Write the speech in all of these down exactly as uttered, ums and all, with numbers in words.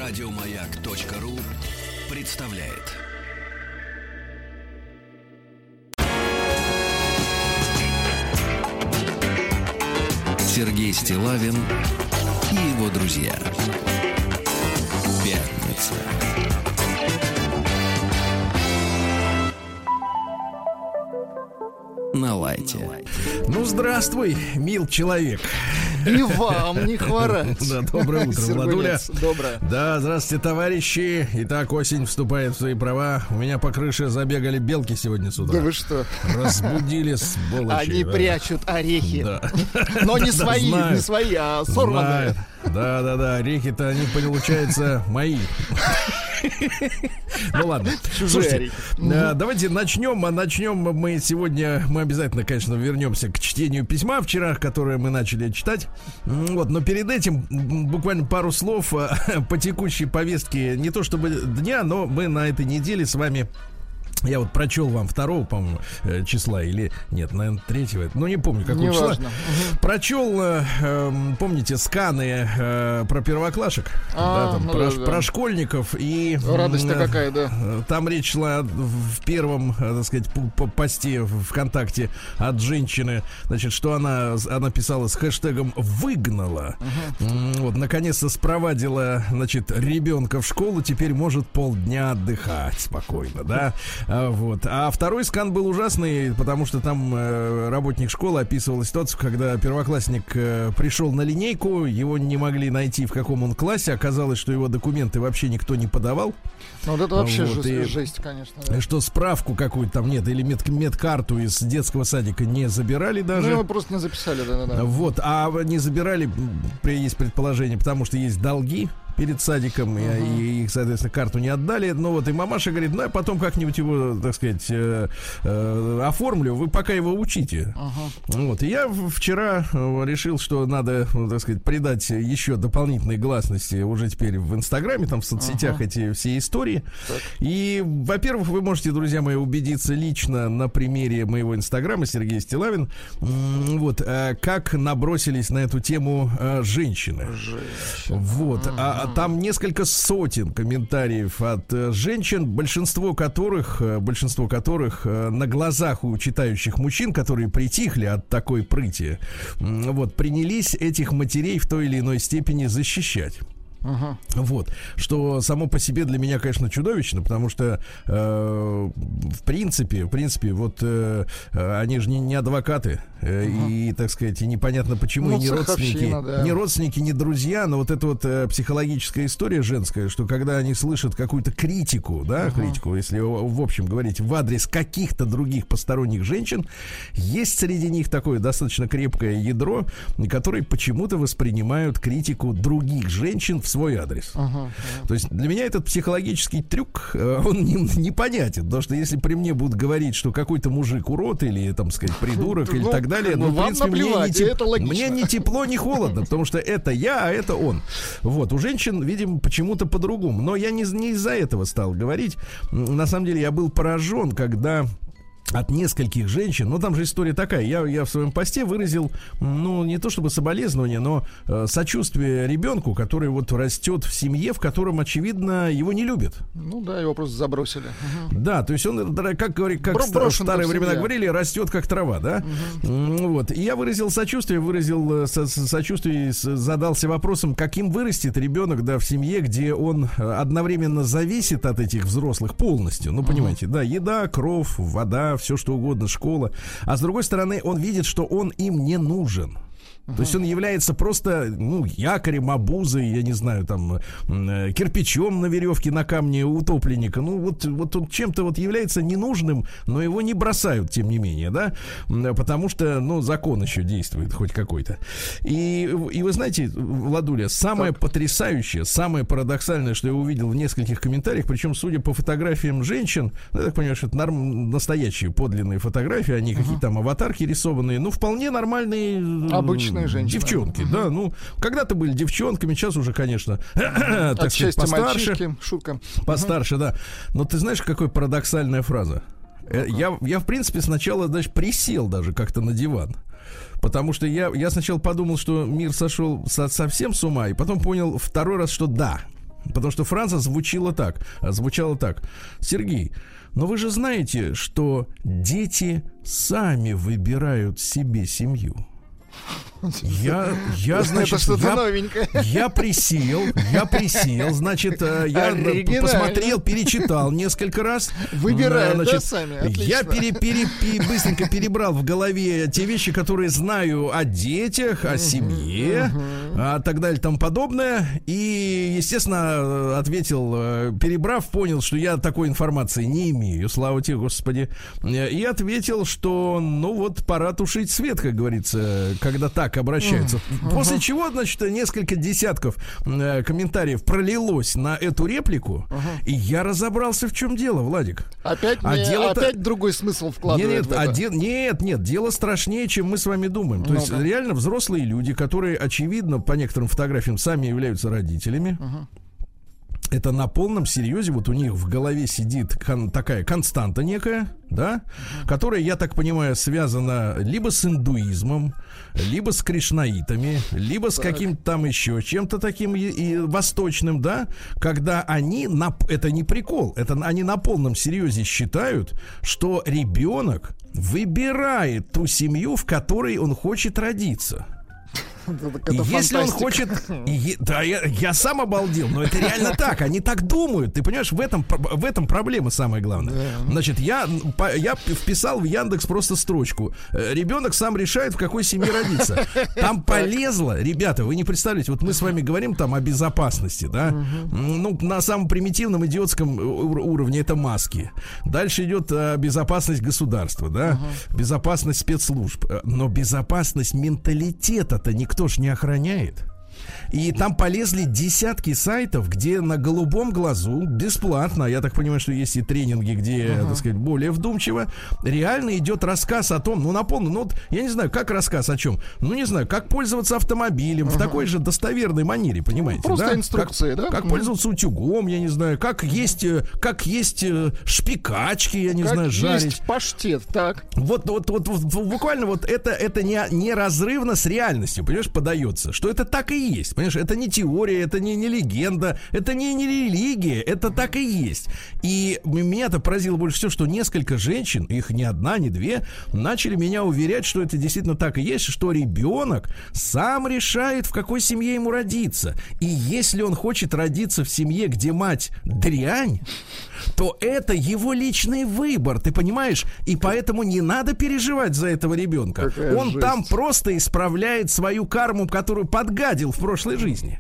Радиомаяк.ру представляет. Сергей Стиллавин и его друзья. Пятница. На лайте. Ну, здравствуй, мил человек. И вам не хворать. Да, доброе утро, Владуля. Доброе. Да, здравствуйте, товарищи. Итак, осень вступает в свои права. У меня по крыше забегали белки сегодня с утра. Да вы что? Разбудили, сволочи. Они да. прячут орехи. Да. Но не Да, свои, знаю. не свои, а сорванные. Да, да, да, орехи-то они, получается, мои. Ну ладно. Слушайте, давайте начнем. Начнем мы сегодня. Мы обязательно, конечно, вернемся к чтению письма вчера, которое мы начали читать. Вот, но перед этим буквально пару слов по текущей повестке. Не то чтобы дня, но мы на этой неделе с вами. Я вот прочел вам второго, по-моему, числа или нет, наверное, третьего. Ну, не помню, какого не числа. Важно. Прочел, э, помните, сканы э, про первоклашек, а, да, там, ну, про, да, да. про школьников. И радость-то э, какая, да. Там речь шла в первом, так сказать, посте ВКонтакте от женщины, значит, что она, она писала с хэштегом «выгнала». Uh-huh. Вот, наконец-то спровадила, значит, ребенка в школу, теперь может полдня отдыхать спокойно, да. Вот. А второй скан был ужасный, потому что там э, работник школы описывал ситуацию, когда первоклассник э, пришел на линейку, его не могли найти, в каком он классе. Оказалось, что его документы вообще никто не подавал. Ну, вот это вообще вот, жесть, и, жесть, конечно. Да. Что справку какую-то там нет, или мед, медкарту из детского садика не забирали даже. Ну, его просто не записали, да-да-да. Вот, а не забирали, есть предположение, потому что есть долги перед садиком, uh-huh. и, и их, соответственно, карту не отдали. Ну вот, и мамаша говорит, ну, я потом как-нибудь его, так сказать, э, э, оформлю, вы пока его учите. Uh-huh. Вот, и я вчера решил, что надо, так сказать, придать еще дополнительной гласности уже теперь в Инстаграме, там, в соцсетях uh-huh. эти все истории. Так. И, во-первых, вы можете, друзья мои, убедиться лично на примере моего Инстаграма, Сергей Стиллавин, вот, как набросились на эту тему женщины. Женщина. Вот, uh-huh. а там несколько сотен комментариев от э, женщин, большинство которых, э, большинство которых э, на глазах у читающих мужчин, которые притихли от такой прыти, э, вот, принялись этих матерей в той или иной степени защищать. Uh-huh. Вот, что само по себе для меня, конечно, чудовищно, потому что э, в принципе, в принципе, вот э, они же не, не адвокаты, э, uh-huh. и, так сказать, и непонятно почему, ну, и не родственники, да. не родственники, не друзья, но вот эта вот э, психологическая история женская, что когда они слышат какую-то критику, да, uh-huh. критику, если в общем говорить, в адрес каких-то других посторонних женщин, есть среди них такое достаточно крепкое ядро, которые почему-то воспринимают критику других женщин в свой адрес. Uh-huh, uh-huh. То есть для меня этот психологический трюк, он не, непонятен, потому что если при мне будут говорить, что какой-то мужик урод или, там сказать, придурок или так далее, ну, в принципе, мне не, теп... мне не тепло, не холодно, потому что это я, а это он. Вот, у женщин, видимо, почему-то по-другому. Но я не, не из-за этого стал говорить. На самом деле я был поражен, когда от нескольких женщин, ну там же история такая, я, я в своем посте выразил, ну не то чтобы соболезнование, но э, сочувствие ребенку, который вот растет в семье, в котором, очевидно, его не любят. Ну да, его просто забросили. Угу. Да, то есть он, как, говорит, как Бро- в старые времена говорили, растет как трава, да? Угу. Вот, и я выразил сочувствие, выразил со- сочувствие и задался вопросом, каким вырастет ребенок, да, в семье, где он одновременно зависит от этих взрослых полностью, ну понимаете, угу. да, еда, кров, вода, все что угодно, школа. А с другой стороны, он видит, что он им не нужен. Uh-huh. То есть он является просто, ну, якорем, обузой, я не знаю, там, э, кирпичом на веревке на камне утопленника. Ну, вот, вот он чем-то вот является ненужным, но его не бросают, тем не менее, да, потому что, ну, закон еще действует хоть какой-то. И, и вы знаете, Владуля, самое так. потрясающее, самое парадоксальное, что я увидел в нескольких комментариях, причем, судя по фотографиям женщин, ну, я так понимаю, что это норм, настоящие подлинные фотографии, они uh-huh. какие-то там аватарки рисованные, ну, вполне нормальные. Обычные женщины. Девчонки, uh-huh. да, ну, когда-то были девчонками, сейчас уже, конечно, так сказать, постарше. Шутка. Постарше, uh-huh. да. Но ты знаешь, какая парадоксальная фраза? Uh-huh. Я, я, в принципе, сначала даже присел даже как-то на диван. Потому что я, я сначала подумал, что мир сошел со, совсем с ума, и потом понял второй раз, что да. Потому что фраза звучала так, звучала так. Сергей, но вы же знаете, что дети сами выбирают себе семью. Я, я, значит, это что-то я, новенькое. Я присел, я присел, значит, я посмотрел, перечитал несколько раз. Выбирают, значит, да, сами? Отлично. Я пере, пере, пере, быстренько перебрал в голове те вещи, которые знаю о детях, о семье, а так далее и тому подобное. И, естественно, ответил, перебрав, понял, что я такой информации не имею, слава тебе, Господи. И ответил, что, ну вот, пора тушить свет, как говорится, когда так обращаются. Uh-huh. После чего, значит, несколько десятков э, комментариев пролилось на эту реплику, uh-huh. и я разобрался, в чем дело, Владик. Опять, а не, дело-то... опять другой смысл вкладывает. Нет, нет, а де... нет, нет, дело страшнее, чем мы с вами думаем. То uh-huh. есть реально взрослые люди, которые, очевидно, по некоторым фотографиям сами являются родителями. Uh-huh. Это на полном серьезе, вот у них в голове сидит кон- такая константа некая, да, uh-huh. которая, я так понимаю, связана либо с индуизмом, либо с кришнаитами, либо так. с каким-то там еще чем-то таким и, и восточным, да, когда они, на, это не прикол, это они на полном серьезе считают, что ребенок выбирает ту семью, в которой он хочет родиться. Это если он хочет, и, да, я, я сам обалдел, но это реально так, они так думают, ты понимаешь, в этом, в этом проблема самая главная. Значит, я, я вписал в Яндекс просто строчку: ребенок сам решает, в какой семье родиться. Там полезло, ребята, вы не представляете, вот мы с вами говорим там о безопасности, да, ну, на самом примитивном идиотском уровне это маски. Дальше идет безопасность государства, да, безопасность спецслужб, но безопасность менталитета-то никто Никто ж не охраняет. И там полезли десятки сайтов, где на голубом глазу бесплатно, я так понимаю, что есть и тренинги, где, uh-huh. так сказать, более вдумчиво, реально идет рассказ о том, ну, напомню, ну, вот, я не знаю, как рассказ о чем, ну, не знаю, как пользоваться автомобилем uh-huh. в такой же достоверной манере, понимаете, просто да? инструкции, как, да? Как uh-huh. пользоваться утюгом, я не знаю, как есть, как есть шпикачки, я не как знаю, жарить. Есть паштет, так. Вот, вот, вот, вот буквально вот это, это не, неразрывно с реальностью, понимаешь, подается, что это так и есть. Понимаешь, это не теория, это не, не легенда, это не, не религия, это так и есть. И меня-то поразило больше всего, что несколько женщин, их не одна, не две, начали меня уверять, что это действительно так и есть, что ребенок сам решает, в какой семье ему родиться. И если он хочет родиться в семье, где мать дрянь, то это его личный выбор, ты понимаешь? И поэтому не надо переживать за этого ребенка. Какая он жесть. Там просто исправляет свою карму, которую подгадил в прошлой жизни.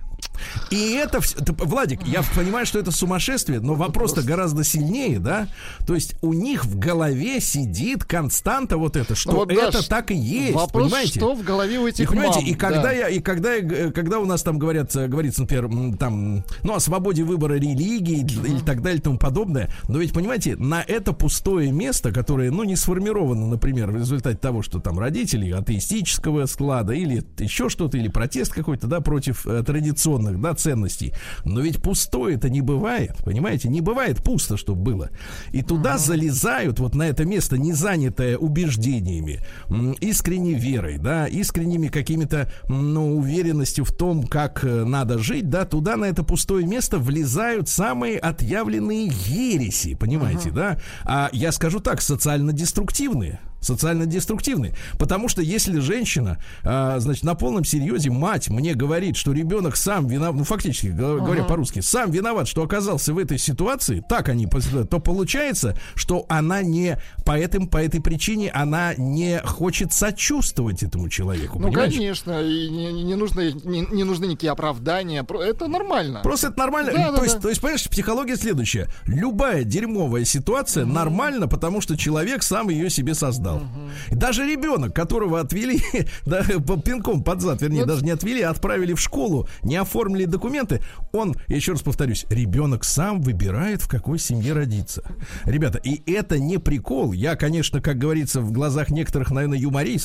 И это, Владик, я понимаю, что это сумасшествие, но вопрос-то гораздо сильнее, да? То есть у них в голове сидит константа вот это, что вот, это да, так и есть, вопрос, понимаете? Что в голове у этих и, понимаете, мам, и когда да. я, и когда я, когда у нас там говорят, говорится, например, там, ну, о свободе выбора религии uh-huh. или так далее и тому подобное, но ведь, понимаете, на это пустое место, которое, ну, не сформировано, например, в результате того, что там родители атеистического склада или еще что-то, или протест какой-то, да, против э, традиционных, да, ценностей. Но ведь пустое это не бывает, понимаете? Не бывает пусто, чтобы было. И туда uh-huh. залезают вот на это место, не занятое убеждениями, искренней верой, да, искренними какими-то, ну, уверенностью в том, как надо жить, да, туда на это пустое место влезают самые отъявленные ереси, понимаете, uh-huh. да? А я скажу так, социально-деструктивные. Социально-деструктивный. Потому что если женщина, а, значит, на полном серьезе, мать мне говорит, что ребенок сам виноват, ну, фактически, говоря uh-huh. по-русски, сам виноват, что оказался в этой ситуации, так они, то получается, что она не, по, этим, по этой причине, она не хочет сочувствовать этому человеку. Ну, понимаешь? конечно, и не, не, нужны, не, не нужны никакие оправдания, это нормально. Просто это нормально. Да, то, да, есть, да. то есть, понимаешь, психология следующая. Любая дерьмовая ситуация uh-huh. нормальна, потому что человек сам ее себе создал. Uh-huh. Даже ребенок, которого отвели да, пинком под зад, вернее, вот. даже не отвели, а отправили в школу, не оформили документы, он, я еще раз повторюсь, ребенок сам выбирает, в какой семье родиться. Ребята, и это не прикол. Я, конечно, как говорится, в глазах некоторых, наверное, юморист.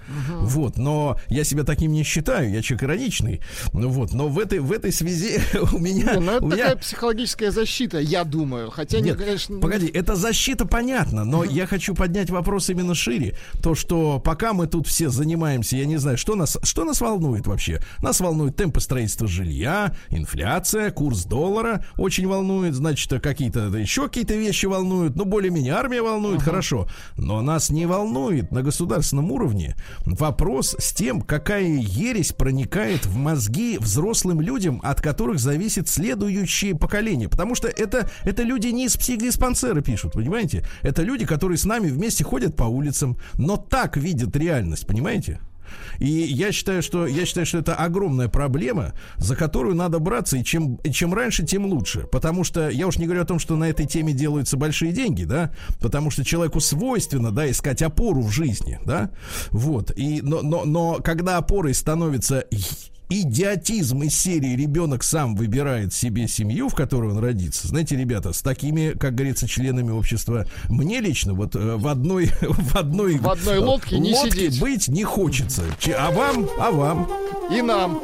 Угу. Вот, но я себя таким не считаю, я человек ироничный. Ну вот, но в этой, в этой связи у меня... Не, ну это у такая меня... психологическая защита, я думаю. Хотя, Нет, не, конечно... погоди, это защита, понятно, но угу. я хочу поднять вопрос именно шире. То, что пока мы тут все занимаемся, я не знаю, что нас, что нас волнует вообще? Нас волнует темпы строительства жилья, инфляция, курс доллара очень волнует, значит, какие-то еще какие-то вещи волнуют, ну, более-менее армия волнует, uh-huh. хорошо, но нас не волнует на государственном уровне вопрос с тем, какая ересь проникает в мозги взрослым людям, от которых зависит следующее поколение, потому что это, это люди не из психдиспансера пишут, понимаете? Это люди, которые с нами вместе ходят по улицам, но так видят реальность, понимаете? И я считаю, что я считаю, что это огромная проблема, за которую надо браться, и чем, и чем раньше, тем лучше. Потому что я уж не говорю о том, что на этой теме делаются большие деньги, да, потому что человеку свойственно, да, искать опору в жизни, да. Вот. И, но, но, но когда опорой становится идиотизм из серии «ребенок сам выбирает себе семью, в которой он родится», знаете, ребята, с такими, как говорится, членами общества мне лично вот в одной в одной, в одной лодке не лодке сидеть быть не хочется. А вам, а вам и нам.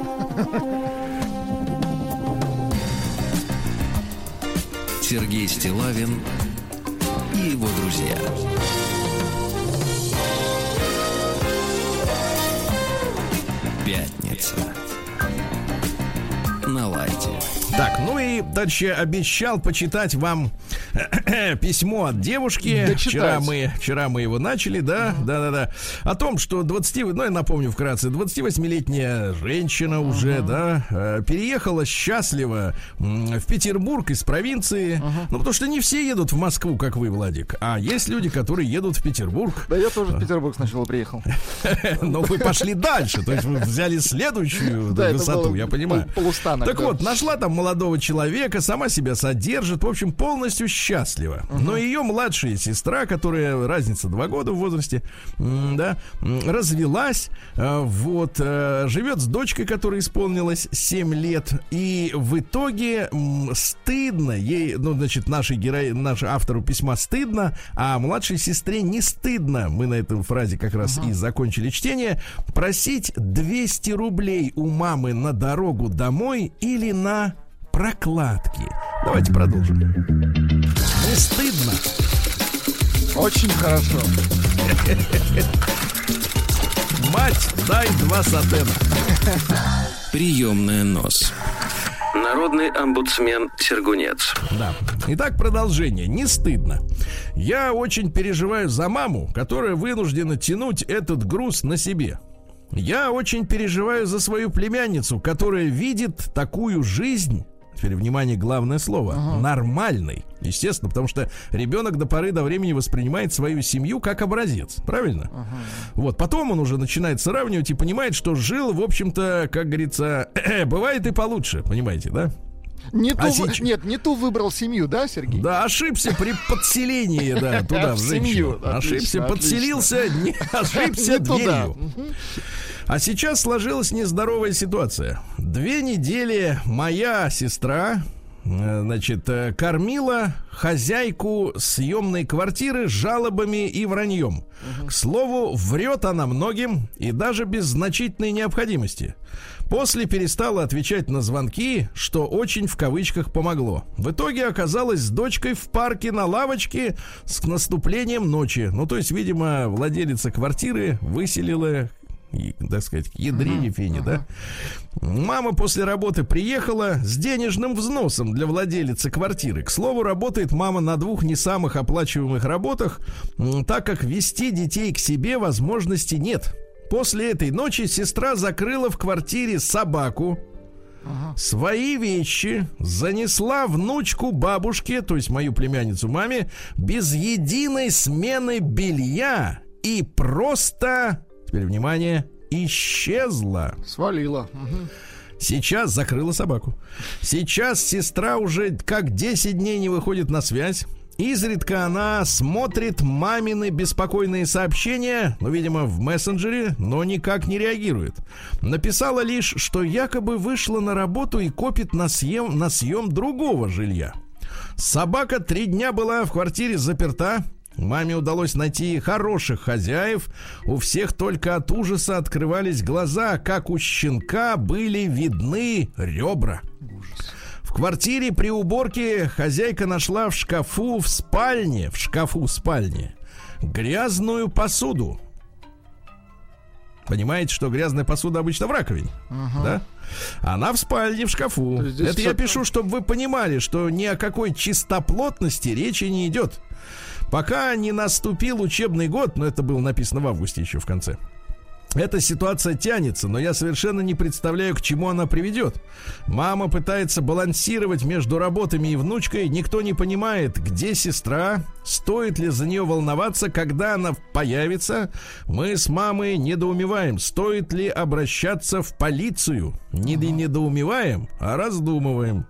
Сергей Стиллавин и его друзья. Пятница. На лайте. Так, ну и дальше обещал почитать вам письмо от девушки. Дочитать. Вчера мы, вчера мы его начали, да, uh-huh. да-да-да. О том, что двадцать, ну я напомню вкратце, двадцативосьмилетняя женщина uh-huh. уже, да, переехала счастливо в Петербург из провинции. Uh-huh. Ну, потому что не все едут в Москву, как вы, Владик, а есть люди, которые едут в Петербург. Да я тоже в Петербург сначала приехал. Но вы пошли дальше, то есть вы взяли следующую высоту, я понимаю. Так вот, нашла там молодого человека, сама себя содержит, в общем, полностью счастлива. Uh-huh. Но ее младшая сестра, которая разница два года в возрасте, да, развелась, вот, живет с дочкой, которой исполнилось семь лет, и в итоге стыдно ей, ну, значит, нашей герои, нашей автору письма стыдно, а младшей сестре не стыдно, мы на этой фразе как раз uh-huh. и закончили чтение, просить двести рублей у мамы на дорогу домой или на прокладки. Давайте продолжим. Не стыдно. Очень хорошо. Мать, дай два сатена. Приемная нос. Народный омбудсмен Сергунец. Да. Итак, продолжение. Не стыдно. Я очень переживаю за маму, которая вынуждена тянуть этот груз на себе. Я очень переживаю за свою племянницу, которая видит такую жизнь, теперь, внимание, главное слово, ага. нормальной. Естественно, потому что ребенок до поры до времени воспринимает свою семью как образец. Правильно? Ага. Вот, потом он уже начинает сравнивать и понимает, что жил, в общем-то, как говорится, бывает и получше, понимаете, да? Не а ту, сейчас... Нет, не ту выбрал семью, да, Сергей? Да, ошибся при подселении, да, туда, в женщину. Ошибся, подселился, не ошибся дверью. А сейчас сложилась нездоровая ситуация. Две недели моя сестра, значит, кормила хозяйку съемной квартиры жалобами и враньем. Угу. К слову, врет она многим и даже без значительной необходимости. После перестала отвечать на звонки, что очень в кавычках помогло. В итоге оказалась с дочкой в парке на лавочке с наступлением ночи. Ну, то есть, видимо, владелица квартиры выселила... И, так сказать, к ядрине uh-huh, фени, uh-huh. да? Мама после работы приехала с денежным взносом для владелицы квартиры. К слову, работает мама на двух не самых оплачиваемых работах, так как вести детей к себе возможности нет. После этой ночи сестра закрыла в квартире собаку, uh-huh. свои вещи, занесла внучку бабушке, то есть мою племянницу маме, без единой смены белья и просто... Теперь, внимание, исчезла. Свалила. Угу. Сейчас закрыла собаку. Сейчас сестра уже как десять дней не выходит на связь. Изредка она смотрит мамины беспокойные сообщения, ну, видимо, в мессенджере, но никак не реагирует. Написала лишь, что якобы вышла на работу и копит на съем, на съем другого жилья. Собака три дня была в квартире заперта. Маме удалось найти хороших хозяев. У всех только от ужаса открывались глаза, как у щенка были видны ребра. Ужас. В квартире при уборке хозяйка нашла в шкафу в спальне, в шкафу в спальне, грязную посуду. Понимаете, что грязная посуда обычно в раковине, uh-huh. да? Она в спальне, в шкафу. Это я пишу, чтобы вы понимали, что ни о какой чистоплотности речи не идет. Пока не наступил учебный год, но это было написано в августе еще в конце, эта ситуация тянется, но я совершенно не представляю, к чему она приведет. Мама пытается балансировать между работами и внучкой. Никто не понимает, где сестра, стоит ли за нее волноваться, когда она появится. Мы с мамой недоумеваем, стоит ли обращаться в полицию. Не недоумеваем, а раздумываем.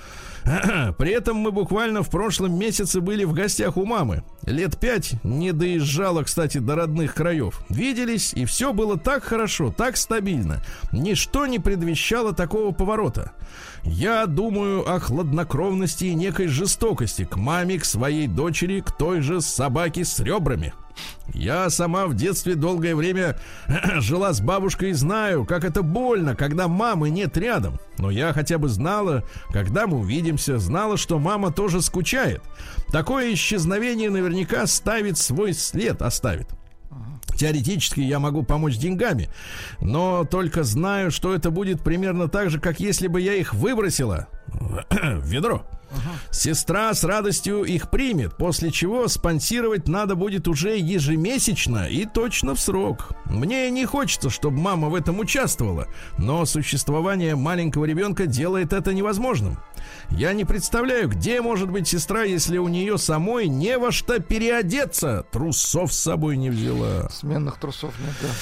При этом мы буквально в прошлом месяце были в гостях у мамы. Лет пять не доезжала, кстати, до родных краев. Виделись, и все было так хорошо, так стабильно. Ничто не предвещало такого поворота. Я думаю о хладнокровности и некой жестокости к маме, к своей дочери, к той же собаке с ребрами. Я сама в детстве долгое время жила с бабушкой и знаю, как это больно, когда мамы нет рядом. Но я хотя бы знала, когда мы увидимся, знала, что мама тоже скучает. Такое исчезновение наверняка ставит свой след, оставит. Теоретически я могу помочь деньгами, но только знаю, что это будет примерно так же, как если бы я их выбросила в ведро. Uh-huh. Сестра с радостью их примет, после чего спонсировать надо будет уже ежемесячно и точно в срок. Мне не хочется, чтобы мама в этом участвовала, но существование маленького ребенка делает это невозможным. Я не представляю, где может быть сестра, если у нее самой не во что переодеться. Трусов с собой не взяла. Сменных трусов нет, да.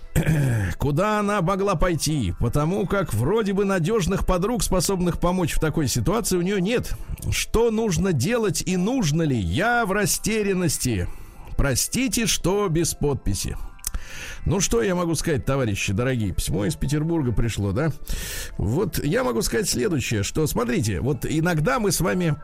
Куда она могла пойти? Потому как вроде бы надежных подруг, способных помочь в такой ситуации, у нее нет. Что нужно делать и нужно ли? Я в растерянности. Простите, что без подписи. Ну, что я могу сказать, товарищи дорогие? Письмо из Петербурга пришло, да? Вот я могу сказать следующее, что, смотрите, вот иногда мы с вами...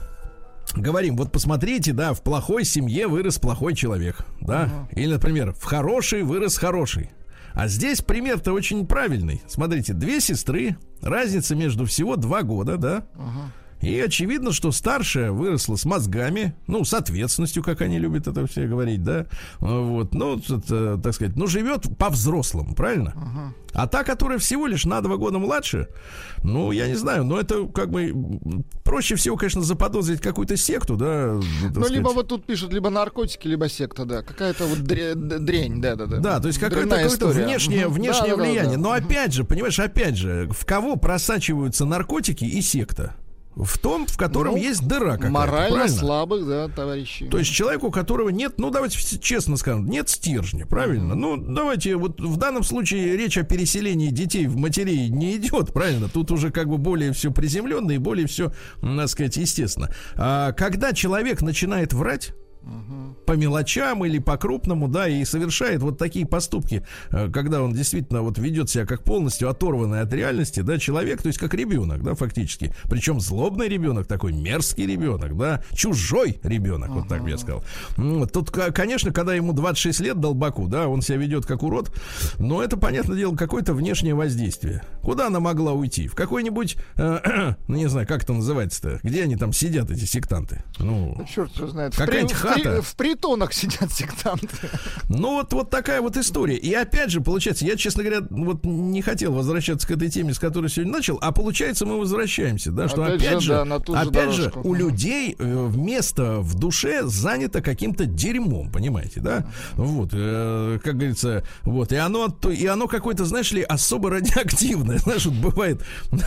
говорим, вот посмотрите, да, в плохой семье вырос плохой человек, да, uh-huh. Или, например, в хорошей вырос хороший. А здесь пример-то очень правильный. Смотрите, две сестры, разница между всего два года, да. Uh-huh. И очевидно, что старшая выросла с мозгами, ну, с ответственностью, как они любят это все говорить, да. Вот, ну, это, так сказать, ну, живет по-взрослому, правильно? Uh-huh. А та, которая всего лишь на два года младше, ну, я не знаю, но это как бы проще всего, конечно, заподозрить какую-то секту, да. Ну, сказать. Либо вот тут пишут, либо наркотики, либо секта, да. Какая-то вот дрянь, да-да-да. Да, то есть какое-то, какое-то внешнее, внешнее да, влияние. Да, да, да. Но опять же, понимаешь, опять же, в кого просачиваются наркотики и секта? В том, в котором ну, есть дыра какая-то. Морально правильно? Слабых, да, товарищи. То есть человеку, у которого нет, ну давайте честно скажем, нет стержня, правильно? Mm-hmm. Ну давайте, вот в данном случае речь о переселении детей в матерей не идет, правильно? Тут уже как бы более все приземленно и более все, так сказать, естественно. А когда человек начинает врать, Uh-huh. по мелочам или по крупному, да, и совершает вот такие поступки, когда он действительно вот ведет себя как полностью оторванный от реальности, да, человек, то есть как ребенок, да, фактически, причем злобный ребенок, такой мерзкий ребенок, да, чужой ребенок, uh-huh. вот так бы я сказал. Тут, конечно, когда ему двадцать шесть лет долбаку, да, он себя ведет как урод, но это, понятное дело, какое-то внешнее воздействие. Куда она могла уйти? В какой-нибудь, э, ну, не знаю, как это называется-то, где они там сидят, эти сектанты? Ну, да черт его знает. Какая-нибудь хата. В, в притонах сидят сектанты. Ну вот, вот такая вот история. И опять же, получается, я, честно говоря, вот не хотел возвращаться к этой теме, с которой сегодня начал, а получается, мы возвращаемся, да, что опять, опять же, же, да, опять же, у людей э, место в душе занято каким-то дерьмом, понимаете, да? Вот, э, как говорится, вот, и оно, и оно какое-то, знаешь ли, особо радиоактивное. Знаешь, вот бывает,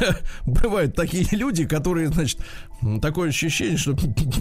бывают такие люди, которые, значит, такое ощущение, что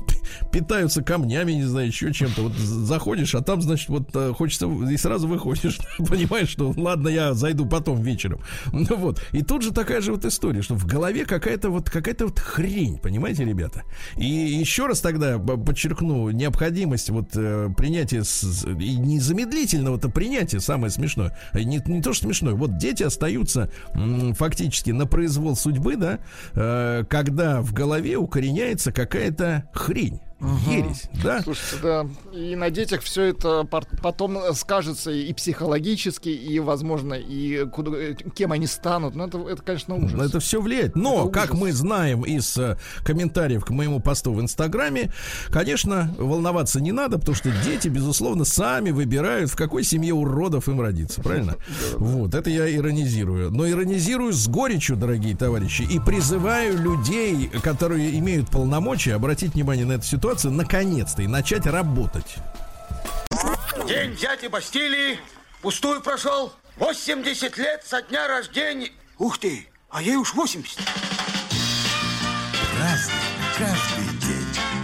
питаются камнями, не знаю, еще чем-то. Вот заходишь, а там, значит, вот хочется, и сразу выходишь. Понимаешь, что ладно, я зайду потом вечером. Ну вот. И тут же такая же вот история, что в голове какая-то вот какая-то вот хрень, понимаете, ребята? И еще раз тогда подчеркну необходимость вот принятия с, и незамедлительного-то принятия, самое смешное. Не, не то, что смешное. Вот дети остаются м, фактически на произвол судьбы, да, э, когда в голове укореняется какая-то хрень. Угу. Ересь, да? Слушайте, да. И на детях все это потом скажется и психологически, и, возможно, и куда, кем они станут. Ну, это, это конечно, ужас. Это все влияет. Но, как мы знаем из uh, комментариев к моему посту в Инстаграме, конечно, волноваться не надо, потому что дети, безусловно, сами выбирают, в какой семье уродов им родиться. Правильно? Вот, это я иронизирую. Но иронизирую с горечью, дорогие товарищи, и призываю людей, которые имеют полномочия, обратить внимание на эту ситуацию, наконец-то, и начать работать. День дяди Бастилии пустую прошел. восемьдесят лет со дня рождения. Ух ты, а ей уж восемьдесят. Разный, каждый день.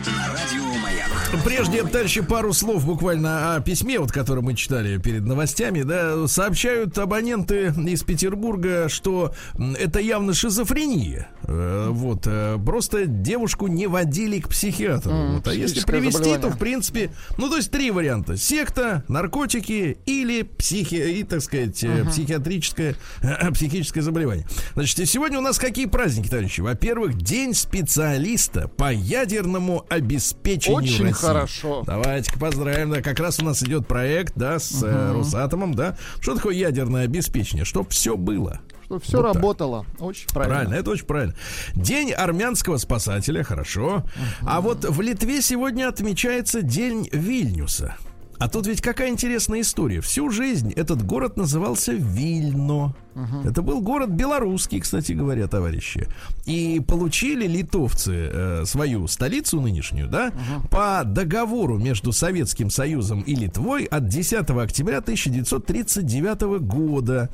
Прежде, товарищи, пару слов буквально о письме, вот, которое мы читали перед новостями, да, сообщают абоненты из Петербурга, что это явно шизофрения. Вот, просто девушку не водили к психиатру. Mm, вот, а если привести, то, в принципе, ну, то есть три варианта: секта, наркотики или психи, и, так сказать, uh-huh. психиатрическое, психическое заболевание. Значит, и сегодня у нас какие праздники, товарищи? Во-первых, День специалиста по ядерному обеспечению Очень России. Хорошо. Давайте-ка поздравим. Да, как раз у нас идет проект, да, с uh-huh. э, Росатомом, да. Что такое ядерное обеспечение? Чтоб все было. Чтобы все вот работало. Так. Очень правильно. Правильно, это очень правильно. День армянского спасателя, хорошо. Uh-huh. А вот в Литве сегодня отмечается День Вильнюса. А тут ведь какая интересная история. Всю жизнь этот город назывался Вильно. Uh-huh. Это был город белорусский, кстати говоря, товарищи. И получили литовцы э, свою столицу нынешнюю, да, uh-huh. по договору между Советским Союзом и Литвой от десятого октября тысяча девятьсот тридцать девятого года.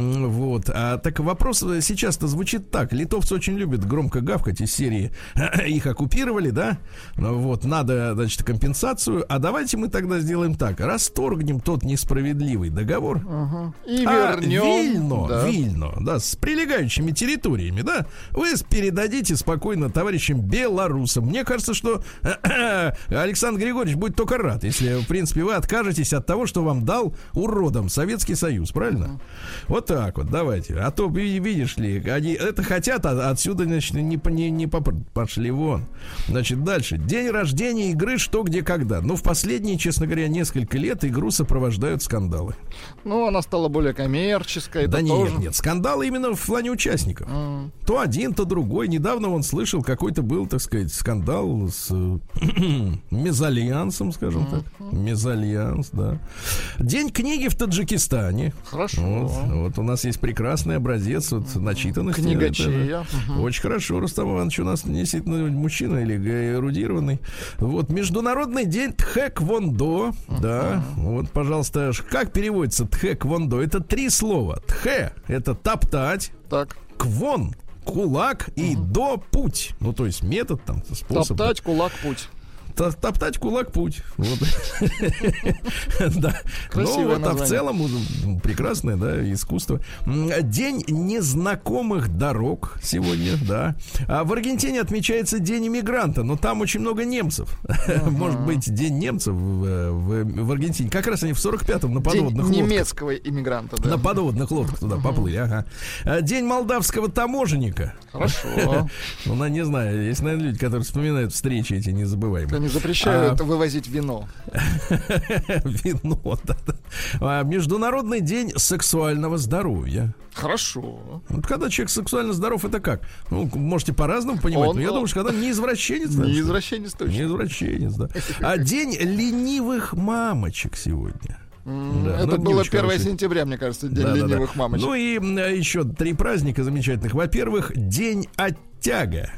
Вот. А так вопрос сейчас-то звучит так. Литовцы очень любят громко гавкать из серии «Их оккупировали, да? Вот. Надо, значит, компенсацию. А давайте мы тогда сделаем так. Расторгнем тот несправедливый договор. Uh-huh. И а вернем... Вильно, Да. Вильно, да, с прилегающими территориями, да, вы передадите спокойно товарищам белорусам. Мне кажется, что Александр Григорьевич будет только рад, если, в принципе, вы откажетесь от того, что вам дал уродом Советский Союз, правильно? Uh-huh. Вот так вот, давайте. А то, видишь ли, они это хотят, а отсюда, значит, не, не, не пошли вон. Значит, дальше. День рождения игры «Что, где, когда». Ну, в последние, честно говоря, несколько лет игру сопровождают скандалы. Ну, она стала более коммерческой. Да нет, тоже... нет, скандалы именно в плане участников. Mm. То один, то другой. Недавно он слышал, какой-то был, так сказать, скандал с мезальянсом, скажем mm-hmm. так. Мезальянс, да. День книги в Таджикистане. Хорошо. Вот, вот у нас есть прекрасный образец вот, начитанности. Книгачея. Mm-hmm. Очень хорошо. Рустам Иванович у нас действительно мужчина или эрудированный. Вот, Международный день Тхэквондо. Mm-hmm. Да, вот, пожалуйста, как переводится Тхэквондо? Это три слова. Тхэ — это топтать. Так. Квон — кулак. И uh-huh. до — путь. Ну, то есть метод, там, способ. Топтать, кулак, путь. Топтать, кулак, путь. Вот. Да. Ну, вот, а в целом прекрасное, да, искусство. День незнакомых дорог сегодня, да. А в Аргентине отмечается День иммигранта, но там очень много немцев. Может быть, День немцев в Аргентине. Как раз они в сорок пятом на подводных лодках. День немецкого иммигранта, да. На подводных лодках туда поплыли, ага. День молдавского таможенника. Хорошо. Ну, не знаю, есть, наверное, люди, которые вспоминают встречи эти незабываемые. Запрещают а... вывозить вино. Вино, да, да. А, Международный день сексуального здоровья. Хорошо. Вот когда человек сексуально здоров, это как? Ну, можете по-разному понимать, Он, но я думаю, что когда не извращенец. Не да, извращенец, точно. Не извращенец, да. А день ленивых мамочек сегодня. Да, это было первое сентября, мне кажется, день да, ленивых да, да. мамочек. Ну и еще три праздника замечательных. Во-первых, день оттяга.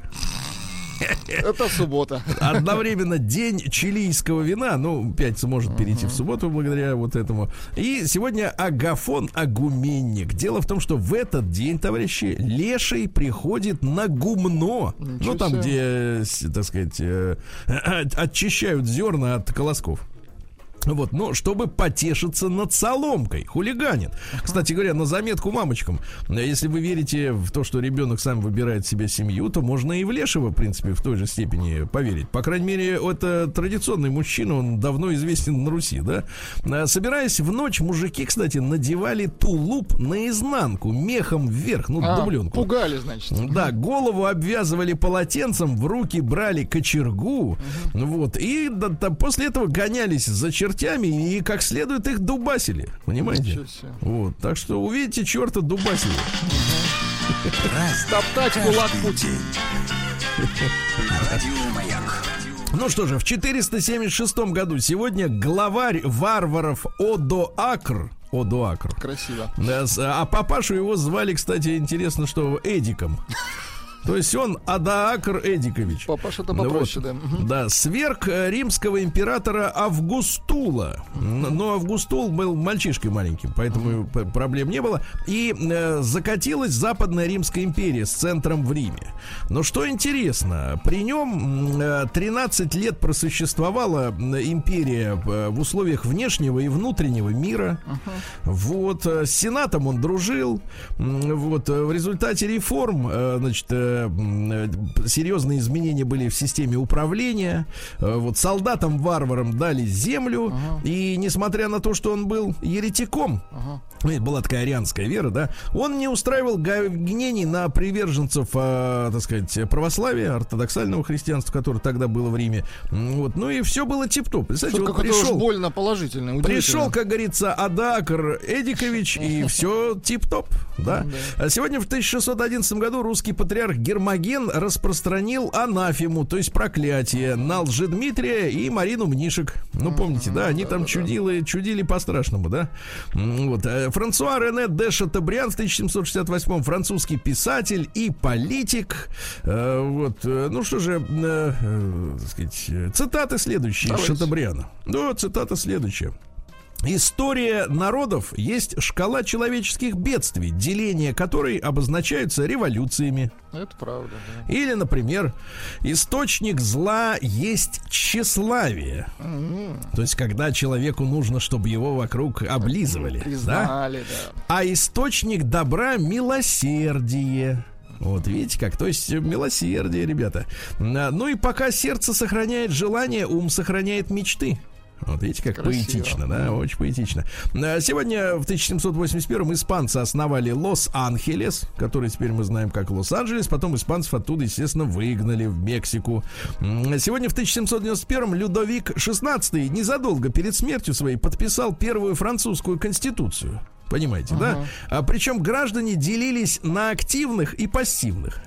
Это суббота. Одновременно день чилийского вина. Ну, пятница может перейти uh-huh. в субботу благодаря вот этому. И сегодня Агафон Агуменник. Дело в том, что в этот день, товарищи, леший приходит на гумно. Ничего ну, там, себе. Где, так сказать, очищают зерна от колосков. Вот, но чтобы потешиться над соломкой, хулиганит. Uh-huh. Кстати говоря, на заметку мамочкам, если вы верите в то, что ребенок сам выбирает себе семью, то можно и в Лешего, в принципе, в той же степени поверить. По крайней мере, это традиционный мужчина, он давно известен на Руси, да? Собираясь в ночь, мужики, кстати, надевали тулуп наизнанку, мехом вверх, ну, а, дубленку. Пугали, значит. Да, голову обвязывали полотенцем, в руки брали кочергу, uh-huh. вот, и да, да, после этого гонялись за чертами и как следует их дубасили. Понимаете? Вот. Так что увидите черта, дубасили. Стоптать кулак Путин. Ну что же, в четыреста семьдесят шестом году сегодня главарь варваров Одоакр. Одоакр. Красиво. А папашу его звали, кстати, интересно, что Эдиком. То есть он Адаакр Эдикович. Папаша-то попроще, вот, да. Да, сверг римского императора Августула. Но Августул был мальчишкой маленьким, поэтому uh-huh. проблем не было. И э, закатилась Западная Римская империя с центром в Риме. Но что интересно, при нем э, тринадцать лет просуществовала империя э, в условиях внешнего и внутреннего мира. Uh-huh. Вот, э, с сенатом он дружил. Вот, э, в результате реформ, э, значит, э, серьезные изменения были в системе управления. Вот солдатам-варварам дали землю. Ага. И несмотря на то, что он был еретиком, ага. была такая арианская вера, да, он не устраивал гонений на приверженцев, а, так сказать, православия, ортодоксального христианства, которое тогда было в Риме. Вот. Ну и все было тип-топ. Представляете, вот пришел, больно положительно, пришел, как говорится, Адаакр Эдикович, и все тип-топ. Да? Да. Сегодня в тысяча шестьсот одиннадцатом году русский патриарх Гермоген распространил анафему, то есть проклятие, на Лжедмитрия и Марину Мнишек. Ну, помните, да, они там чудили, чудили по-страшному, да. Вот. Франсуа Рене де Шатабриан в тысяча семьсот шестьдесят восьмом, французский писатель и политик. Вот. Ну что же, так сказать, цитаты следующие из Шатабриана. Ну, цитата следующая. История народов есть шкала человеческих бедствий, деление которой обозначаются революциями. Это правда, да. Или, например, источник зла есть тщеславие. Mm-hmm. То есть, когда человеку нужно, чтобы его вокруг облизывали. Признали, да? Да. А источник добра — милосердие. Вот видите как, то есть милосердие, ребята. Ну и пока сердце сохраняет желание, ум сохраняет мечты. Вот видите, как красиво. Поэтично, да, очень поэтично. Сегодня в тысяча семьсот восемьдесят первом испанцы основали Лос-Анхелес, который теперь мы знаем как Лос-Анджелес. Потом испанцев оттуда, естественно, выгнали в Мексику. Сегодня в тысяча семьсот девяносто первом Людовик шестнадцатый незадолго перед смертью своей подписал первую французскую конституцию. Понимаете, ага. да? А, причем граждане делились на активных и пассивных.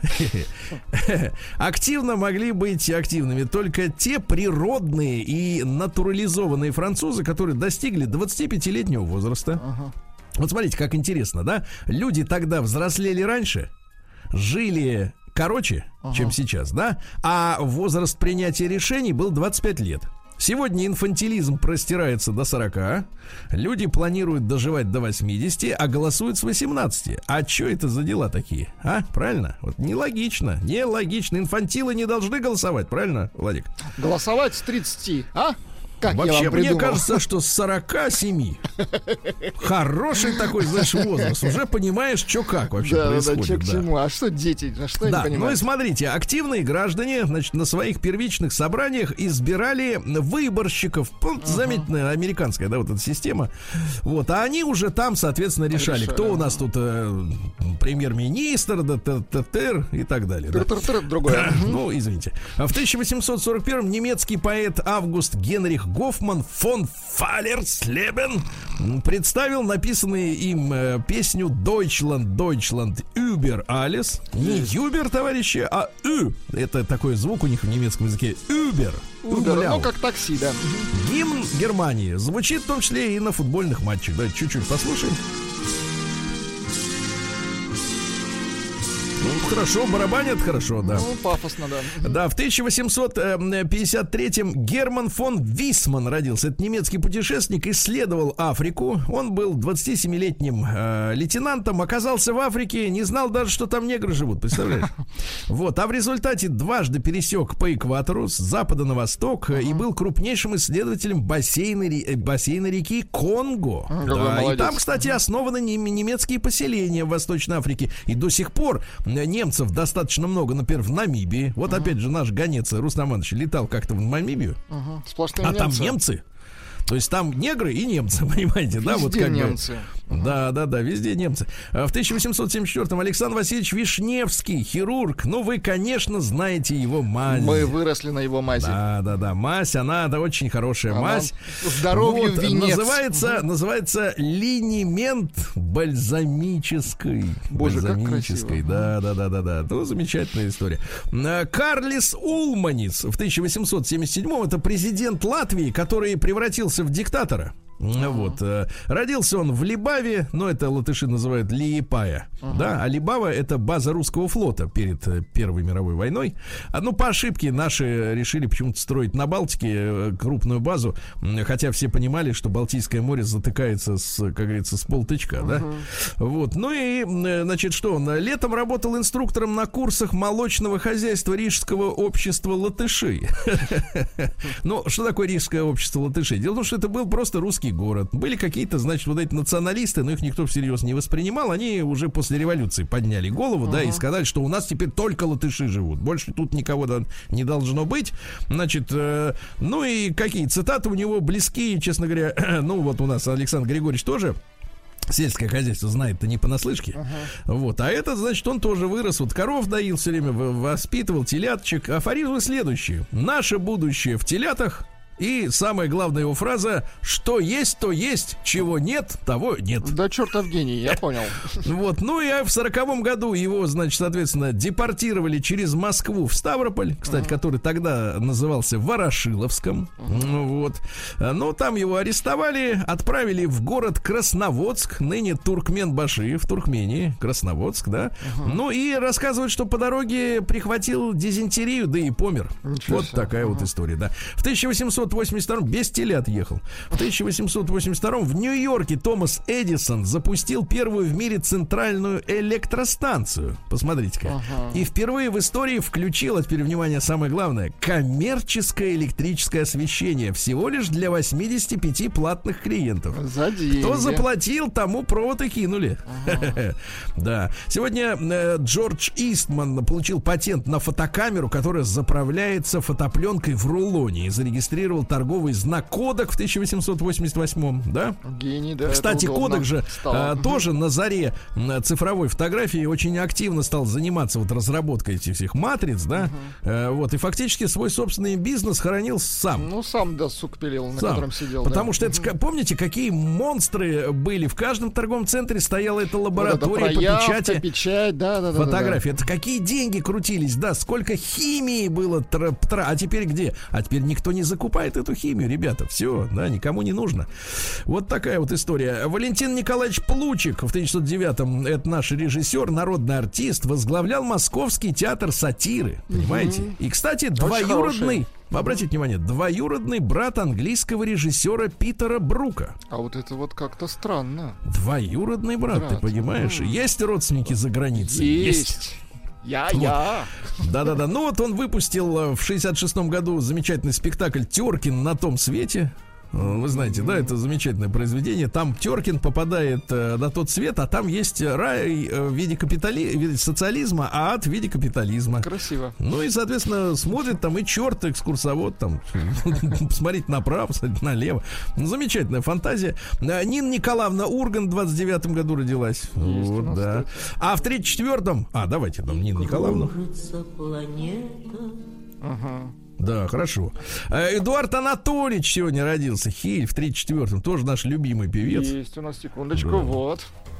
Активно могли быть активными только те природные и натурализованные французы, которые достигли двадцатипятилетнего возраста. Ага. Вот смотрите, как интересно, да? Люди тогда взрослели раньше, жили короче, ага. чем сейчас, да? А возраст принятия решений был двадцать пять лет. Сегодня инфантилизм простирается до сорока. Люди планируют доживать до восьмидесяти, а голосуют с восемнадцати. А что это за дела такие? А? Правильно? Вот нелогично. Нелогично. Инфантилы не должны голосовать. Правильно, Владик? Голосовать с тридцати, а? Как вообще, мне кажется, что с сорока семи хороший такой, знаешь, возраст. Уже понимаешь, что как вообще да, происходит. Да, что к чему. А что дети? А что да, они понимают? Ну и смотрите, активные граждане, значит, на своих первичных собраниях избирали выборщиков. Uh-huh. Заметная американская, да, вот эта система. Вот, а они уже там, соответственно, решали, решали. Кто у нас тут э, премьер-министр, да, т- т- т- и так далее. Да. Другое. Ну, извините. В тысяча восемьсот сорок первом немецкий поэт Август Генрих Гофман фон Фалерслебен представил написанную им э, песню «Deutschland, Deutschland, über alles». Не «Юбер», товарищи, а «ü». Это такой звук у них в немецком языке. «Über». Uber, ну, как такси, да. Гимн Германии звучит в том числе и на футбольных матчах. Да, чуть-чуть послушаем. Ну, хорошо, барабанят хорошо, да. Ну, пафосно, да. Да, в тысяча восемьсот пятьдесят третьем Герман фон Висман родился. Это немецкий путешественник, исследовал Африку. Он был двадцатисемилетним э, лейтенантом, оказался в Африке, не знал даже, что там негры живут, представляешь? Вот, а в результате дважды пересек по экватору с запада на восток uh-huh. и был крупнейшим исследователем бассейна, бассейна реки Конго. Да, и там, кстати, основаны немецкие поселения в Восточной Африке. И до сих пор немцев достаточно много, например, в Намибии. Вот uh-huh. опять же наш гонец Рустам Иванович летал как-то в Намибию. Uh-huh. Сплошные а немцы. там немцы. То есть там негры и немцы, понимаете, везде да? Вот как немцы. Бы, да, да, да, везде немцы. В тысяча восемьсот семьдесят четвёртом Александр Васильевич Вишневский, хирург. Ну, вы, конечно, знаете его мазь. Мы выросли на его мази. Да, да, да, мазь, она да, очень хорошая она мазь. Здоровью вот, венец. Называется, угу. называется линемент бальзамической. Боже, бальзамической, как красиво. Да, да, да, да, да. Ну, замечательная история. Карлис Улманис в тысяча восемьсот семьдесят седьмом это президент Латвии, который превратился в диктатора. Uh-huh. Вот. Родился он в Либаве, но это латыши называют Лиепая. Uh-huh. Да, а Либава — это база русского флота перед Первой мировой войной. А, ну, по ошибке наши решили почему-то строить на Балтике крупную базу, хотя все понимали, что Балтийское море затыкается, с, как говорится, с полтычка. Uh-huh. Да? Вот. Ну и, значит, что он? Летом работал инструктором на курсах молочного хозяйства Рижского общества латышей. Ну, что такое Рижское общество латышей? Дело в том, что это был просто русский город. Были какие-то, значит, вот эти националисты, но их никто всерьез не воспринимал. Они уже после революции подняли голову, uh-huh. да, и сказали, что у нас теперь только латыши живут. Больше тут никого да, не должно быть. Значит, э, ну и какие цитаты у него близкие, честно говоря. Ну, вот у нас Александр Григорьевич тоже сельское хозяйство знает-то не понаслышке. Uh-huh. Вот. А этот, значит, он тоже вырос. Вот коров доил все время, воспитывал теляточек. Афоризмы следующие. Наше будущее в телятах. И самая главная его фраза: что есть, то есть, чего нет, того нет. Да чертов гений, я понял. Вот, ну и в сороковом году его, значит, соответственно, депортировали через Москву в Ставрополь, кстати, uh-huh. который тогда назывался Ворошиловском. Uh-huh. Вот. Но там его арестовали, отправили в город Красноводск, ныне Туркменбаши, в Туркмении, Красноводск, да. Uh-huh. Ну и рассказывают, что по дороге прихватил дизентерию, да и помер. Ничего вот себе. Такая uh-huh. вот история, да. В тысяча восемьсот восемьдесят втором без телят ехал. В тысяча восемьсот восемьдесят втором в Нью-Йорке Томас Эдисон запустил первую в мире центральную электростанцию. Посмотрите-ка. Ага. И впервые в истории включил, а теперь, внимание, самое главное, коммерческое электрическое освещение. Всего лишь для восьмидесяти пяти платных клиентов. За деньги. Кто заплатил, тому провод и кинули. Ага. Да. Сегодня э, Джордж Истман получил патент на фотокамеру, которая заправляется фотопленкой в рулоне и зарегистрировал торговый знак Kodak в тысяча восемьсот восемьдесят восьмом, да? Гений, да. Кстати, Kodak же а, тоже на заре цифровой фотографии очень активно стал заниматься вот разработкой этих всех матриц, да? Uh-huh. А, вот, и фактически свой собственный бизнес хоронил сам. Ну, сам, да, сук пилил, на сам. котором сидел. Потому да. что, uh-huh. это, помните, какие монстры были? В каждом торговом центре стояла эта лаборатория вот это по печати печать, да, да, фотографий. Да, да. Это какие деньги крутились, да? Сколько химии было. Тра- тра- а теперь где? А теперь никто не закупает эту химию, ребята, все, да, никому не нужно. Вот такая вот история. Валентин Николаевич Плучик в тысяча девятьсот девятом, это наш режиссер, народный артист, возглавлял Московский театр сатиры, понимаете? Mm-hmm. И, кстати, очень двоюродный, хороший. Обратите внимание, двоюродный брат английского режиссера Питера Брука. А вот это вот как-то странно. Двоюродный брат, брат. Ты понимаешь? Mm-hmm. Есть родственники за границей? Есть. Есть. Я, вот. я. Да-да-да. Ну вот он выпустил в шестьдесят шестом году замечательный спектакль «Теркин на том свете». Вы знаете, да, это замечательное произведение. Там Теркин попадает э, на тот свет, а там есть рай э, в виде капитали... в виде социализма, а ад в виде капитализма. Красиво. Ну и, соответственно, смотрит там и черт, экскурсовод, там, посмотреть направо, посмотреть налево. Замечательная фантазия. Нина Николаевна Ургант в двадцать девятом году родилась. Вот, да. А в тридцать четвёртом... А, давайте там Нину Николаевну. Ага. Да, хорошо. Эдуард Анатольевич сегодня родился. Хиль в тридцать четвёртом. Тоже наш любимый певец. Есть у нас, секундочку, да. Вот.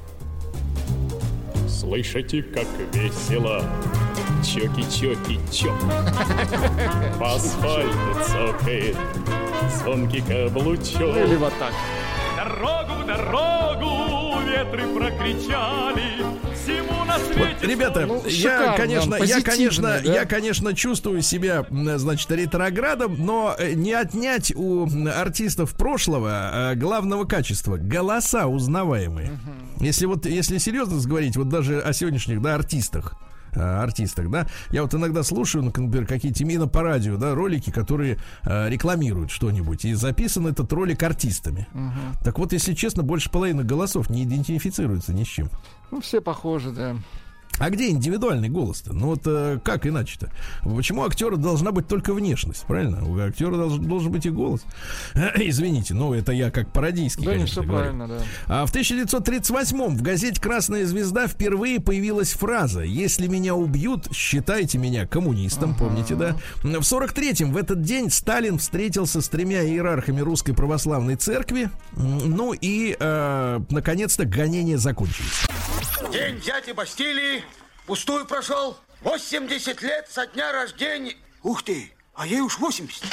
Слышите, как весело. Чоки-чоки-чок. По асфальту цокает звонкий каблучок. Или вот так. Дорогу, дорогу ветры прокричали, всему на свете. Вот, ребята, Ну, я, шикарно, конечно, я, позитивно, конечно, да? я, конечно, чувствую себя, м, значит, ретроградом, но э, не отнять у м, артистов прошлого э, главного качества — голоса узнаваемые. Uh-huh. Если вот, если серьезно говорить, вот даже о сегодняшних, да, артистах, артистах, да. Я вот иногда слушаю, например, какие-то именно по радио, да, ролики, которые э, рекламируют что-нибудь, и записан этот ролик артистами. Uh-huh. Так вот, если честно, больше половины голосов не идентифицируются ни с чем. Ну, все похожи, да. А где индивидуальный голос-то? Ну вот э, как иначе-то? Почему у актера должна быть только внешность, правильно? У актера должен, должен быть и голос. Извините, ну это я как пародийский, Да, не конечно, все говорю. правильно, да. А в тысяча девятьсот тридцать восьмом в газете «Красная звезда» впервые появилась фраза: «Если меня убьют, считайте меня коммунистом». Ага. Помните, да? В сорок третьем в этот день Сталин встретился с тремя иерархами Русской Православной Церкви. Ну и, э, наконец-то, гонения закончились. День дяди Бастилии пустую прошел. восемьдесят лет со дня рождения. Ух ты, а ей уж восемьдесят.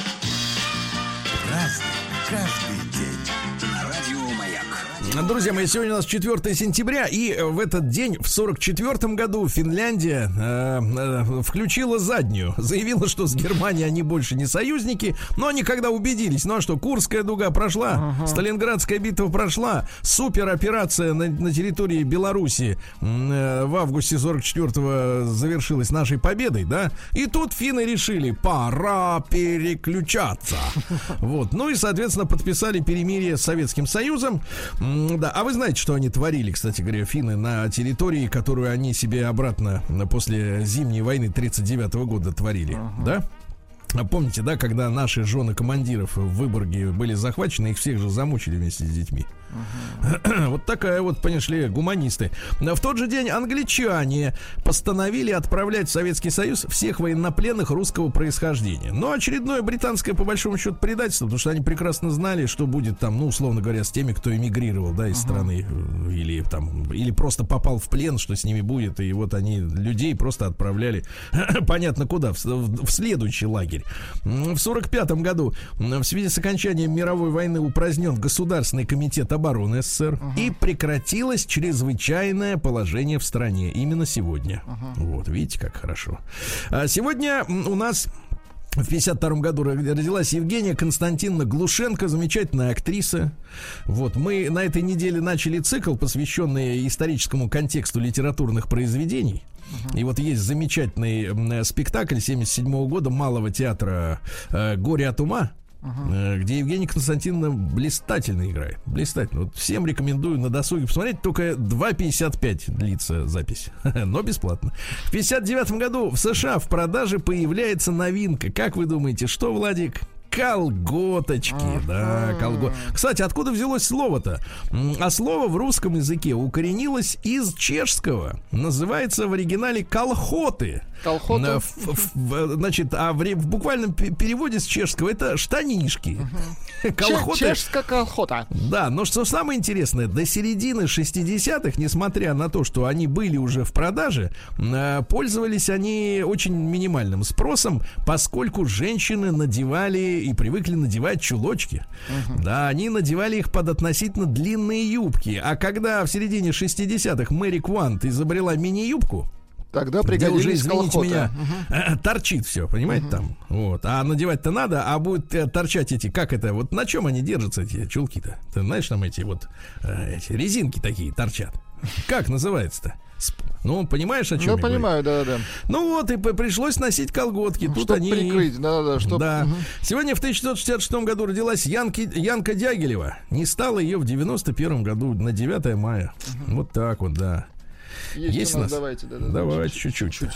Разный, каждый день. На радио Маяк. Друзья мои, сегодня у нас четвёртое сентября, и в этот день, в сорок четвёртом году, Финляндия э, э, включила заднюю. Заявила, что с Германией они больше не союзники, но они когда убедились, ну а что, Курская дуга прошла, uh-huh. Сталинградская битва прошла, супероперация на, на территории Беларуси э, в августе сорок четвёртого завершилась нашей победой, да, и тут финны решили, пора переключаться. Вот, ну и, соответственно, подписали перемирие с Советским Союзом. Да, а вы знаете, что они творили, кстати говоря, финны на территории, которую они себе обратно после Зимней войны тридцать девятого года творили, uh-huh. да? Помните, да, когда наши жены командиров в Выборге были захвачены, их всех же замучили вместе с детьми. Uh-huh. Вот такая вот, понимаешь ли, гуманисты. В тот же день англичане постановили отправлять в Советский Союз всех военнопленных русского происхождения. Но очередное британское, по большому счету, предательство, потому что они прекрасно знали, что будет там, ну, условно говоря, с теми, кто эмигрировал, да, из uh-huh. страны, или там, или просто попал в плен, что с ними будет, и вот они людей просто отправляли понятно куда, в, в, в следующий лагерь. В сорок пятом году в связи с окончанием мировой войны упразднен Государственный комитет обороны СССР, uh-huh. и прекратилось чрезвычайное положение в стране именно сегодня. Uh-huh. Вот, видите, как хорошо. А сегодня у нас в пятьдесят втором году родилась Евгения Константиновна Глушенко, замечательная актриса. Вот, мы на этой неделе начали цикл, посвященный историческому контексту литературных произведений. Uh-huh. И вот есть замечательный э, спектакль семьдесят седьмого года Малого театра э, «Горе от ума», uh-huh. э, где Евгения Константиновна блистательно играет. Блистательно. Вот всем рекомендую на досуге посмотреть. Только два пятьдесят пять длится запись, но бесплатно. В пятьдесят девятом году в США в продаже появляется новинка. Как вы думаете, что, Владик? Колготочки, uh-huh. да, колгот. Кстати, откуда взялось слово-то? А слово в русском языке укоренилось из чешского. Называется в оригинале колхоты. Колхоты? В, в, в, значит, а в, в буквальном переводе с чешского это штанишки. Uh-huh. Колхоты. Чешская колхота. Да, но что самое интересное, до середины шестидесятых, несмотря на то, что они были уже в продаже, пользовались они очень минимальным спросом, поскольку женщины надевали и привыкли надевать чулочки. Uh-huh. Да, они надевали их под относительно длинные юбки. А когда в середине шестидесятых Мэри Квант изобрела мини-юбку, тогда пригодились уже, извините колхоты. меня, uh-huh. торчит все, понимаете, uh-huh. там. Вот. А надевать-то надо, а будут торчать эти, как это, вот на чем они держатся, эти чулки-то? Ты знаешь, там эти вот эти резинки такие торчат. Как называется-то? Ну, понимаешь, о чем я я понимаю, говорю? да, да. Ну вот, и пришлось носить колготки. Ну, тут чтоб они... прикрыть, да, да, чтоб... Да. Угу. Сегодня в тысяча девятьсот шестьдесят шестом году родилась Янки... Янка Дягилева. Не стало ее в девяносто первом году, на девятое мая. Угу. Вот так вот, да. Есть, Есть у нас, нас? давайте, да, да. Давайте чуть-чуть. чуть-чуть.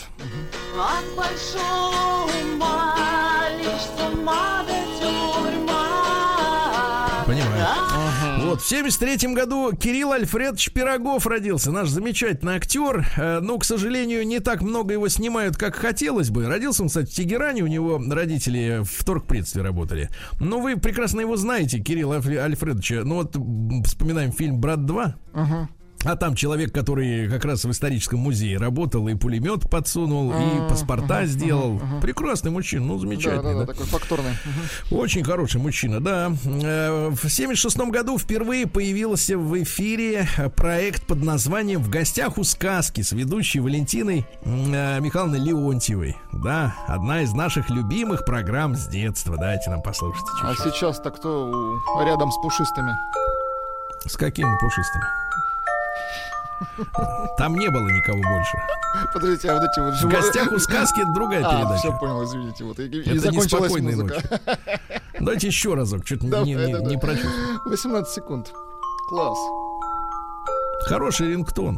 От большого ума лишь сама до тюрьма. Понимаю. Ага. Вот, в семьдесят третьем году Кирилл Альфредович Пирогов родился. Наш замечательный актер. Э, но, к сожалению, не так много его снимают, как хотелось бы. Родился он, кстати, в Тегеране. У него родители в торгпредстве работали. Но вы прекрасно его знаете, Кирилла Альфредовича. Ну вот, вспоминаем фильм «Брат два». Ага. А там человек, который как раз в историческом музее работал, и пулемет подсунул, и паспорта сделал. Прекрасный мужчина, ну, замечательный. Да, да, да. да, такой фактурный. Очень хороший мужчина, да. В семьдесят шестом году впервые появился в эфире проект под названием «В гостях у сказки» с ведущей Валентиной Михайловной Леонтьевой. Да, одна из наших любимых программ с детства. Давайте нам послушайте. А сейчас-то кто рядом с пушистыми? С какими пушистыми? Там не было никого больше. Подождите, а вот эти вот В гостях у сказки это другая а, передача. все понял, извините. Вот, и, и Это закончилась неспокойная музыка. ночь. Давайте еще разок, что-то не, не, не прочувствую. восемнадцать секунд. Класс. Хороший рингтон.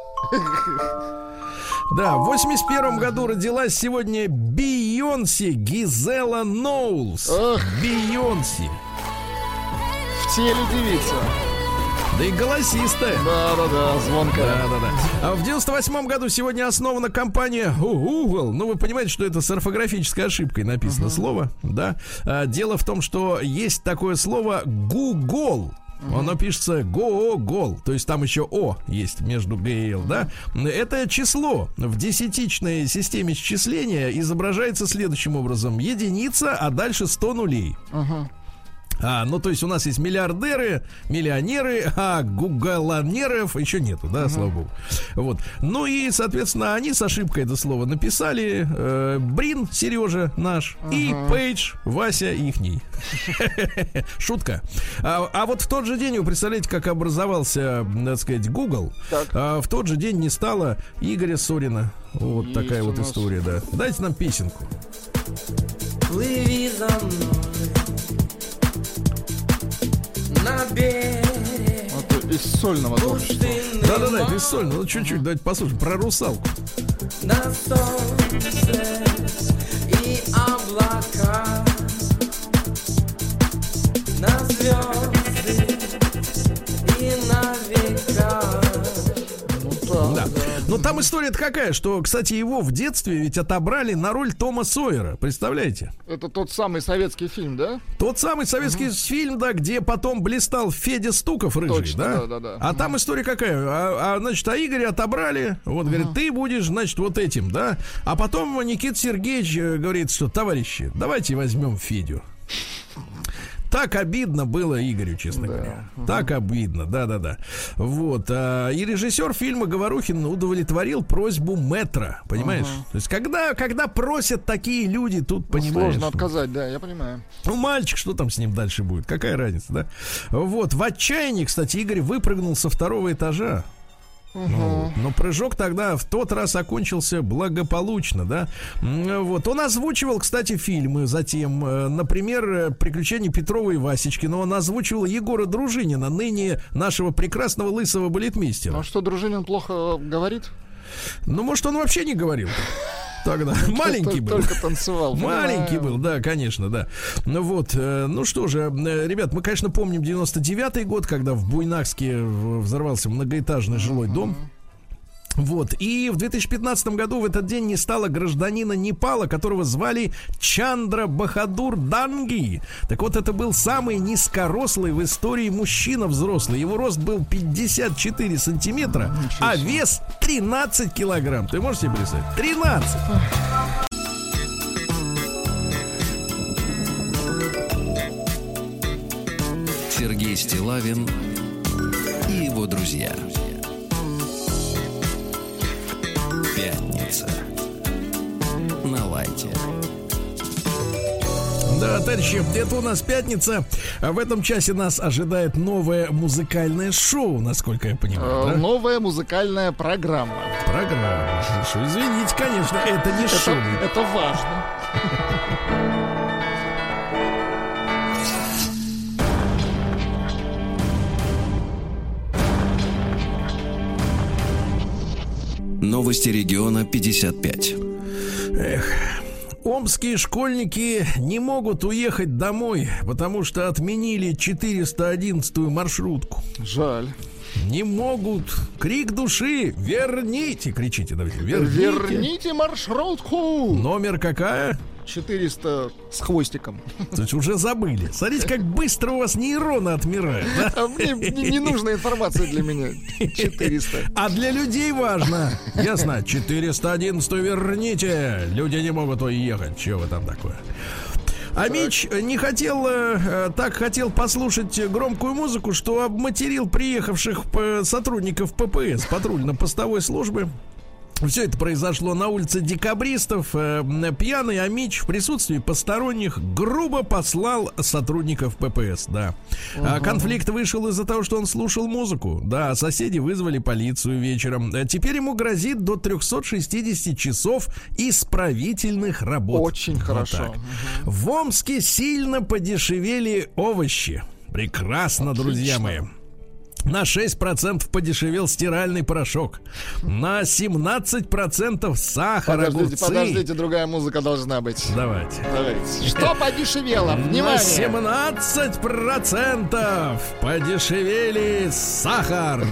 Да, в восемьдесят первом году родилась сегодня Бейонсе Гизела Ноулс. Ох. Бейонсе. В теле девица. Да и голосистая. Да-да-да, звонкая. Да-да-да. А в девяносто восьмом году сегодня основана компания Google. Ну, вы понимаете, что это с орфографической ошибкой написано uh-huh. слово, да? А, дело в том, что есть такое слово Google. Uh-huh. Оно пишется Го-гол, то есть там еще О есть между Г и Л, да? Это число в десятичной системе счисления изображается следующим образом. Единица, а дальше сто нулей. Uh-huh. А, ну, то есть у нас есть миллиардеры, миллионеры, а гугалонеров еще нету, да, uh-huh. слава богу. Вот. Ну и, соответственно, они с ошибкой это слово написали. Э, Брин, Сережа наш, uh-huh. и Пейдж, Вася ихний. Шутка. А, а вот в тот же день, вы представляете, как образовался, так сказать, Google, а, в тот же день не стало Игоря Сорина. Вот есть такая вот история, да. Дайте нам песенку. Плыви за мной на берег. Вот из сольного творчества. Да-да-да, это из сольного. Ну, чуть-чуть, давайте послушаем про русалку. На солнце и облака, на звезды и на века. Да. Но там история-то какая, что, кстати, его в детстве ведь отобрали на роль Тома Сойера, представляете? Это тот самый советский фильм, да? Тот самый советский угу. фильм, да, где потом блистал Федя Стуков, рыжий, точно, да? да, да, да. А угу. там история какая? А, а, значит, а Игоря отобрали, вот, угу. говорит, ты будешь, значит, вот этим, да? А потом Никита Сергеевич говорит, что, товарищи, давайте возьмем Федю. Так обидно было Игорю, честно да. говоря. Uh-huh. Так обидно, да-да-да. Вот. А, и режиссер фильма Говорухин удовлетворил просьбу мэтра, понимаешь? Uh-huh. То есть, когда, когда просят такие люди, тут, ну, понимаешь... Сложно отказать, да, я понимаю. Ну, мальчик, что там с ним дальше будет? Какая разница, да? Вот. В отчаянии, кстати, Игорь выпрыгнул со второго этажа. Uh-huh. Ну, но прыжок тогда в тот раз окончился благополучно, да. Вот. Он озвучивал, кстати, фильмы затем, например, «Приключения Петрова и Васечки», но он озвучивал Егора Дружинина, ныне нашего прекрасного лысого балетмейстера. Ну а что, Дружинин плохо говорит? Ну, может, он вообще не говорил тогда. Маленький был. Только танцевал. Маленький был, да, конечно, да. Ну вот, ну что же, ребят, мы, конечно, помним девяносто девятый год, когда в Буйнакске взорвался многоэтажный жилой дом. Вот, и в две тысячи пятнадцатом году в этот день не стало гражданина Непала, которого звали Чандра Бахадур Данги. Так вот, это был самый низкорослый в истории мужчина взрослый. Его рост был пятьдесят четыре сантиметра, а вес тринадцать килограмм. Ты можешь себе представить? тринадцать! Сергей Стиллавин и его друзья. Пятница на лайте. Да, товарищи, это у нас пятница. А в этом часе нас ожидает новое музыкальное шоу, насколько я понимаю. Э, да? Новая музыкальная программа. Программа. Слушай, извините, конечно, это не это, шоу. Это важно. Новости региона пятьдесят пять. Эх, омские школьники не могут уехать домой, потому что отменили четыреста одиннадцатую маршрутку. Жаль. Не могут. Крик души. Верните, кричите, давайте. Верните. Верните маршрутку. Номер какая? четыреста с хвостиком. То есть уже забыли. Смотрите, как быстро у вас нейроны отмирают. Да? А мне не, не нужна информация для меня. четыреста. А для людей важно. Ясно. четыреста одиннадцать верните. Люди не могут уехать. Чего вы там такое? А Мич не хотел, э, так хотел послушать громкую музыку, что обматерил приехавших сотрудников ППС, патрульно-постовой службы. Все это произошло на улице Декабристов. Пьяный Амич в присутствии посторонних грубо послал сотрудников ППС, да. Uh-huh. Конфликт вышел из-за того, что он слушал музыку. Да, соседи вызвали полицию вечером. Теперь ему грозит до триста шестьдесят часов исправительных работ. Очень вот хорошо. Uh-huh. В Омске сильно подешевели овощи. Прекрасно, отлично, друзья мои. На шесть процентов подешевел стиральный порошок. На семнадцать процентов сахар, подождите, огурцы. Подождите, другая музыка должна быть. Давайте. Давайте. Что подешевело? Внимание! На семнадцать процентов подешевели сахар,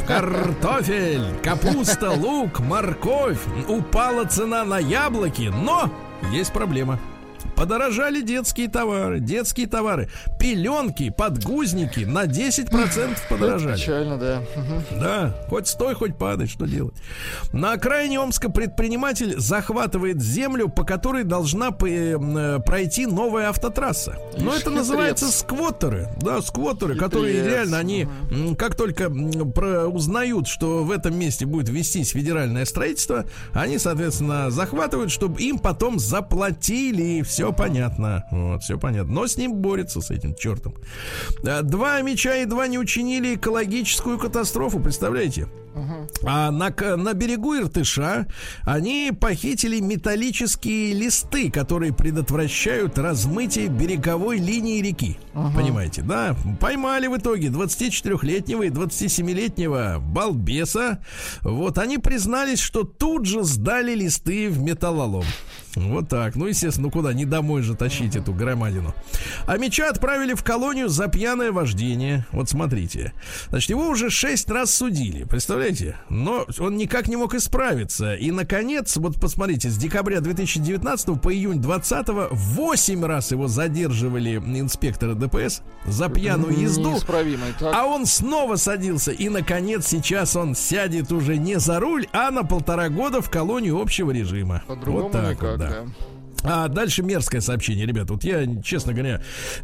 картофель, капуста, лук, морковь. Упала цена на яблоки, но есть проблема. Подорожали детские товары, детские товары, пеленки, подгузники на десять процентов подорожали. Печально, да. Да, хоть стой, хоть падай, что делать? На окраине Омска предприниматель захватывает землю, по которой должна пройти новая автотрасса. Но Ишь, это хитрец. Называется сквоттеры. Да, сквоттеры, хитрец. Которые реально, они угу. как только про, узнают, что в этом месте будет вестись федеральное строительство, они, соответственно, захватывают, чтобы им потом заплатили. Все понятно. Вот, все понятно. Но с ним борется, с этим чертом. Два Амича едва не учинили экологическую катастрофу, представляете? Uh-huh. А на, на берегу Иртыша они похитили металлические листы, которые предотвращают размытие береговой линии реки. Uh-huh. Понимаете, да? Поймали в итоге двадцатичетырёхлетнего и двадцатисемилетнего балбеса. Вот, они признались, что тут же сдали листы в металлолом. Вот так. Ну, естественно, ну куда? Не домой же тащить uh-huh. эту громадину. А Мича отправили в колонию за пьяное вождение. Вот смотрите. Значит, его уже шесть раз судили. Представляете? Но он никак не мог исправиться. И, наконец, вот посмотрите, с декабря две тысячи девятнадцатого по июнь двадцатого восемь раз его задерживали инспекторы ДПС за пьяную езду. А он снова садился. И, наконец, сейчас он сядет уже не за руль, а на полтора года в колонию общего режима. По-другому вот так никак, вот, да. да. А дальше мерзкое сообщение, ребята. Вот я, честно говоря,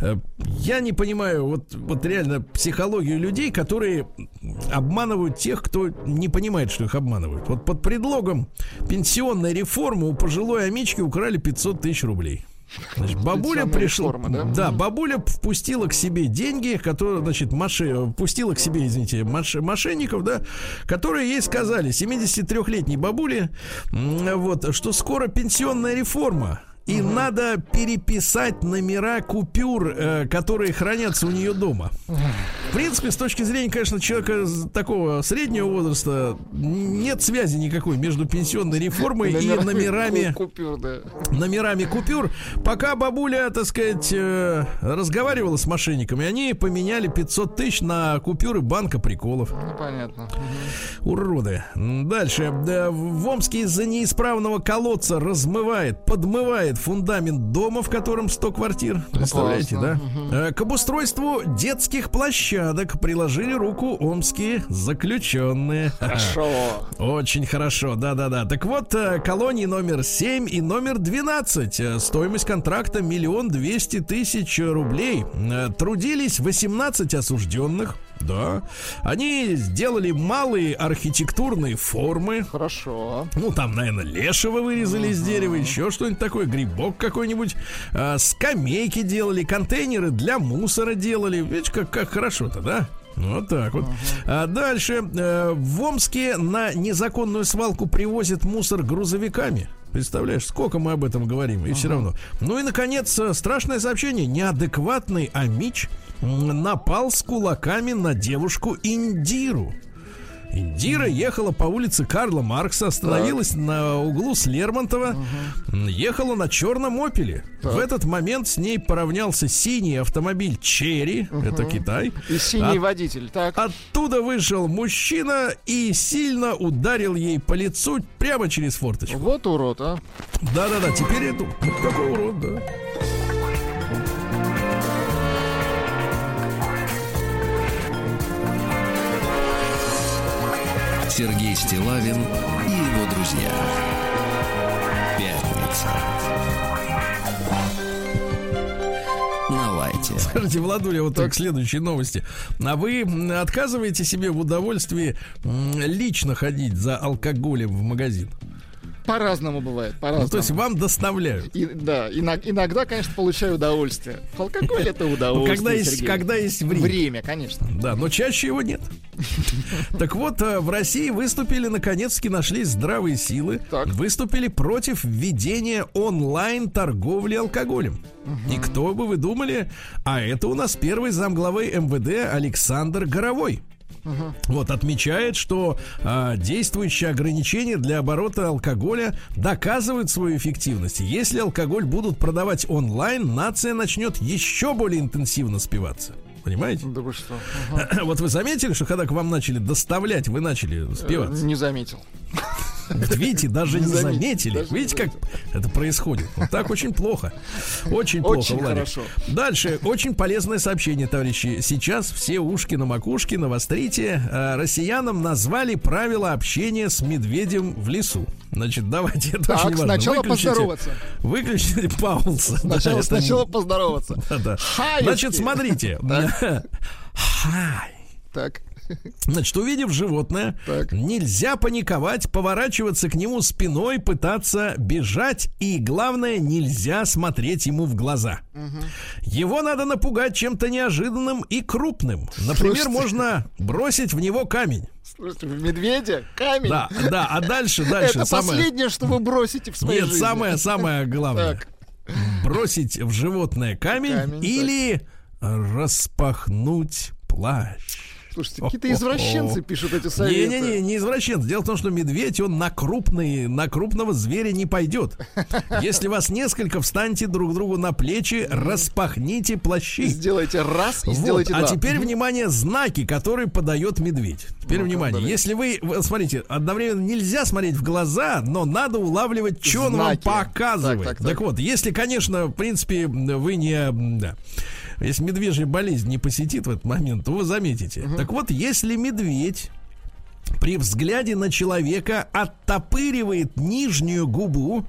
я не понимаю вот, вот реально психологию людей, которые обманывают тех, кто не понимает, что их обманывают. Вот под предлогом пенсионной реформы у пожилой Амички украли пятьсот тысяч рублей. Значит, бабуля пришла, да? да, бабуля впустила к себе деньги, которые, значит, моши, впустила к себе, извините, мош, мошенников, да, которые ей сказали, семидесятитрёхлетней бабуле, вот, что скоро пенсионная реформа. И угу. надо переписать номера купюр, э, которые хранятся у нее дома. В принципе, с точки зрения, конечно, человека такого среднего возраста, нет связи никакой между пенсионной реформой и номерами купюр, да. номерами купюр. Пока бабуля, так сказать, э, разговаривала с мошенниками, они поменяли пятьсот тысяч на купюры банка приколов. Ну, понятно. Угу. Уроды. Дальше. В Омске из-за неисправного колодца размывает, подмывает фундамент дома, в котором сто квартир. Представляете, классно, да? Угу. К обустройству детских площадок приложили руку омские заключенные. Хорошо. Очень хорошо, да-да-да. Так вот, колонии номер семь и номер двенадцать. Стоимость контракта миллион двести тысяч рублей. Трудились восемнадцать осужденных. Да. Они сделали малые архитектурные формы. Хорошо. Ну, там, наверное, лешего вырезали uh-huh. из дерева, еще что-нибудь такое, грибок какой-нибудь. А, скамейки делали, контейнеры для мусора делали. Видите, как, как хорошо-то, да? Вот так вот. Uh-huh. А дальше. Э, в Омске на незаконную свалку привозят мусор грузовиками. Представляешь, сколько мы об этом говорим, и uh-huh. все равно. Ну и, наконец, страшное сообщение. Неадекватный Амич напал с кулаками на девушку Индиру. Индира ехала по улице Карла Маркса, остановилась так. на углу с Лермонтова, угу. ехала на черном «Опеле». Так. В этот момент с ней поравнялся синий автомобиль «Черри», угу. это Китай. И синий От... водитель, так. Оттуда вышел мужчина и сильно ударил ей по лицу прямо через форточку. Вот урод, а. Да-да-да, теперь это... Какой урод, да. Сергей Стиллавин и его друзья. Пятница. На лайте. Скажите, Владуля, вот так к следующей новости. А вы отказываете себе в удовольствии лично ходить за алкоголем в магазин? По-разному бывает, по-разному. Ну, то есть вам доставляют. И, да, иногда, иногда, конечно, получаю удовольствие. Алкоголь — это удовольствие, когда есть, когда есть время. Время, конечно. Да, но чаще его нет. Так вот, в России выступили, наконец-таки нашлись здравые силы. Так. Выступили против введения онлайн-торговли алкоголем. Угу. И кто бы вы думали? А это у нас первый замглавы эм вэ дэ Александр Горовой. Uh-huh. Вот отмечает, что а, действующие ограничения для оборота алкоголя доказывают свою эффективность. Если алкоголь будут продавать онлайн, нация начнет еще более интенсивно спиваться. Понимаете? Да вы что? Uh-huh. Вот вы заметили, что когда к вам начали доставлять, вы начали спиваться? Не заметил. Вот видите, даже не, не заметили. Даже видите, не как это происходит. Вот так очень плохо. Очень плохо, очень Владик. Хорошо. Дальше. Очень полезное сообщение, товарищи. Сейчас все ушки на макушке, навострите. Россиянам назвали правила общения с медведем в лесу. Значит, давайте, это так, очень важно. Сначала выключите, поздороваться. Выключите паузу. Сначала, да, сначала это... поздороваться. Да-да. Значит, смотрите. Хай. Так. Значит, увидев животное, так. нельзя паниковать, поворачиваться к нему спиной, пытаться бежать, и, главное, нельзя смотреть ему в глаза. Угу. Его надо напугать чем-то неожиданным и крупным. Например, Слушайте. можно бросить в него камень. Слушайте, в медведя камень? Да, да, а дальше, дальше. Это самое... последнее, что вы бросите в своей Нет, жизни. самое, самое главное. Так. Бросить в животное камень, камень или так. распахнуть плащ. Слушайте, какие-то извращенцы пишут эти советы. Не-не-не, не извращенцы. Дело в том, что медведь, он на крупный, на крупного зверя не пойдет. Если вас несколько, встаньте друг другу на плечи, распахните плащи. Сделайте раз и вот. сделайте два. А теперь, внимание, знаки, которые подает медведь. Теперь, ну, внимание, если вы, смотрите, одновременно нельзя смотреть в глаза, но надо улавливать, что он вам показывает. Так, так, так. так вот, если, конечно, в принципе, вы не... Да, если медвежья болезнь не посетит в этот момент, то вы заметите. Uh-huh. Так вот, если медведь при взгляде на человека оттопыривает нижнюю губу,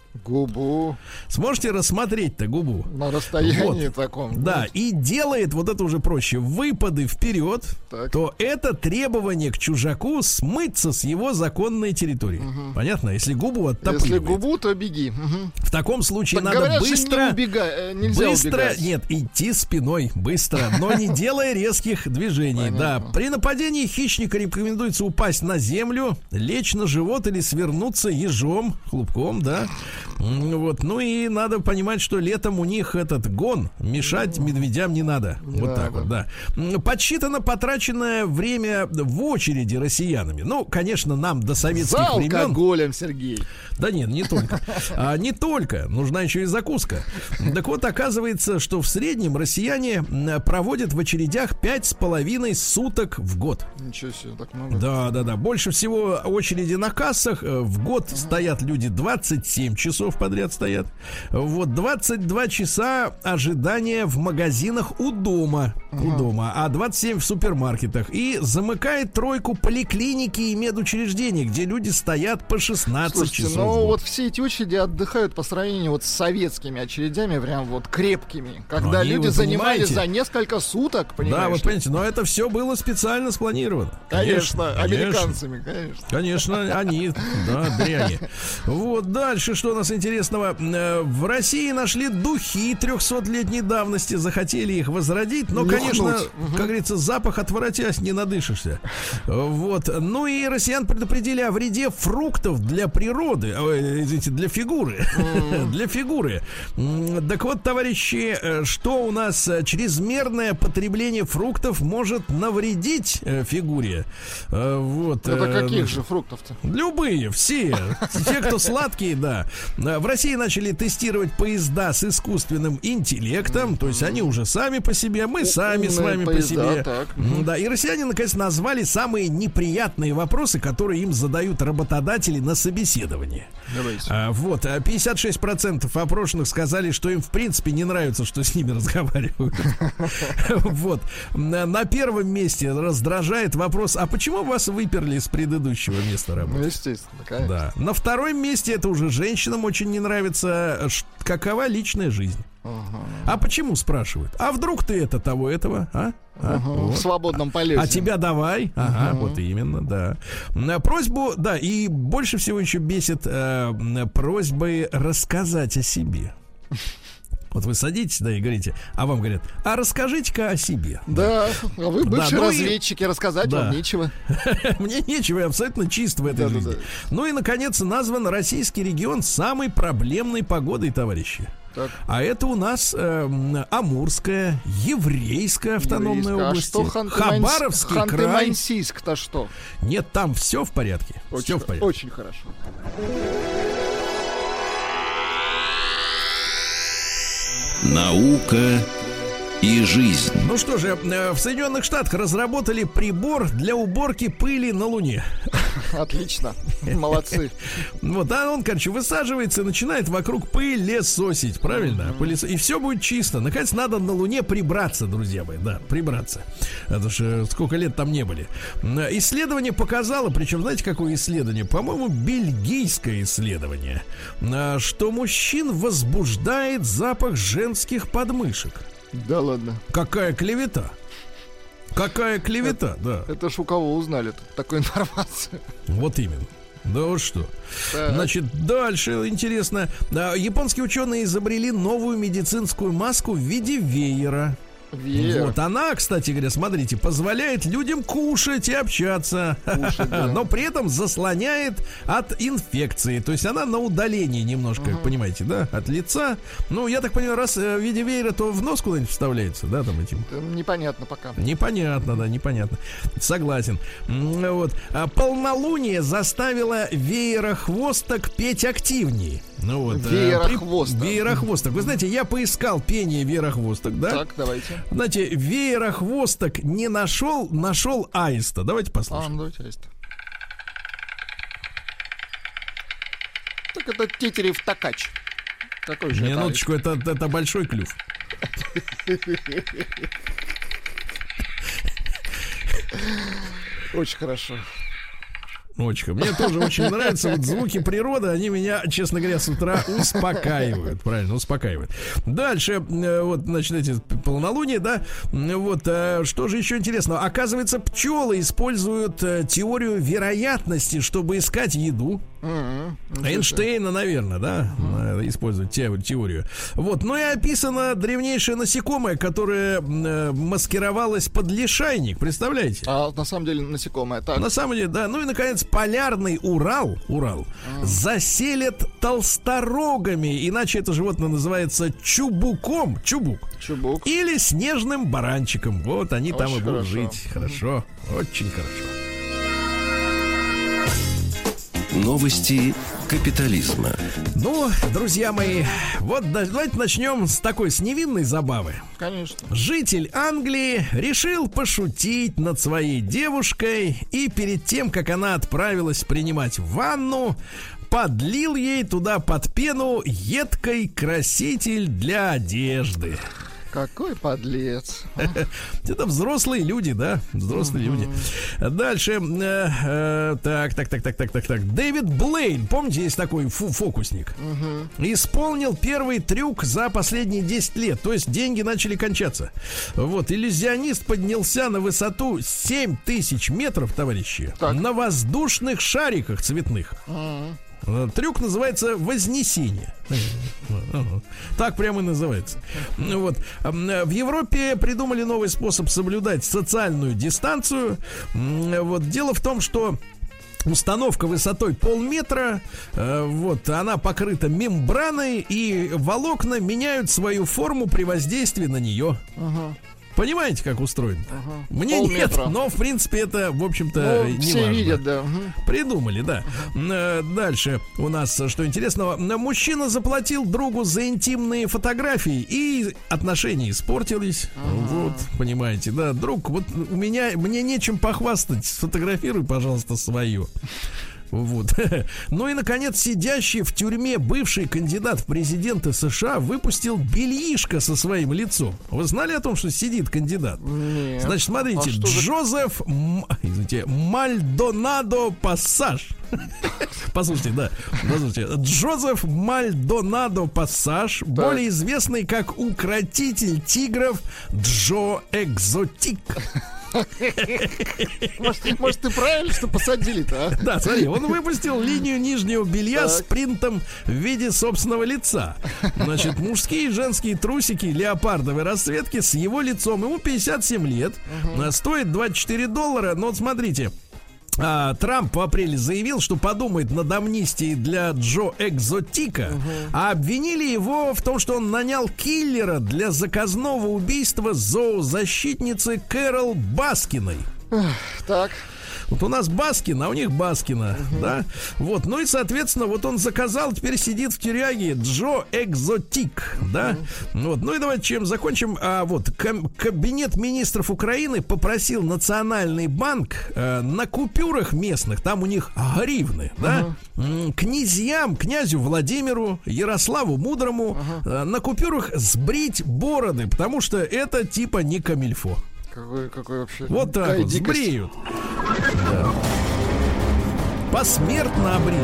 губу. Сможете рассмотреть-то губу? На расстоянии вот. таком. Да, вот. И делает, вот это уже проще, выпады вперед, так. то это требование к чужаку смыться с его законной территории. Угу. Понятно? Если губу оттопыривает. Если губу, то беги. Угу. В таком случае так, надо говорят, быстро... Не убега... Нельзя быстро, убегать. Нет, идти спиной быстро, но не делая резких движений. Да, при нападении хищника рекомендуется упасть на землю, лечь на живот или свернуться ежом, хлопком, да. Вот, ну и надо понимать, что летом у них этот гон, мешать медведям не надо. Вот да, так да. вот, да. Подсчитано потраченное время в очереди россиянами. Ну, конечно, нам до советских За времен. алкоголем, Сергей. Да нет, не только. А, не только. Нужна еще и закуска. Так вот, оказывается, что в среднем россияне проводят в очередях пять с половиной суток в год. Ничего себе, так много. Да, да, да. Больше всего очереди на кассах. В год ага. стоят люди двадцать семь часов подряд стоят. Вот двадцать два часа ожидания в магазинах у дома. Ага. У дома. А двадцать семь в супермаркетах. И замыкает тройку поликлиники и медучреждений, где люди стоят по шестнадцать Слушайте, часов. Ну вот все эти очереди отдыхают по сравнению вот с советскими очередями, прям вот крепкими. Когда Они, люди занимались понимаете? за несколько суток, понимаешь? Да, вы понимаете, но это все было специально спланировано. Конечно, конечно американцами, конечно. Конечно, они, да, дряни. Вот дальше, что у нас интересного. В России нашли духи трехсотлетней давности, захотели их возродить, но, Нюхнуть. конечно, угу. как говорится, запах отворотясь, не надышишься. Вот. Ну и россиян предупредили о вреде фруктов для природы, извините, для фигуры. Для фигуры. М, Так вот, товарищи, э, что у нас э, чрезмерное потребление фруктов может навредить э, фигуре? Э, Вот. Это э, каких же фруктов-то? Любые, все. Те, кто сладкие, да. Э, В России начали тестировать поезда с искусственным интеллектом. То есть они уже сами по себе, мы сами с Умные вами по поезда, себе. так. М, Да, и россияне, наконец, назвали самые неприятные вопросы, которые им задают работодатели на собеседовании. Давайте. А, Вот, а пятьдесят шесть процентов опрошенных сказали, что им в принципе не нравится, что с ними разговаривают. Вот. На на первом месте раздражает вопрос: а почему вас выперли с предыдущего места Ну, работы? естественно, конечно. Да. На втором месте, это уже женщинам очень не нравится, ш- какова личная жизнь. А почему, спрашивают? А вдруг ты это того этого, а? А, Ага, вот. В свободном полете. А тебя давай. Ага, вот именно, да. На просьбу, да, и больше всего еще бесит э, просьбы рассказать о себе. Вот вы садитесь, да, и говорите, а вам говорят: а расскажите-ка о себе. Да, а вы бывшие Да, ну и- разведчики, рассказать Да. вам нечего. Мне нечего, я абсолютно чист в этой Да-да-да. жизни. Ну и, наконец, назван российский регион самой проблемной погодой, товарищи. Так. А это у нас э, Амурская, Еврейская автономная Еврейская. область, А что Ханты-Мансийск- Хабаровский край. Ханты-Мансийск-то что? Нет, там все в порядке. Все Очень, в порядке. очень хорошо. Наука и жизнь. Ну что же, э, в Соединенных Штатах разработали прибор для уборки пыли на Луне. Отлично. Молодцы. Вот, а он, короче, высаживается и начинает вокруг пылесосить, правильно? Пылесо- И все будет чисто. Наконец, надо на Луне прибраться, друзья мои, да, прибраться. Потому что сколько лет там не были. М, Исследование показало, причем, знаете, какое исследование? По-моему, бельгийское исследование, а, что мужчин возбуждает запах женских подмышек. Да ладно. Какая клевета? Какая клевета, да. Это ж у кого узнали такую информацию? Вот именно. Да вот что. Так. Значит, дальше интересно. А, Японские ученые изобрели новую медицинскую маску в виде веера. Веер. Вот она, кстати говоря, смотрите, позволяет людям кушать и общаться, Кушать, да. но при этом заслоняет от инфекции. То есть она на удалении немножко, понимаете, да, от лица. Ну, я так понимаю, раз э, в виде веера, то в нос куда-нибудь вставляется, да, там этим. Это непонятно пока. Непонятно, да, непонятно. Согласен. М, Вот. А полнолуние заставило веерохвосток петь активнее. Ну вот. э, Веерохвосток. при- Веерохвосток. Вы знаете, я поискал пение веерохвосток, да? Так, давайте. Знаете, веерохвосток не нашел, нашел аиста. Давайте А, послушаем. ну давайте, есть. Так это Тетерев такач. Какой же это Минуточку, это, это большой клюв. аист? Очень хорошо. Очень. Мне тоже очень нравятся вот звуки природы. Они меня, честно говоря, с утра успокаивают. Правильно, успокаивают. Дальше, э, вот, значит, эти полнолуние, да. Вот, э, что же еще интересного? Оказывается, пчелы используют э, теорию вероятности, чтобы искать еду. М-м. Эйнштейна, наверное, да, э, используют те- теорию. Вот, ну и описано древнейшее насекомое, которое э, маскировалось под лишайник. Представляете? А на самом деле насекомое. Так. На самом деле, да. Ну и, наконец, полярный Урал, Урал заселят толсторогами, иначе это животное называется чубуком, чубук, Чубук. или снежным баранчиком. Вот они там и Очень будут хорошо. жить. Хорошо, очень хорошо. Новости капитализма. Ну, друзья мои, вот да- давайте начнем с такой, с невинной забавы. Конечно. Житель Англии решил пошутить над своей девушкой и перед тем, как она отправилась принимать ванну, подлил ей туда под пену едкий краситель для одежды. Какой подлец. Это взрослые люди, да? Взрослые люди. Дальше. э, э, так, так, так, так, так, так, так. Дэвид Блейн, помните, есть такой фу- фокусник? Исполнил первый трюк за последние десять лет. То есть деньги начали кончаться. Вот. Иллюзионист поднялся на высоту семь тысяч метров, товарищи. Так. На воздушных шариках цветных. Э, Трюк называется «Вознесение». Ага. Так прямо и называется. Ну вот. М, В Европе придумали новый способ соблюдать социальную дистанцию. М, Вот. Дело в том, что Установка высотой полметра, э, вот, она покрыта мембраной, и волокна меняют свою форму при воздействии на нее. Ага. Понимаете, как устроено? Ага. Мне Полметра. нет, но в принципе это, в общем-то, Ну, не все важно. видят, да. Угу. Придумали, да. Э, Дальше у нас, что интересного. Мужчина заплатил другу за интимные фотографии, и отношения испортились. Ага. Вот, понимаете, да. Друг, вот у меня, мне нечем похвастать. Сфотографируй, пожалуйста, свое. Вот. Ну и, наконец, сидящий в тюрьме бывший кандидат в президенты США выпустил бельишко со своим лицом. Вы знали о том, что сидит кандидат? Нет. Значит, смотрите, А что за- Джозеф М- извините, Мальдонадо Пассаж. Послушайте, да, послушайте. Джозеф Мальдонадо Пассаж, более известный как укротитель тигров Джо Экзотик. Может, может, ты правильно, что посадили-то, а? Да, смотри, он выпустил линию нижнего белья с Так. принтом в виде собственного лица. Значит, мужские и женские трусики леопардовой расцветки с его лицом. Ему пятьдесят семь лет. А, стоит двадцать четыре доллара. Но вот смотрите. А, Трамп в апреле заявил, что подумает над амнистией для Джо Экзотика, а обвинили его в том, что он нанял киллера для заказного убийства зоозащитницы Кэрол Баскиной. Так. Вот у нас Баскин, а у них Баскина, uh-huh. да? Вот, ну и, соответственно, вот он заказал, теперь сидит в тюряге Джо Экзотик, да? Uh-huh. Вот, ну и давайте чем закончим. А, вот, кам- кабинет министров Украины попросил Национальный банк э, на купюрах местных, там у них гривны, да? Uh-huh. Князьям, князю Владимиру, Ярославу Мудрому uh-huh. э, на купюрах сбрить бороды, потому что это типа не камильфо. Какой, какой вообще... Вот так какая вот, дикость. сбреют. Да. Посмертно обрили.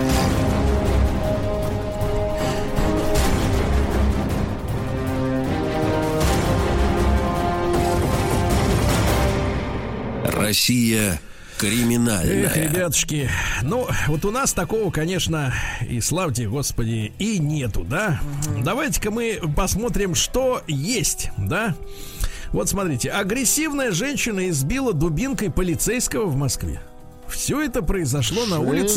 Россия криминальная. Эх, ребятушки, ну, вот у нас такого, конечно, и славьте, Господи, и нету, да? Угу. Давайте-ка мы посмотрим, что есть, да? Вот смотрите, агрессивная женщина избила дубинкой полицейского в Москве. Все это произошло на улице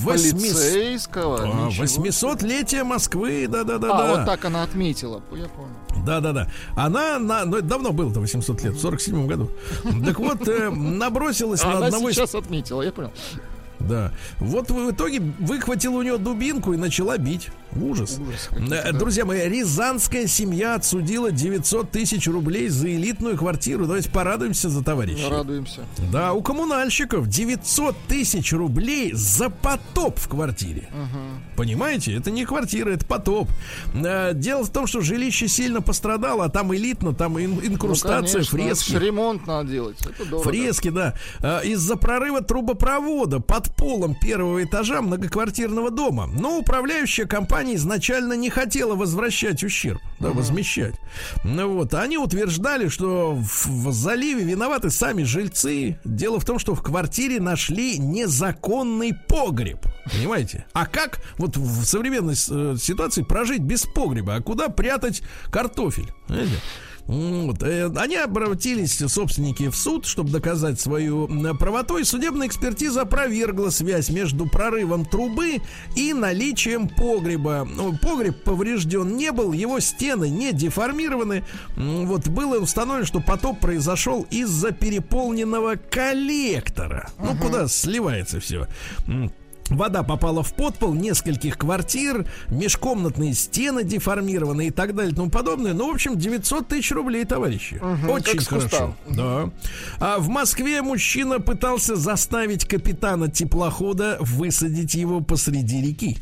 полицейского. восьмисотлетия Москвы, да-да-да. А, да. вот так она отметила, я понял. Да-да-да. Она, на, ну это давно было-то, восемьсот лет, в сорок седьмом году. Так вот, э, набросилась на Она одного из... сейчас отметила, я понял. Да. Вот в итоге выхватила у нее дубинку и начала бить. Ужас. Ужас да. Друзья мои, рязанская семья отсудила девятьсот тысяч рублей за элитную квартиру. Давайте порадуемся за товарищей. Радуемся. Да, у коммунальщиков девятьсот тысяч рублей за потоп в квартире. Угу. Понимаете? Это не квартира, это потоп. Дело в том, что жилище сильно пострадало, а там элитно, там инкрустация, ну, конечно, фрески. Ремонт надо делать. Это дорого. Фрески, да. Из-за прорыва трубопровода под полом первого этажа многоквартирного дома. Но управляющая компания изначально не хотела возвращать ущерб, да, uh-huh. возмещать. Ну вот, они утверждали, что в, в заливе виноваты сами жильцы. Дело в том, что в квартире нашли незаконный погреб. Понимаете? А как вот в современной э, ситуации прожить без погреба? А куда прятать картофель? Понимаете? Вот. Они обратились, собственники, в суд, чтобы доказать свою правоту, и судебная экспертиза опровергла связь между прорывом трубы и наличием погреба. Погреб поврежден не был, его стены не деформированы. Вот. Было установлено, что потоп произошел из-за переполненного коллектора. Uh-huh. Ну, куда сливается все. Вода попала в подпол нескольких квартир, межкомнатные стены деформированы и так далее и тому подобное. Ну, в общем, девятьсот тысяч рублей, товарищи. Угу, очень хорошо. Да. А в Москве мужчина пытался заставить капитана теплохода высадить его посреди реки.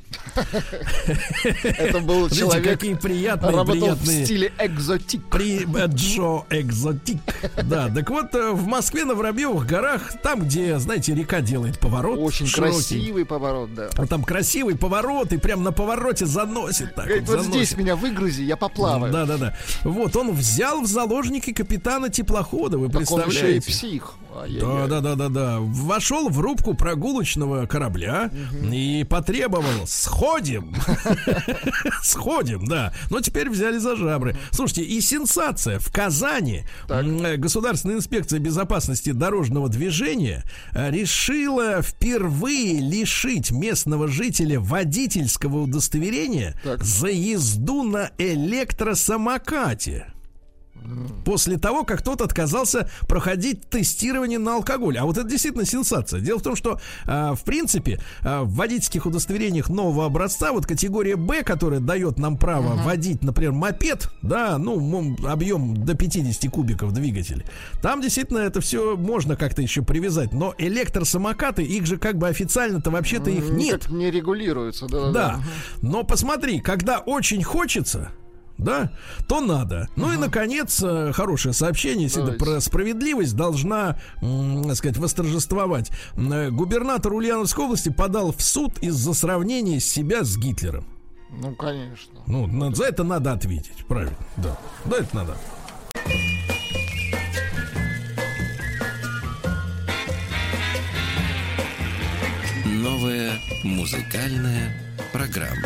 Это был человек, какие приятные, работал приятные... в стиле экзотик. При... Джо Экзотик. Да, так вот, в Москве на Воробьевых горах, там, где, знаете, река делает поворот. Очень широкий. красивый поворот, да. А там красивый поворот, и прям на повороте заносит. Так Говорит, вот, вот заносит. здесь меня выгрузи, я поплаваю. Да-да-да. Вот, он взял в заложники капитана теплохода, вы так представляете? он еще и псих. Да, да, да, да, да. Вошел в рубку прогулочного корабля угу. и потребовал: сходим. Сходим, да. Но теперь взяли за жабры. Слушайте, и сенсация. В Казани так. Государственная инспекция безопасности дорожного движения решила впервые лишить местного жителя водительского удостоверения так. за езду на электросамокате. После того, как тот отказался проходить тестирование на алкоголь. А вот это действительно сенсация. Дело в том, что, э, в принципе, э, в водительских удостоверениях нового образца, вот категория Б, которая дает нам право uh-huh. водить, например, мопед, да, ну, объем до пятьдесят кубиков двигателя, там действительно это все можно как-то еще привязать. Но электросамокаты, их же как бы официально-то вообще-то их нет. Не регулируются, да. Да. Но посмотри, когда очень хочется, да, то надо. Ну uh-huh. и, наконец, хорошее сообщение, если это про справедливость должна, м- так сказать, восторжествовать. Губернатор Ульяновской области подал в суд из-за сравнения себя с Гитлером. Ну, конечно. Ну, на- за это надо ответить, правильно, да. Да, это надо. Новая музыкальная программа.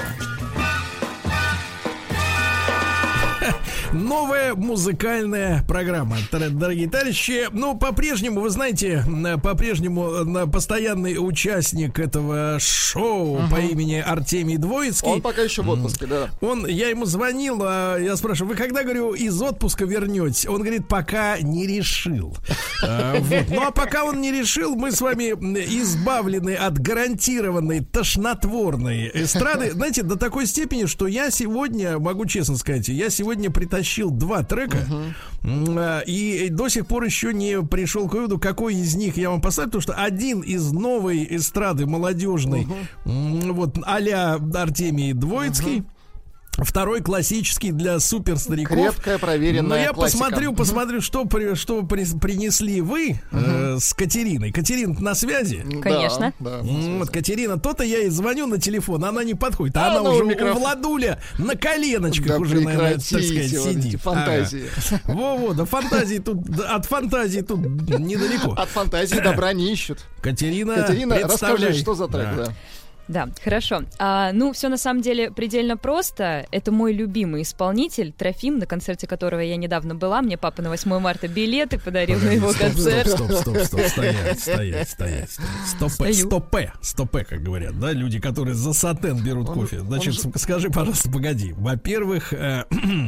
Новая музыкальная программа, дорогие товарищи. Ну, по-прежнему, вы знаете, по-прежнему постоянный участник этого шоу uh-huh. по имени Артемий Двоицкий. Он пока еще в отпуске, да. Он, я ему звонил, а я спрашиваю: вы когда, говорю, из отпуска вернетесь? Он говорит: пока не решил. а, вот. Ну, а пока он не решил, мы с вами избавлены от гарантированной тошнотворной эстрады. Знаете, до такой степени, что я сегодня, могу честно сказать, я сегодня притащил два трека uh-huh. и до сих пор еще не пришел к выводу, какой из них я вам поставлю, потому что один из новой эстрады молодежной, uh-huh. вот а-ля Артемий Двоицкий, uh-huh. второй классический для суперстариков. Крепкая, проверенная Но я классика. посмотрю, посмотрю, что, при, что при, принесли вы uh-huh. э, с Катериной. Катерина на связи? Конечно. Да, да, вот, Катерина, то-то я и звоню на телефон, она не подходит. А она, она уже у микрофон. Владуля на коленочках да уже, наверное, так сказать, сидит. Фантазии. Ага. Во-во, да фантазии тут, от фантазии тут недалеко. От фантазии добра не ищут. Катерина, Катерина, расскажи, что за трек, да. да. Да, хорошо. А, ну, все на самом деле предельно просто. Это мой любимый исполнитель Трофим, на концерте которого я недавно была. Мне папа на восьмое марта билеты подарил на его стоп, концерт. Стоп, стоп, стоп, стоп, стоять, стоять, стоять, стоять. Стопэ, стопэ, стопэ, как говорят, да, люди, которые за сатен берут кофе. Значит, он... скажи, пожалуйста, погоди. Во-первых, э,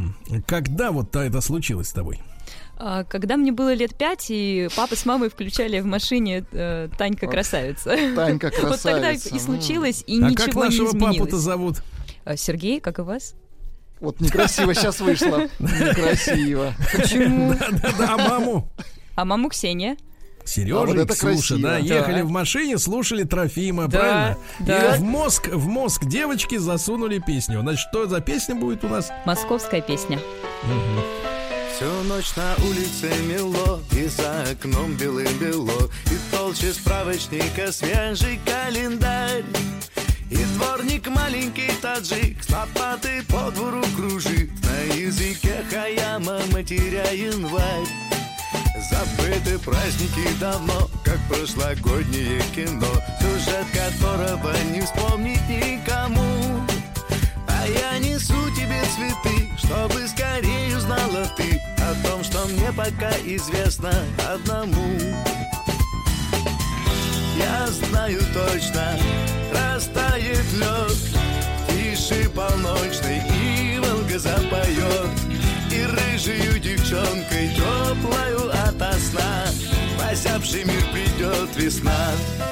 когда вот это случилось с тобой? Когда мне было лет пять, и папа с мамой включали в машине э, «Танька красавица». Танька красавица. Вот тогда и случилось, и а ничего как нашего не изменилось. папу-то зовут? Сергей, как и вас? Вот некрасиво сейчас вышло. Некрасиво. Почему? Да-да-да, а маму? А маму Ксения. Сережа а вот и это Ксюша, красиво. да, Да. ехали в машине, слушали Трофима, Да, правильно? да. И в мозг, в мозг девочки засунули песню. Значит, что за песня будет у нас? Московская песня. Угу. Всю ночь на улице мело, и за окном белым-бело, и толще справочника свежий календарь. И дворник маленький таджик с лопатой по двору кружит, на языке хаяма матеря январь. Забыты праздники давно, как прошлогоднее кино, сюжет которого не вспомнить никому. А я несу тебе цветы, чтобы скорее узнала ты о том, что мне пока известно одному. Я знаю точно, растает лед, тише полночной, и Волга запоет, и рыжею девчонкой теплою ото сна в озябший мир придет весна.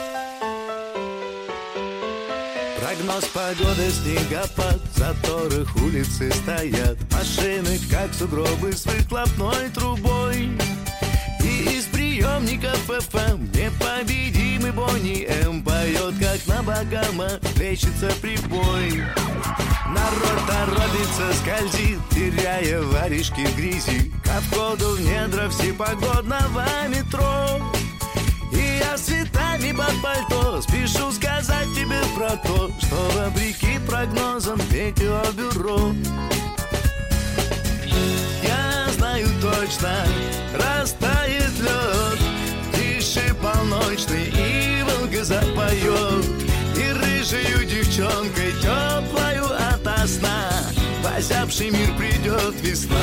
Прогноз погоды, снегопад, в заторах улицы стоят машины, как сугробы с выхлопной трубой. И из приемников эф эм непобедимый Бонни М поет, как на Багама плещется прибой. Народ торопится, скользит, теряя варежки в грязи, ко входу в недра всепогодного метро. И я с цветами под пальто спешу сказать тебе про то, что вопреки прогнозам ветер бюро. Я знаю точно, растает лед, полночный и Волга запоет, и рыжею девчонкой теплою ото сна в озябший мир придет весна.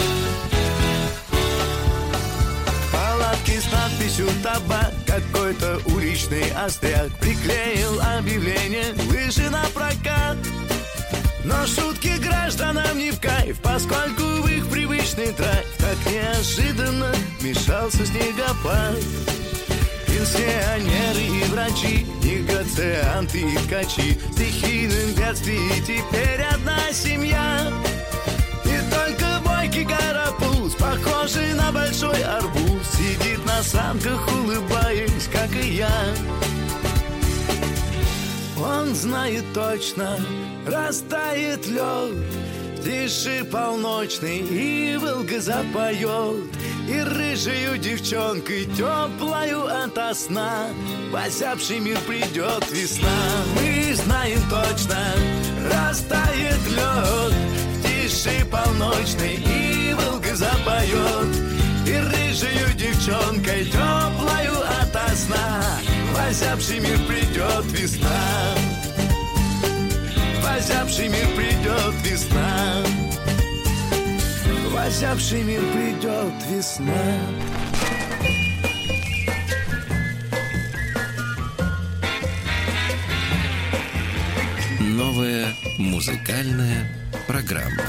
В палатке с надписью «Табак» какой-то уличный остряк приклеил объявление «Лыжи на прокат». Но шутки гражданам не в кайф, поскольку в их привычный драйв так неожиданно вмешался снегопад. Пенсионеры и врачи, негацианты и ткачи, в стихийном бедствии теперь одна семья. И только бойкий карапуз, похожий на большой арбуз, сидит на санках, улыбаясь, как и я. Он знает точно, растает лед в тиши полночной, и Волга запоет, и рыжею девчонкой теплою ото сна в озябший мир придет весна. Мы знаем точно, растает лед в тиши полночной, и Волга запоет, и рыжею девчонкой теплою ото сна в озябший мир придет весна. В озябший мир придет весна. В озябший мир придет весна. Новая музыкальная программа.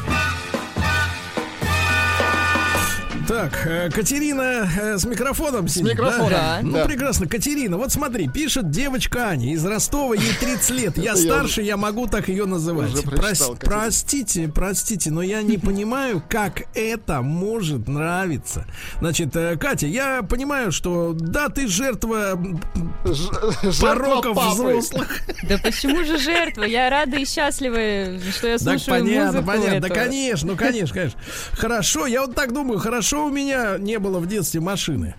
Так, э, Катерина э, с микрофоном С сидит, микрофоном, да? да. Ну, Да. прекрасно. Катерина, вот смотри, пишет девочка Аня из Ростова, ей тридцать лет. Я Я старше, я могу так ее называть. уже прочитал, Прос- Катерина. Простите, простите, но я не понимаю, как это может нравиться. Значит, э, Катя, я понимаю, что да, ты жертва Ж- жертва пороков папы. взрослых. Да почему же жертва? Я рада и счастлива, что я Так слушаю понятно, музыку понятно. Да, эту. конечно, ну, конечно, конечно. Хорошо, я вот так думаю, хорошо у меня не было в детстве машины.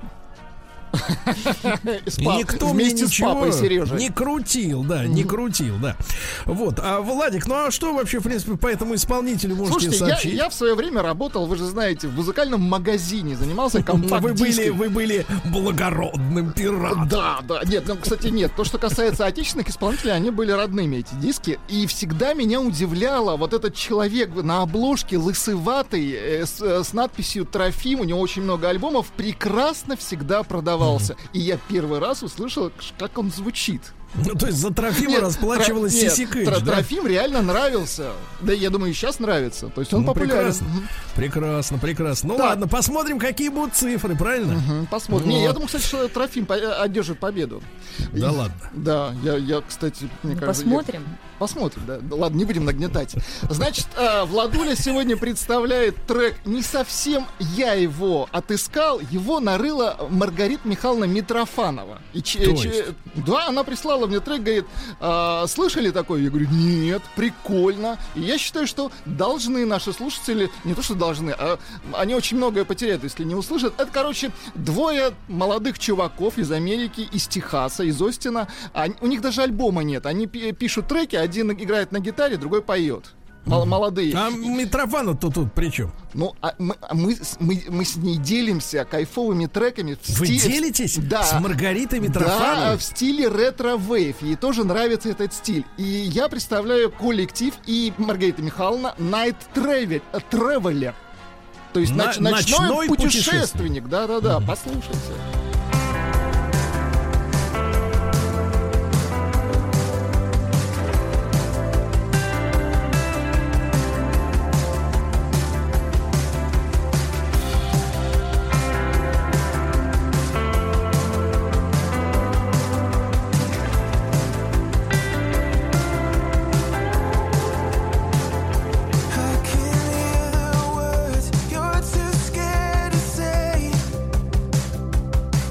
С И пап- никто мне Вместе с ничего папой Сережей. не крутил, да, не крутил, да. Вот, а Владик, ну а что вообще, в принципе, по этому исполнителю можете Слушайте, я, сообщить? я в свое время работал, вы же знаете, в музыкальном магазине, занимался Вы были, компакт-дисками. вы были благородным пиратом. Да, да, нет, ну, кстати, нет. То, что касается отечественных исполнителей, они были родными, эти диски. И всегда меня удивляло вот этот человек на обложке, лысыватый, э, с, э, с надписью «Трофим», у него очень много альбомов, прекрасно всегда продавался. И я первый раз услышал, как он звучит. Ну, то есть за Трофима Нет, расплачивалась Тро- нет, Сиси Кэтч, Тро- да? Трофим реально нравился. Да, я думаю, и сейчас нравится. То есть он Ну, популярен. прекрасно. Прекрасно, прекрасно. Ну Так. ладно, посмотрим, какие будут цифры, правильно? Мгм, посмотрим. Вот. Не, я думаю, кстати, что Трофим по- одержит победу. Да И- ладно. Да, я, я, кстати, мне Ну, кажется... посмотрим. я- Посмотрим, да. Да ладно, не будем нагнетать. Значит, э, Владуля сегодня представляет трек «Не совсем я его отыскал». Его нарыла Маргарита Михайловна Митрофанова. И че- То че- есть? да, она прислала мне трек, говорит, «А, слышали такое?» Я говорю, нет, прикольно. И я считаю, что должны наши слушатели, не то что должны, а они очень многое потеряют, если не услышат. Это, короче, двое молодых чуваков из Америки, из Техаса, из Остина. Они- у них даже альбома нет. Они пи- пишут треки, один играет на гитаре, другой поет. Мол- молодые. А Митрофанов-то тут при чем? Ну, а мы, а мы, с- мы, мы с ней делимся кайфовыми треками. В Вы сти- делитесь Да. с Маргаритой Да, Митрофановой? в стиле ретро-вейв. Ей тоже нравится этот стиль. И я представляю коллектив и Маргарита Михайловна Night Travel- э, Traveler. То есть На- ноч- ночной, ночной путешественник. Да-да-да, послушайте. I can't hear words you're too scared to say.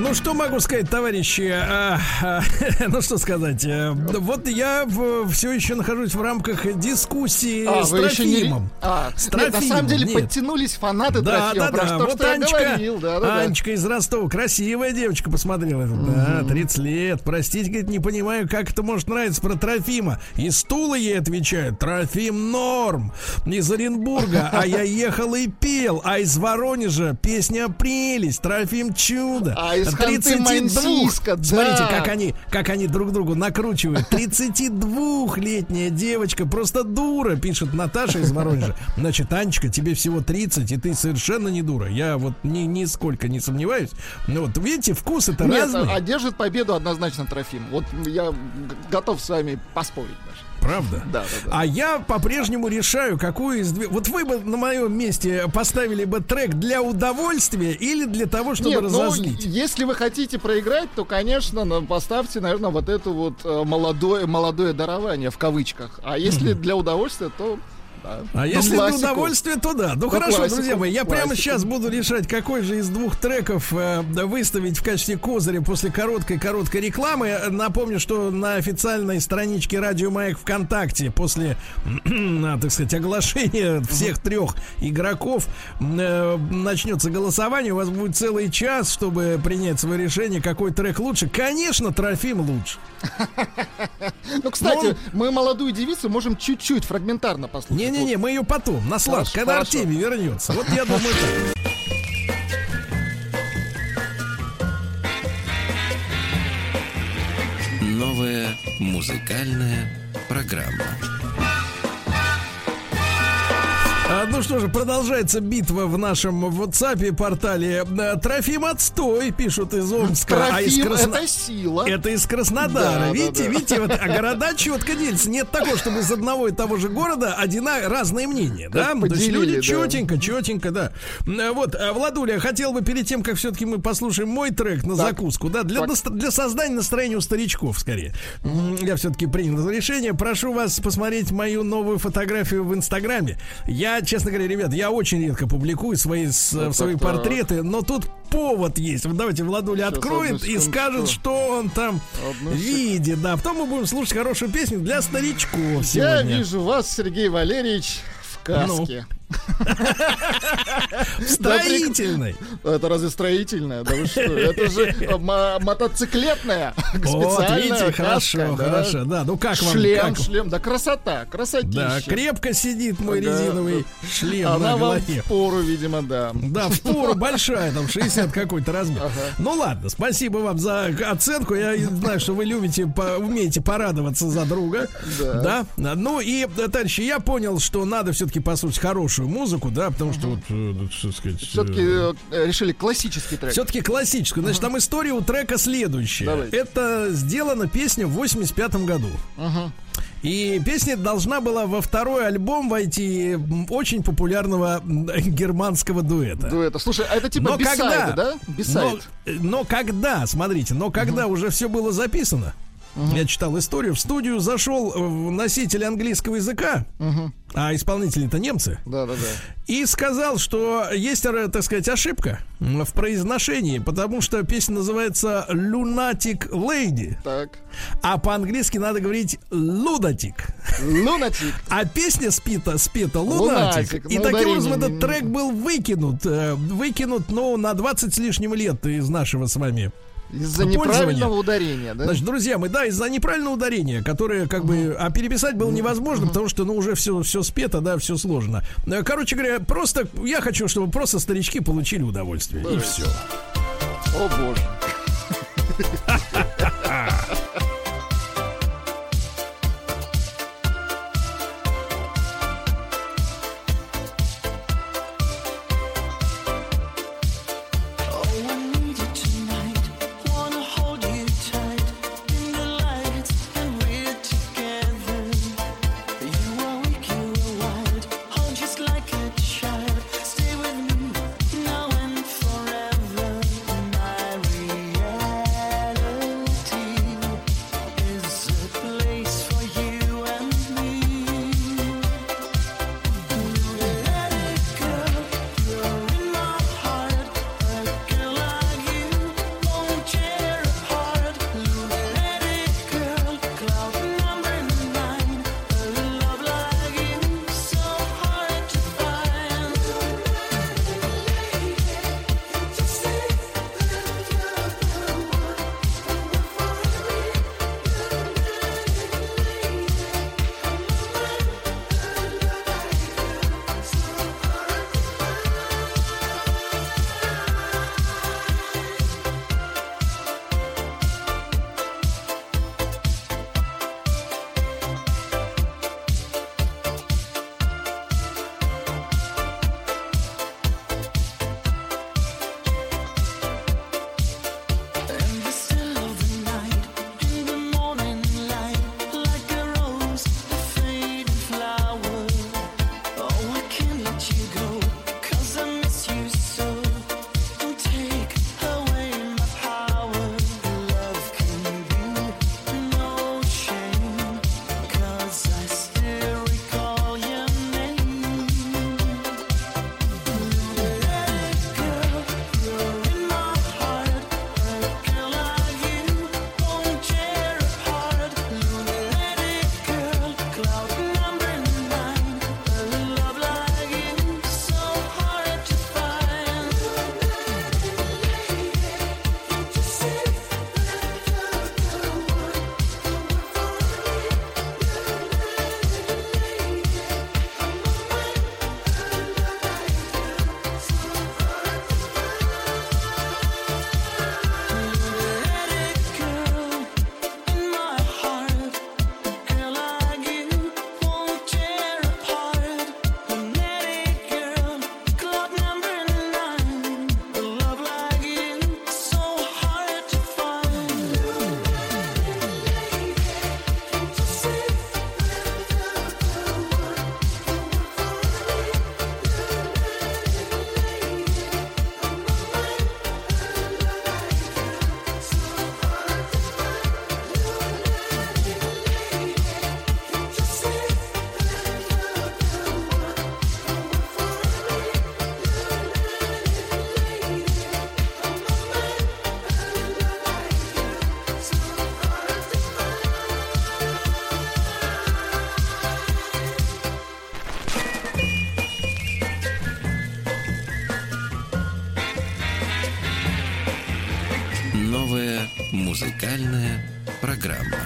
Ну, что могу сказать, товарищи? А, а, ну, что сказать? А, вот я в, все еще нахожусь в рамках дискуссии а, с Трофимом. Не... А, с Трофимом. Нет, на самом деле нет. подтянулись фанаты да, Трофима. Да, да, да. Вот что Анечка, я говорил. Да, да, Анечка да. из Ростова. Красивая девочка, посмотрела. Mm-hmm. Да, тридцать лет. Простите, говорит, не понимаю, как это может нравиться про Трофима. Из Тулы ей отвечают: Трофим норм. Из Оренбурга. А я ехал и пел. А из Воронежа песня «Прелесть». Трофим чудо. А из Ханты-Мансийска, да. Смотрите, как они, как они друг другу накручивают. тридцатидвухлетняя девочка, просто дура, пишет Наташа из Воронежа. Значит, Анечка, тебе всего тридцать, и ты совершенно не дура. Я вот ни, нисколько не сомневаюсь. Ну вот, видите, вкус-то Нет, разный. А держит победу однозначно Трофим. Вот я готов с вами поспорить даже. Правда? Да, да, да. А я по-прежнему решаю, какую из две... Вот вы бы на моем месте поставили бы трек для удовольствия или для того, чтобы Нет, разозлить? Ну, если вы хотите проиграть, то, конечно, поставьте, наверное, вот это вот молодое, молодое дарование в кавычках. А если для удовольствия, то... Да. А ну, если классику. для удовольствия, то да. Ну, ну хорошо, классику, друзья мои, я классику. прямо сейчас буду решать, какой же из двух треков э, выставить в качестве козыря после короткой-короткой рекламы. Напомню, что на официальной страничке Радио Маяк ВКонтакте после, так сказать, оглашения всех трех игроков э, начнется голосование. У вас будет целый час, чтобы принять свое решение, какой трек лучше. Конечно, Трофим лучше. Ну, кстати, мы молодую девицу можем чуть-чуть фрагментарно послушать. Не-не-не, мы ее потом, на слад, когда Артемий вернется. Вот я думаю так. Новая музыкальная программа. Ну что же, продолжается битва в нашем WhatsApp портале. Трофим отстой, пишут из Омска. Трофим а из Красно... это сила. Это из Краснодара. Да, видите, да, да. видите, вот, а города четко делятся. Нет такого, чтобы из одного и того же города одина... разные мнения. Да? Поделили, То есть люди да. четенько, четенько, да. Вот, Владуля, хотел бы перед тем, как все-таки мы послушаем мой трек на так, закуску, да, для, наст... для создания настроения у старичков, скорее. Я все-таки принял это решение. Прошу вас посмотреть мою новую фотографию в Инстаграме. Я, честно говоря, ребят, я очень редко публикую свои, с, вот свои так, портреты, но тут повод есть. Вот давайте Владуля Сейчас, откроет и скажет, что он там одну видит. Да, потом мы будем слушать хорошую песню для старичков сегодня. Я вижу вас, Сергей Валерьевич, в каске. Строительной. Это разве строительная? Да вы что? Это же мотоциклетная. Вот, видите, хорошо, хорошо. Да, ну как вам? Шлем, шлем, да красота, красотища. Да, крепко сидит мой резиновый шлем Она на вам голове. в пору, видимо, да. Да, в пору большая, там шестьдесят какой-то размер. Ну ладно, спасибо вам за оценку. Я знаю, что вы любите, умеете порадоваться за друга. Да. Ну и, товарищи, я понял, что надо все-таки послушать хорошую музыку, да, потому что вот, что сказать, все-таки решили классический трек. Все-таки классическую. Значит, там история у трека следующая. Давайте. Это сделана песня в восемьдесят пятом году. Угу. И песня должна была во второй альбом войти очень популярного германского дуэта. Дуэта. Слушай, а это типа бисайд, да? Бисайд. Но, но когда, смотрите, но когда угу. уже все было записано, Uh-huh. я читал историю, в студию зашел носитель английского языка, uh-huh. а исполнители-то немцы, да, да, да. и сказал, что есть, так сказать, ошибка в произношении, потому что песня называется «Lunatic Lady», так. а по-английски надо говорить «Lunatic». Lunatic. А песня спета, спета «Lunatic». И таким образом этот трек был выкинут, выкинут, ну, на двадцать с лишним лет из нашего с вами Из-за неправильного ударения, да? Значит, друзья мои, да, из-за неправильного ударения, которое как бы, а переписать было невозможно, потому что, ну, уже все, все спето, да, все сложно. Короче говоря, просто, я хочу, чтобы просто старички получили удовольствие, да, и все. О, боже. Новая музыкальная программа.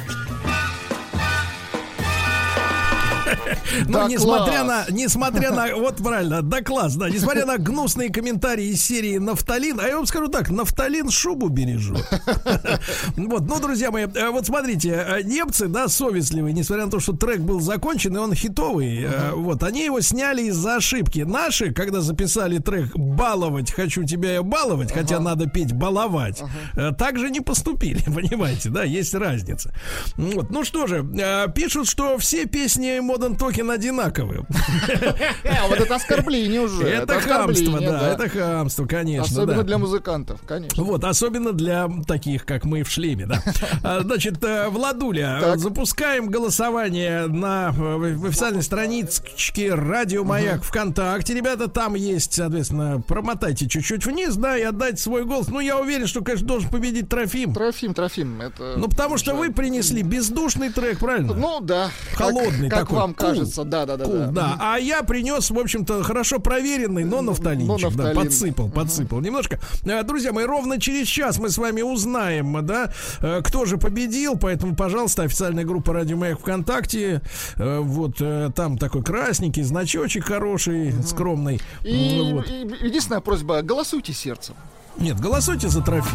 Ну, несмотря на, несмотря на, вот правильно, да класс, да, несмотря на гнусные комментарии из серии «Нафталин», а я вам скажу так, «Нафталин шубу бережет». Вот, ну, друзья мои, вот смотрите, немцы, да, совестливые, несмотря на то, что трек был закончен, и он хитовый, вот, они его сняли из-за ошибки. Наши, когда записали трек «Баловать, хочу тебя я баловать», хотя надо петь «баловать», так же не поступили, понимаете, да, есть разница. Вот, ну что же, пишут, что все песни Modern Talking одинаковые. Вот это оскорбление уже. Это хамство, да, это хамство, конечно. Особенно для музыкантов, конечно. Вот, особенно для таких, как мы в шлеме, да. Значит, Владуля, запускаем голосование на в официальной страничке Радио Маяк ВКонтакте. Ребята, там есть, соответственно, промотайте чуть-чуть вниз, да, и отдать свой голос. Ну, я уверен, что, конечно, должен победить Трофим. Трофим, Трофим. Это... Ну, потому что вы принесли бездушный трек, правильно? Ну, да. Холодный как, такой. Как вам кажется, да, да, да, cool, да. да. А я принес, в общем-то, хорошо проверенный, но нафталинчик, да, подсыпал, uh-huh. подсыпал немножко. Друзья мои, ровно через час мы с вами узнаем, да, кто же победил, поэтому, пожалуйста, официальная группа Радио Маяк ВКонтакте, вот там такой красненький значочек хороший, uh-huh. скромный. И, вот. и единственная просьба, голосуйте сердцем. Нет, голосуйте за Трофим.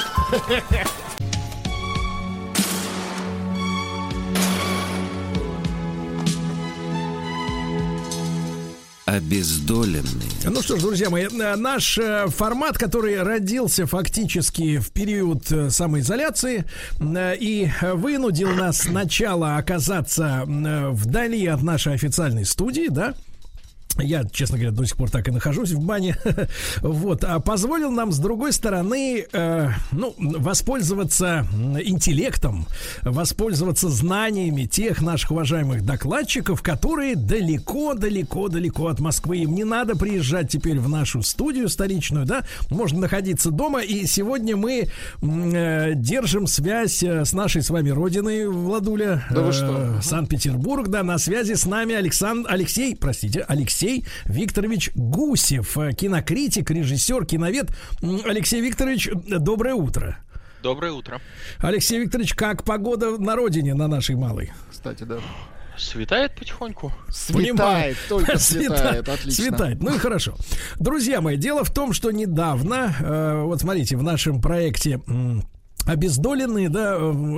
Обездоленные. Ну что ж, друзья мои, наш э, формат, который родился фактически в период э, самоизоляции э, и вынудил нас сначала оказаться э, вдали от нашей официальной студии, да. Я, честно говоря, до сих пор так и нахожусь в бане. Вот, а позволил нам, с другой стороны, э, ну, воспользоваться интеллектом, воспользоваться знаниями тех наших уважаемых докладчиков, которые далеко-далеко-далеко от Москвы. Им не надо приезжать теперь в нашу студию столичную, да, можно находиться дома. И сегодня мы э, держим связь с нашей с вами родиной, Владуля. Да вы э, что? Санкт-Петербург, да, на связи с нами Александр, Алексей, простите, Алексей Викторович Гусев, кинокритик, режиссер, киновед. Алексей Викторович, доброе утро. Доброе утро. Алексей Викторович, как погода на родине, на нашей малой? Кстати, да. Светает потихоньку. Светает, только светает, отлично. Светает, ну и хорошо. Друзья мои, дело в том, что недавно, э, вот смотрите, в нашем проекте... Обездоленные, да,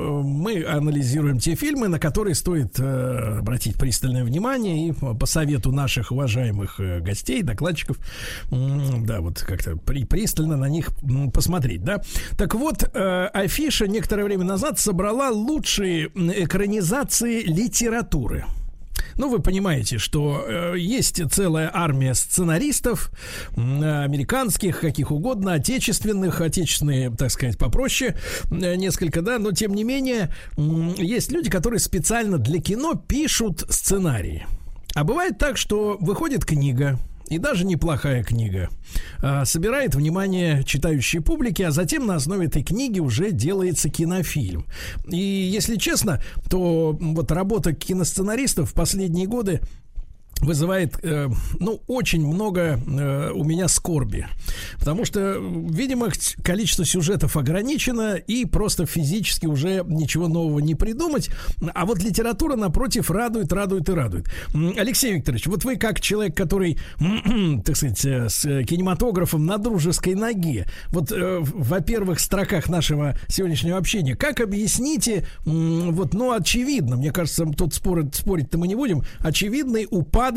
мы анализируем те фильмы, на которые стоит э, обратить пристальное внимание, и по совету наших уважаемых э, гостей, докладчиков, э, да, вот как-то при, пристально на них э, посмотреть, да. Так вот, э, афиша некоторое время назад собрала лучшие экранизации литературы. Ну, вы понимаете, что э, есть целая армия сценаристов, э, американских, каких угодно, отечественных, отечественные, так сказать, попроще э, несколько, да, но тем не менее э, есть люди, которые специально для кино пишут сценарии. А бывает так, что выходит книга, и даже неплохая книга, собирает внимание читающей публики, а затем на основе этой книги уже делается кинофильм. И если честно, то вот работа киносценаристов в последние годы вызывает, э, ну, очень много э, у меня скорби. Потому что, видимо, количество сюжетов ограничено, и просто физически уже ничего нового не придумать. А вот литература, напротив, радует, радует и радует. Алексей Викторович, вот вы как человек, который, так сказать, с кинематографом на дружеской ноге, вот э, в первых строках нашего сегодняшнего общения, как объясните, э, вот, ну, очевидно, мне кажется, тут спорить, спорить-то мы не будем, очевидный упадок,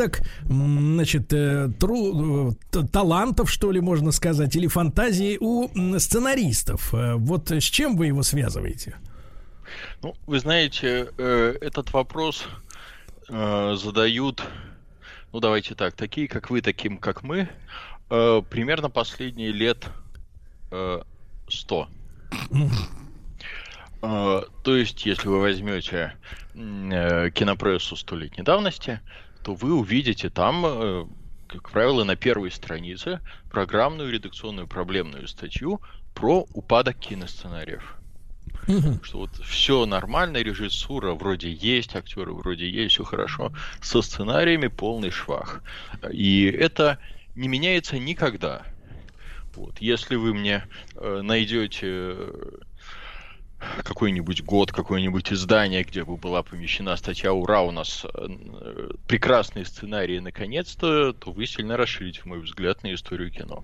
значит, тру, талантов, что ли, можно сказать, или фантазии у сценаристов. Вот с чем вы его связываете? Ну, вы знаете, этот вопрос задают, ну, давайте так, такие, как вы, таким, как мы, примерно последние лет сто. То есть, если вы возьмете кинопрессу столетней давности, то вы увидите там, как правило, на первой странице программную редакционную проблемную статью про упадок киносценариев. Mm-hmm. Что вот все нормально, режиссура вроде есть, актеры вроде есть, все хорошо, со сценариями полный швах. И это не меняется никогда. Вот. Если вы мне э, найдете э, какой-нибудь год, какое-нибудь издание, где бы была помещена статья «Ура, у нас э, прекрасный сценарий, наконец-то», то вы сильно расширите мой взгляд на историю кино.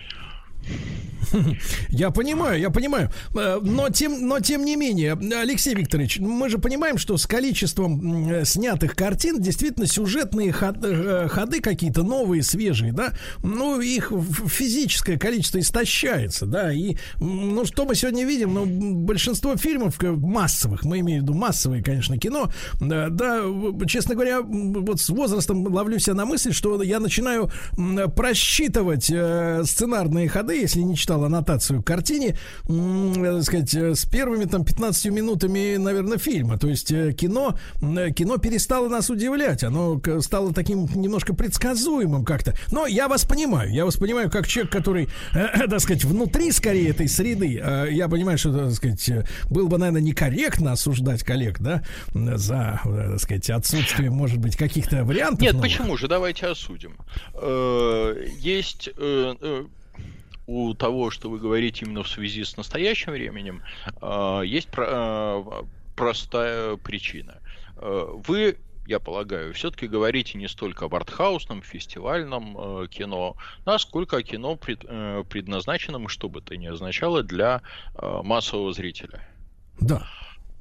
Я понимаю, я понимаю. Но тем, но тем не менее, Алексей Викторович, мы же понимаем, что с количеством снятых картин действительно сюжетные ходы, ходы какие-то новые, свежие, да, ну, их физическое количество истощается, да, и, ну, что мы сегодня видим, ну, большинство фильмов массовых, мы имеем в виду массовые, конечно, кино, да, честно говоря, вот с возрастом ловлю себя на мысль, что я начинаю просчитывать сценарные ходы, если не читал аннотацию к картине, так сказать, с первыми там пятнадцатью минутами, наверное, фильма. То есть кино, кино перестало нас удивлять. Оно стало таким немножко предсказуемым как-то. Но я вас понимаю. Я вас понимаю, как человек, который, так сказать, внутри скорее этой среды. Я понимаю, что, так сказать, было бы, наверное, некорректно осуждать коллег, да, за, так сказать, отсутствие, может быть, каких-то вариантов. Нет, новых. Почему же? Давайте осудим. Есть... У того, что вы говорите именно в связи с настоящим временем, есть простая причина. Вы, я полагаю, все-таки говорите не столько об артхаусном, фестивальном кино, а сколько о кино, предназначенном, что бы это ни означало, для массового зрителя. Да.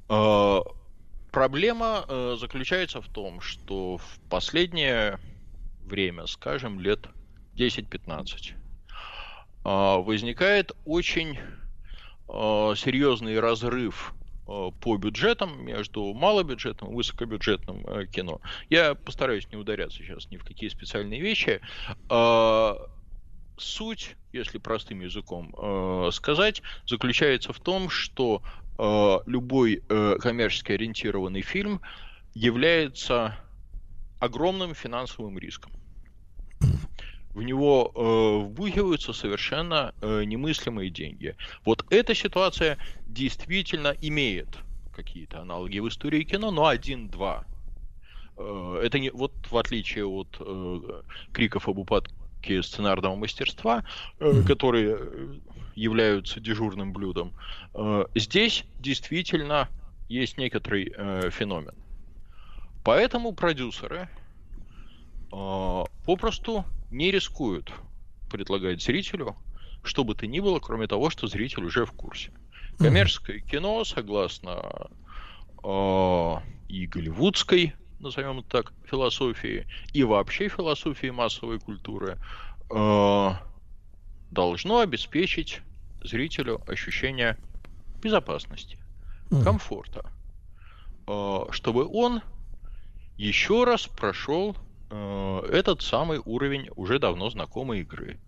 Проблема заключается в том, что в последнее время, скажем, лет десять-пятнадцать, возникает очень э, серьезный разрыв э, по бюджетам между малобюджетным и высокобюджетным э, кино. Я постараюсь не ударяться сейчас ни в какие специальные вещи. Э, суть, если простым языком э, сказать, заключается в том, что э, любой э, коммерчески ориентированный фильм является огромным финансовым риском. В него э, вбухиваются совершенно э, немыслимые деньги. Вот эта ситуация действительно имеет какие-то аналоги в истории кино, но один-два. Э, это не вот в отличие от э, криков об упадке сценарного мастерства, э, которые являются дежурным блюдом, э, здесь действительно есть некоторый э, феномен. Поэтому продюсеры э, попросту не рискуют предлагать зрителю что бы то ни было, кроме того, что зритель уже в курсе. Коммерческое кино, согласно э, и голливудской, назовем это так, философии, и вообще философии массовой культуры, э, должно обеспечить зрителю ощущение безопасности, комфорта, э, чтобы он еще раз прошел этот самый уровень уже давно знакомой игры.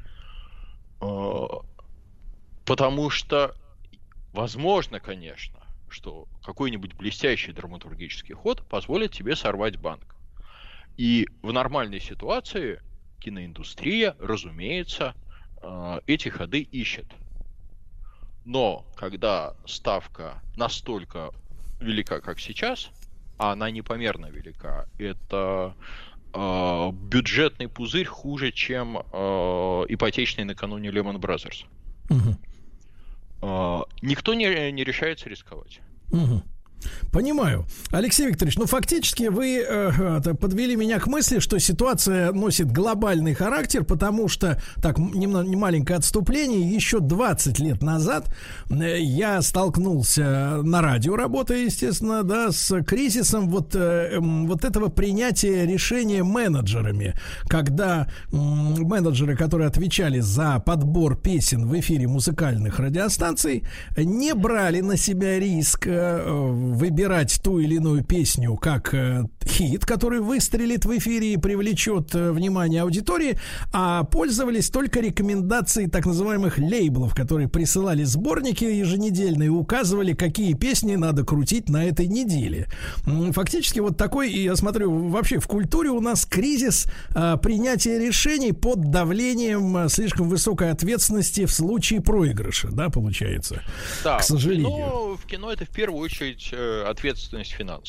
Потому что возможно, конечно, что какой-нибудь блестящий драматургический ход позволит тебе сорвать банк. И в нормальной ситуации киноиндустрия, разумеется, эти ходы ищет. Но когда ставка настолько велика, как сейчас, а она непомерно велика, это э, бюджетный пузырь хуже, чем э, ипотечный накануне Lehman Brothers. Угу. Э, никто не, не решается рисковать. Угу. Понимаю. Алексей Викторович, ну фактически вы э, подвели меня к мысли, что ситуация носит глобальный характер, потому что, так, немного, маленькое отступление, еще двадцать лет назад э, я столкнулся на радио, работая, естественно, да, с кризисом вот, э, вот этого принятия решения менеджерами, когда э, менеджеры, которые отвечали за подбор песен в эфире музыкальных радиостанций, не брали на себя риск э, выбирать ту или иную песню как э, хит, который выстрелит в эфире и привлечет э, внимание аудитории, а пользовались только рекомендацией так называемых лейблов, которые присылали сборники еженедельные и указывали, какие песни надо крутить на этой неделе. Фактически вот такой, и я смотрю, вообще в культуре у нас кризис э, принятия решений под давлением э, слишком высокой ответственности в случае проигрыша, да, получается, да, к сожалению. Но в кино это в первую очередь ответственность финансовая.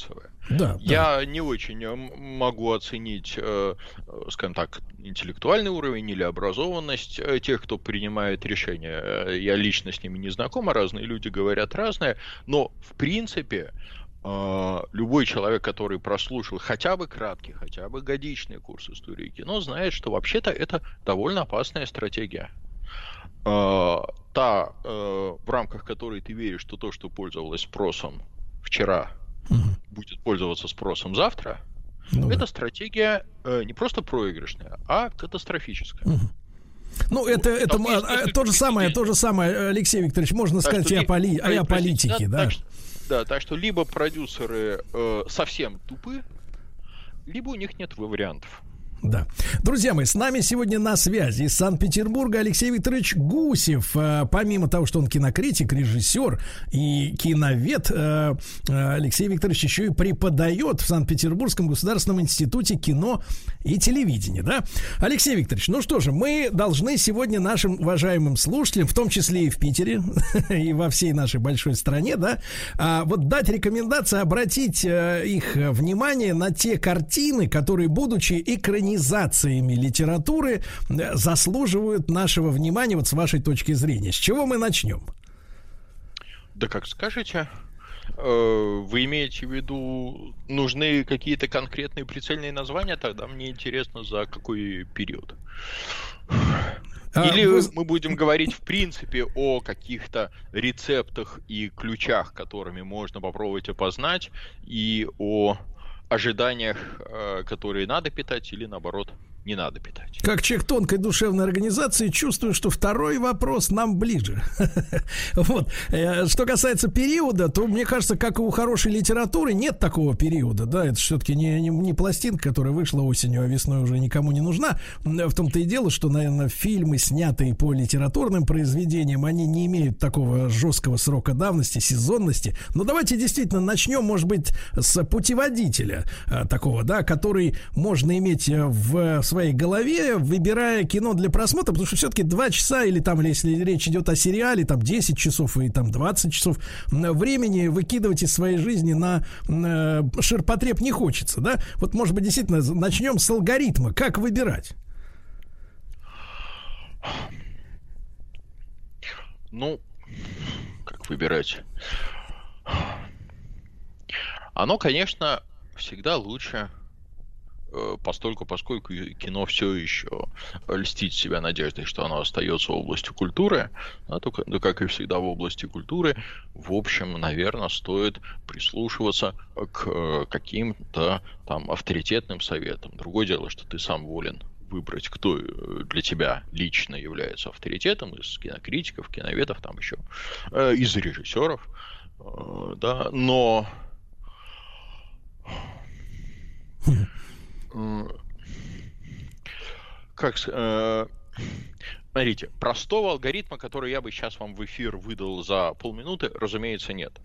Да, Я да. не очень могу оценить, скажем так, интеллектуальный уровень или образованность тех, кто принимает решения. Я лично с ними не знаком, а разные люди говорят разное. Но, в принципе, любой человек, который прослушал хотя бы краткий, хотя бы годичный курс истории кино, знает, что вообще-то это довольно опасная стратегия. Та, в рамках которой ты веришь, что то, что пользовалось спросом вчера, угу. будет пользоваться спросом завтра, ну, эта да. стратегия не просто проигрышная, а катастрофическая. Угу. Ну, это, ну, это а, а, то же самое, то же самое, Алексей Викторович, можно так сказать и о, поли, и о политике, да. Так, да, так что либо продюсеры э, совсем тупы, либо у них нет вариантов. Да. Друзья мои, с нами сегодня на связи из Санкт-Петербурга Алексей Викторович Гусев. Помимо того, что он кинокритик, режиссер и киновед, Алексей Викторович еще и преподает в Санкт-Петербургском государственном институте кино и телевидения, да? Алексей Викторович, ну что же, мы должны сегодня нашим уважаемым слушателям, в том числе и в Питере, и во всей нашей большой стране, да, вот дать рекомендации, обратить их внимание на те картины, которые, будучи экранизированными организациями литературы, заслуживают нашего внимания, вот с вашей точки зрения. С чего мы начнем? Да как скажете. Вы имеете в виду, нужны какие-то конкретные прицельные названия? Тогда мне интересно, за какой период. Или а, вы... мы будем говорить в принципе о каких-то рецептах и ключах, которыми можно попробовать опознать, и о ожиданиях, которые надо питать или, наоборот, не надо питать. Как человек тонкой душевной организации, чувствую, что второй вопрос нам ближе. Вот. Что касается периода, то, мне кажется, как и у хорошей литературы, нет такого периода. Да, это все-таки не, не, не пластинка, которая вышла осенью, а весной уже никому не нужна. В том-то и дело, что, наверное, фильмы, снятые по литературным произведениям, они не имеют такого жесткого срока давности, сезонности. Но давайте действительно начнем, может быть, с путеводителя такого, да, который можно иметь в своей голове, выбирая кино для просмотра, потому что все-таки два часа, или там, если речь идет о сериале, там десять часов и там двадцать часов времени выкидывать из своей жизни на э, ширпотреб не хочется, да? Вот, может быть, действительно, начнем с алгоритма. Как выбирать? Ну, как выбирать? Оно, конечно, всегда лучше, постольку, поскольку кино все еще льстит себя надеждой, что оно остается областью культуры, а то, да, как и всегда в области культуры, в общем, наверное, стоит прислушиваться к каким-то там авторитетным советам. Другое дело, что ты сам волен выбрать, кто для тебя лично является авторитетом, из кинокритиков, киноведов, там еще, из режиссеров, да, но... Как, э, смотрите, простого алгоритма, который я бы сейчас вам в эфир выдал за полминуты, разумеется, нет.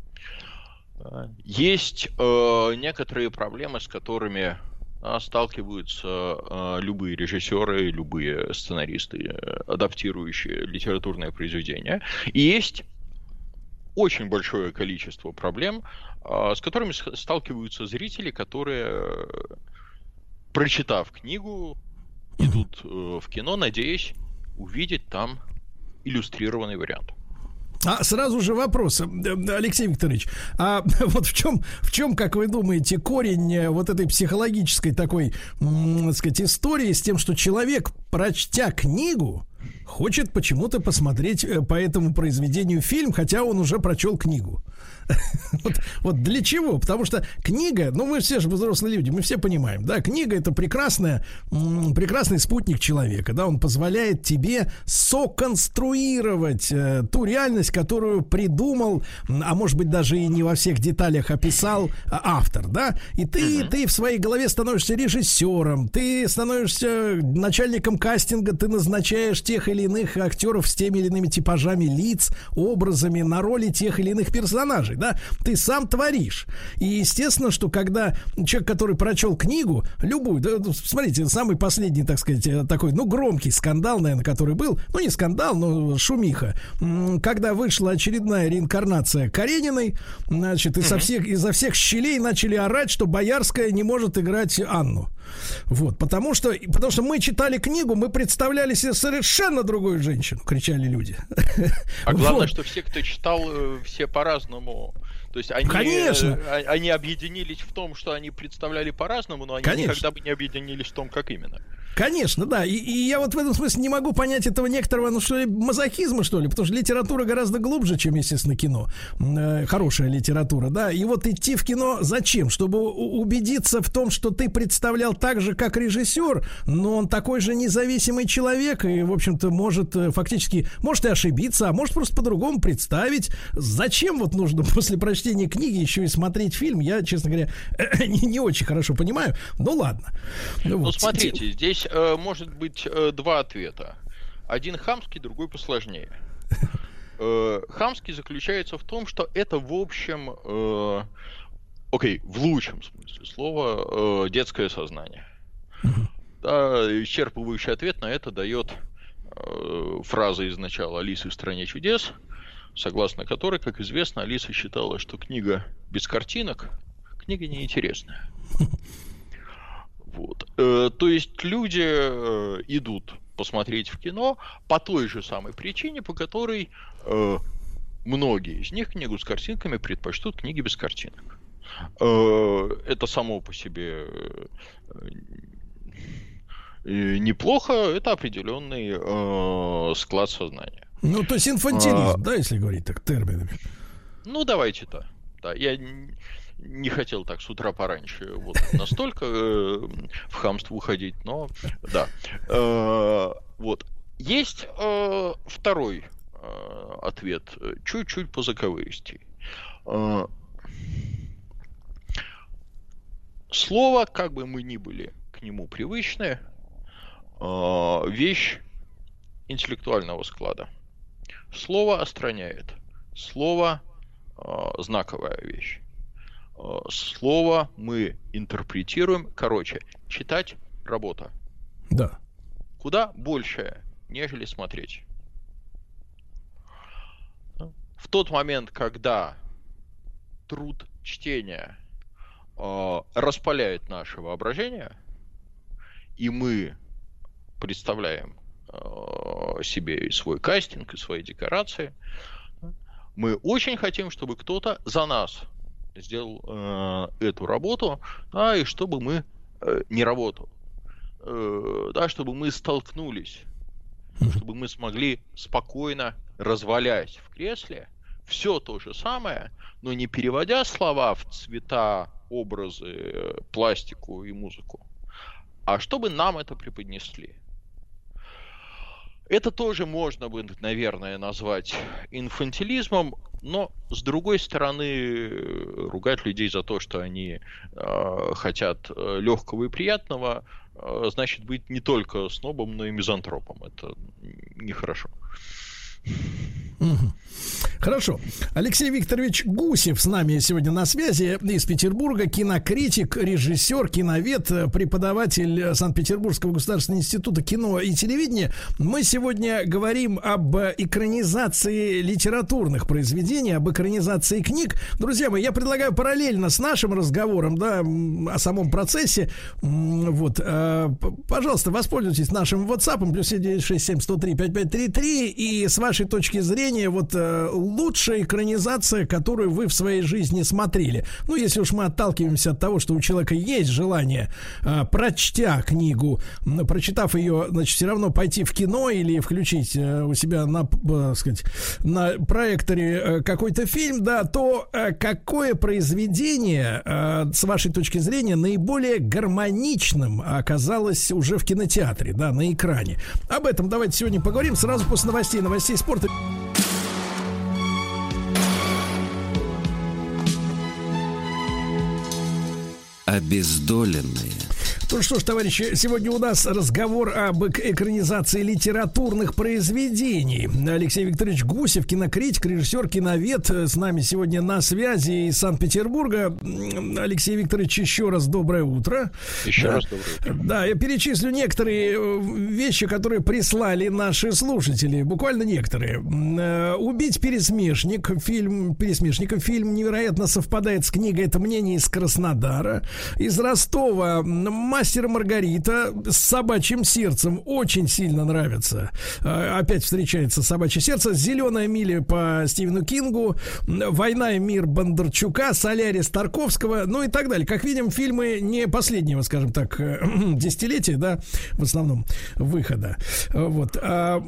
Есть э, некоторые проблемы, с которыми э, сталкиваются э, любые режиссеры, любые сценаристы, э, адаптирующие литературное произведение. И есть очень большое количество проблем, э, с которыми сталкиваются зрители, которые... прочитав книгу, идут э, в кино, надеясь увидеть там иллюстрированный вариант. А сразу же вопрос, Алексей Викторович, а вот в чем, в чем, как вы думаете, корень вот этой психологической такой, так сказать, истории с тем, что человек, прочтя книгу, хочет почему-то посмотреть по этому произведению фильм, хотя он уже прочел книгу? Вот, вот для чего? Потому что книга, ну мы все же взрослые люди, мы все понимаем, да, книга — это прекрасная, м- прекрасный спутник человека, да, он позволяет тебе соконструировать э, ту реальность, которую придумал, а может быть даже и не во всех деталях описал автор, да, и ты, uh-huh. ты в своей голове становишься режиссером, ты становишься начальником кастинга, ты назначаешь тех или иных актеров с теми или иными типажами лиц, образами на роли тех или иных персонажей. персонажей, да, ты сам творишь. И естественно, что когда человек, который прочел книгу, любую, да, смотрите, самый последний, так сказать, такой, ну, громкий скандал, наверное, который был, ну, не скандал, но шумиха, когда вышла очередная реинкарнация Карениной, значит, и со всех, изо всех щелей начали орать, что Боярская не может играть Анну. Вот, потому что, потому что мы читали книгу, мы представляли себе совершенно другую женщину, кричали люди. А главное, вот. Что все, кто читал, все по-разному. То есть они, Конечно. они объединились в том, что они представляли по-разному, но они Конечно. никогда бы не объединились в том, как именно. Конечно, да. И, и я вот в этом смысле не могу понять этого некоторого, ну что ли, мазохизма, что ли, потому что литература гораздо глубже, чем, естественно, кино. Э, хорошая литература, да. И вот идти в кино зачем? Чтобы убедиться в том, что ты представлял так же, как режиссер, но он такой же независимый человек и, в общем-то, может фактически, может и ошибиться, а может просто по-другому представить. Зачем вот нужно после прочтения книги еще и смотреть фильм? Я, честно говоря, не, не очень хорошо понимаю. Ну ладно. Ну, вот. смотрите, здесь э, может быть э, два ответа. Один хамский, другой посложнее. Э, хамский заключается в том, что это, в общем, э, окей, в лучшем смысле слова, э, детское сознание. Да, исчерпывающий ответ на это дает э, фраза из начала «Алисы в стране чудес», согласно которой, как известно, Алиса считала, что книга без картинок книга неинтересная. Вот. Э, то есть люди э, идут посмотреть в кино по той же самой причине, по которой э, многие из них книгу с картинками предпочтут книги без картинок. Э, это само по себе э, э, неплохо, это определенный э, склад сознания. Ну, то есть инфантилизм, а, да, если говорить так терминами. Ну, давайте-то. Да, я не хотел так с утра пораньше вот настолько э, в хамство уходить, но да. Э, вот. Есть э, второй э, ответ, чуть-чуть позаковыристей. Э, слово, как бы мы ни были к нему привычны, э, вещь интеллектуального склада. Слово остраняет. Слово э, знаковая вещь. Слово мы интерпретируем, короче, читать — работа. Да. Куда большая, нежели смотреть. В тот момент, когда труд чтения э, распаляет наше воображение, и мы представляем э, себе и свой кастинг, и свои декорации, мы очень хотим, чтобы кто-то за нас сделал э, эту работу, да, и чтобы мы э, не работал, э, да, чтобы мы столкнулись, чтобы мы смогли спокойно, развалясь в кресле, все то же самое, но не переводя слова в цвета, образы, пластику и музыку, а чтобы нам это преподнесли. Это тоже можно бы, наверное, назвать инфантилизмом, но, с другой стороны, ругать людей за то, что они э, хотят легкого и приятного, э, значит быть не только снобом, но и мизантропом. Это нехорошо. Хорошо. Алексей Викторович Гусев с нами сегодня на связи из Петербурга, кинокритик, режиссер, киновед, преподаватель Санкт-Петербургского государственного института кино и телевидения. Мы сегодня говорим об экранизации литературных произведений, об экранизации книг. Друзья мои, я предлагаю параллельно с нашим разговором, да, о самом процессе, вот, пожалуйста, воспользуйтесь нашим WhatsApp, плюс семь девять шесть семь сто три пять пять три три, и с вашей точки зрения, вот, лучшая экранизация, которую вы в своей жизни смотрели. Ну, если уж мы отталкиваемся от того, что у человека есть желание, прочтя книгу, прочитав ее, значит, все равно пойти в кино или включить у себя на, так сказать, на проекторе какой-то фильм, да, то какое произведение, с вашей точки зрения, наиболее гармоничным оказалось уже в кинотеатре, да, на экране? Об этом давайте сегодня поговорим сразу после новостей, новостей спорта. Обездоленные. Ну что ж, товарищи, сегодня у нас разговор об экранизации литературных произведений. Алексей Викторович Гусев, кинокритик, режиссер, киновед, с нами сегодня на связи из Санкт-Петербурга. Алексей Викторович, еще раз доброе утро. Еще да. раз доброе утро. Да, я перечислю некоторые вещи, которые прислали наши слушатели, буквально некоторые. «Убить пересмешник», фильм «Пересмешников», фильм невероятно совпадает с книгой «Это мнение» из Краснодара. Из Ростова «Мастер и Маргарита» с собачьим сердцем очень сильно нравится. Опять встречается собачье сердце. «Зеленая миля» по Стивену Кингу, «Война и мир» Бондарчука, «Солярис» Тарковского, ну и так далее. Как видим, фильмы не последнего, скажем так, десятилетия, да, в основном выхода. Вот. А,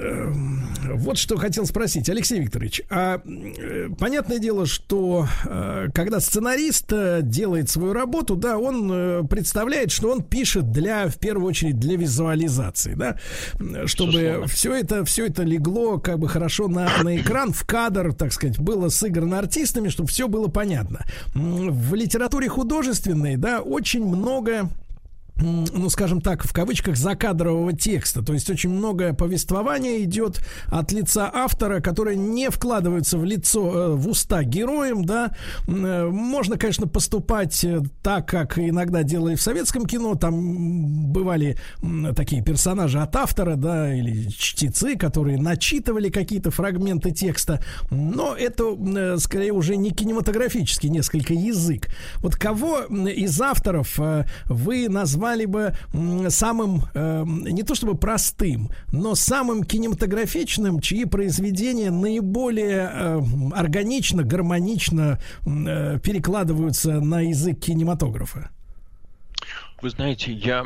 вот что хотел спросить, Алексей Викторович. А, понятное дело, что когда сценарист делает свою работу, да, он представляет, что он пишет для, в первую очередь, для визуализации, да, чтобы все это, все это легло как бы хорошо на, на экран, в кадр, так сказать, было сыграно артистами, чтобы все было понятно. В литературе художественной, да, очень много, ну, скажем так, в кавычках, закадрового текста. То есть очень много повествования идет от лица автора, которое не вкладывается в лицо, в уста героям, да. Можно, конечно, поступать так, как иногда делали в советском кино. Там бывали такие персонажи от автора, да, или чтецы, которые начитывали какие-то фрагменты текста. Но это, скорее, уже не кинематографический несколько язык. Вот кого из авторов вы назвали бы самым, э, не то чтобы простым, но самым кинематографичным, чьи произведения наиболее э, органично, гармонично э, перекладываются на язык кинематографа? Вы знаете, я...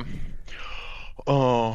Э,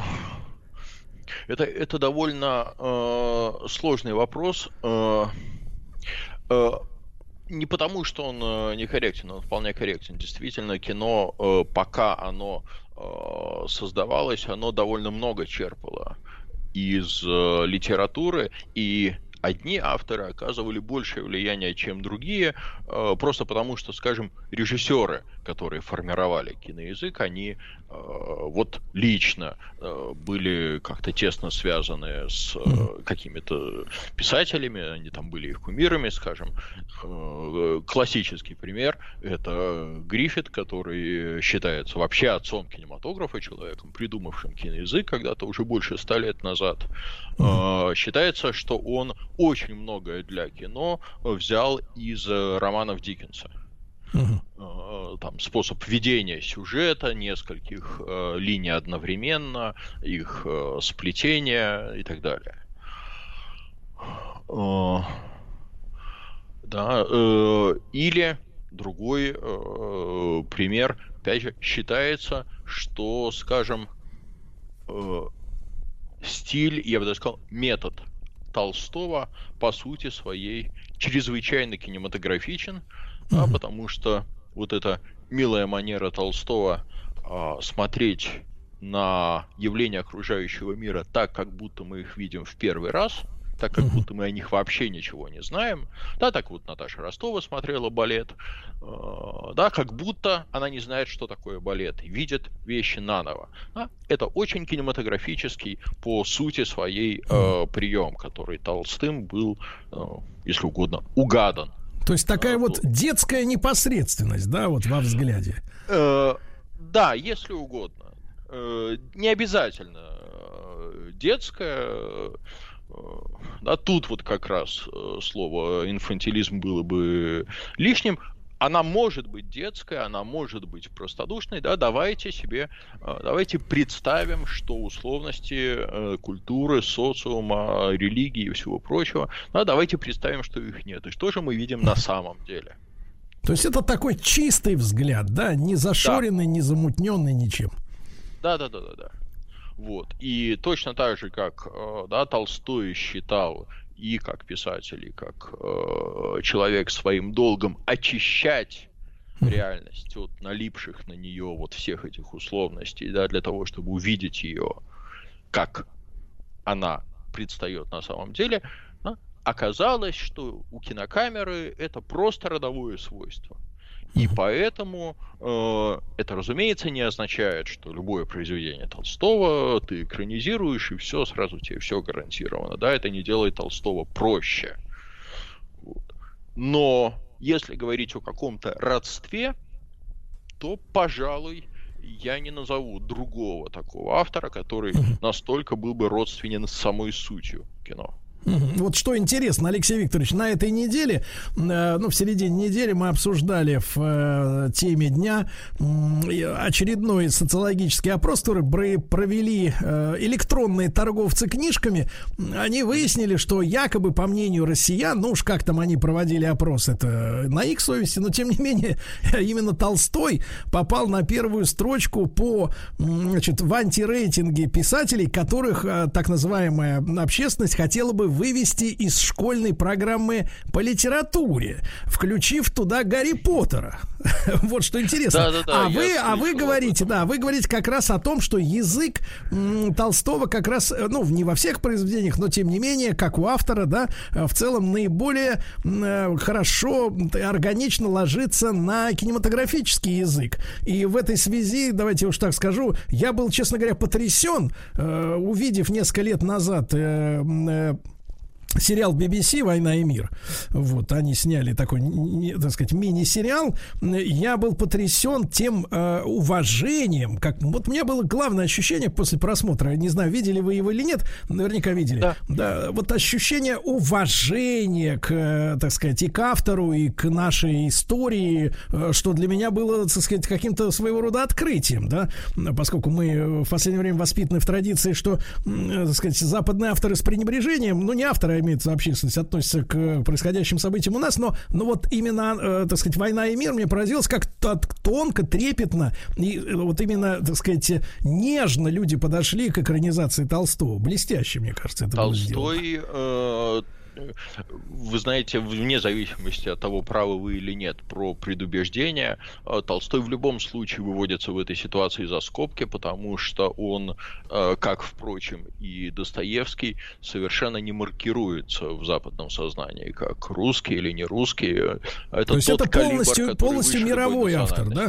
это, это довольно э, сложный вопрос. Э, э, Не потому, что он э, некорректен, он вполне корректен. Действительно, кино, э, пока оно э, создавалось, оно довольно много черпало из э, литературы, и одни авторы оказывали большее влияние, чем другие, э, просто потому, что, скажем, режиссеры, которые формировали киноязык, они э, вот лично э, были как-то тесно связаны с э, какими-то писателями, они там были их кумирами, скажем. Э, классический пример — это Гриффит, который считается вообще отцом кинематографа, человеком, придумавшим киноязык когда-то уже больше ста лет назад. Э, считается, что он очень многое для кино взял из э, романов Диккенса. Uh-huh. Там способ ведения сюжета, нескольких э, линий одновременно, их э, сплетения и так далее. Э, да, э, или другой э, пример, опять же, считается, что, скажем, э, стиль, я бы даже сказал, метод Толстого по сути своей чрезвычайно кинематографичен. Да, потому что вот эта милая манера Толстого э, смотреть на явления окружающего мира так, как будто мы их видим в первый раз, так, как будто мы о них вообще ничего не знаем. Да, так вот Наташа Ростова смотрела балет, э, да, как будто она не знает, что такое балет, и видит вещи наново. Да, это очень кинематографический по сути своей э, прием, который Толстым был, э, если угодно, угадан. То есть такая а, вот детская непосредственность, да, вот во взгляде. Э, да, если угодно. Э, не обязательно э, детская. Э, да, тут вот как раз э, слово инфантилизм было бы лишним. Она может быть детская, она может быть простодушной, да, давайте себе, давайте представим, что условности э, культуры, социума, религии и всего прочего, да, давайте представим, что их нет. И что же мы видим на самом деле? То есть это такой чистый взгляд, да, не зашоренный, да, не замутненный ничем. Да, да, да, да, да. Вот. И точно так же, как э, да, Толстой считал и как писатель, и как э, человек своим долгом очищать реальность от налипших на нее вот всех этих условностей, да, для того, чтобы увидеть ее, как она предстает на самом деле, да, оказалось, что у кинокамеры это просто родовое свойство. И поэтому э, это, разумеется, не означает, что любое произведение Толстого ты экранизируешь, и все, сразу тебе все гарантировано. Да, это не делает Толстого проще. Вот. Но если говорить о каком-то родстве, то, пожалуй, я не назову другого такого автора, который настолько был бы родственен с самой сутью кино. Вот что интересно, Алексей Викторович, на этой неделе, э, ну, в середине недели мы обсуждали в э, теме дня э, очередной социологический опрос, который провели э, электронные торговцы книжками. Они выяснили, что якобы, по мнению россиян, ну уж как там они проводили опрос, это на их совести, но тем не менее, именно Толстой попал на первую строчку по, значит, в антирейтинге писателей, которых э, так называемая общественность хотела бы вывести из школьной программы по литературе, включив туда Гарри Поттера. Вот что интересно. Да, да, да, а вы, а вы говорите, да, вы говорите как раз о том, что язык м, Толстого как раз, ну, не во всех произведениях, но тем не менее, как у автора, да, в целом наиболее м, хорошо, органично ложится на кинематографический язык. И в этой связи, давайте уж так скажу, я был, честно говоря, потрясен, э, увидев несколько лет назад э, э, сериал би би си «Война и мир». Вот, они сняли такой, не, так сказать, мини-сериал. Я был потрясен тем э, уважением, как... Вот у меня было главное ощущение после просмотра, не знаю, видели вы его или нет, наверняка видели. Да. Да, вот ощущение уважения к, э, так сказать, и к автору, и к нашей истории, э, что для меня было, так сказать, каким-то своего рода открытием, да, поскольку мы в последнее время воспитаны в традиции, что, э, так сказать, западные авторы с пренебрежением, ну, не авторы, имеется общественность, относится к происходящим событиям у нас, но, но вот именно, э, так сказать, «Война и мир» мне поразилось, как тонко, трепетно и вот именно, так сказать, нежно люди подошли к экранизации Толстого. Блестяще, мне кажется, это Толстой, э, вы знаете, вне зависимости от того, правы вы или нет про предубеждение, Толстой в любом случае выводится в этой ситуации за скобки, потому что он, как, впрочем, и Достоевский, совершенно не маркируется в западном сознании как русский или не русский. Это То есть тот это калибр, полностью, полностью мировой автор, да?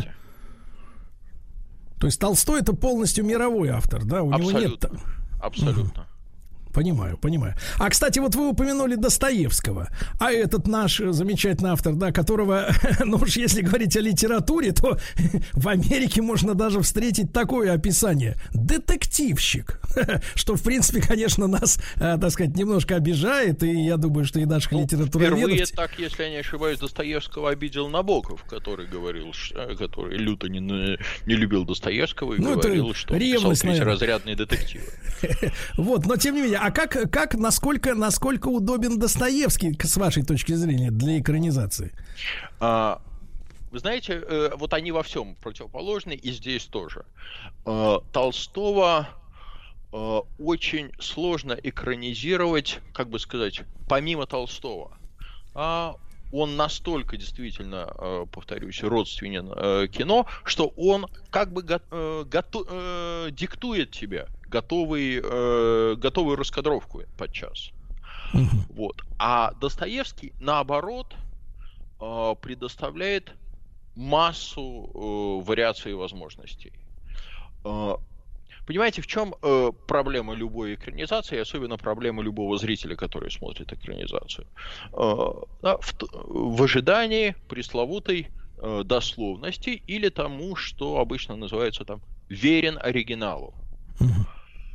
То есть Толстой — это полностью мировой автор, да? У Абсолютно. него нет... Абсолютно. Понимаю, понимаю. А, кстати, вот вы упомянули Достоевского. А этот наш замечательный автор, да, которого, ну уж если говорить о литературе, то в Америке можно даже встретить такое описание. Детективщик. Что, в принципе, конечно, нас, так сказать, немножко обижает. И я думаю, что и наших ну, литературоведов... Впервые так, если я не ошибаюсь, Достоевского обидел Набоков, который говорил, который люто не, не любил Достоевского и ну, говорил, что он писал третьеразрядные детективы. Вот, но тем не менее, а как, как насколько, насколько удобен Достоевский, с вашей точки зрения, для экранизации? А, вы знаете, э, вот они во всем противоположны, и здесь тоже. Э, Толстого э, очень сложно экранизировать, как бы сказать, помимо Толстого. А он настолько действительно, э, повторюсь, родственен э, кино, что он как бы го- э, гото- э, диктует тебе готовый, э, готовую раскадровку подчас. Uh-huh. Вот. А Достоевский, наоборот, э, предоставляет массу э, вариаций и возможностей. Э, понимаете, в чем э, проблема любой экранизации, особенно проблема любого зрителя, который смотрит экранизацию? Э, да, в, в ожидании пресловутой э, дословности или тому, что обычно называется там верен оригиналу. Uh-huh.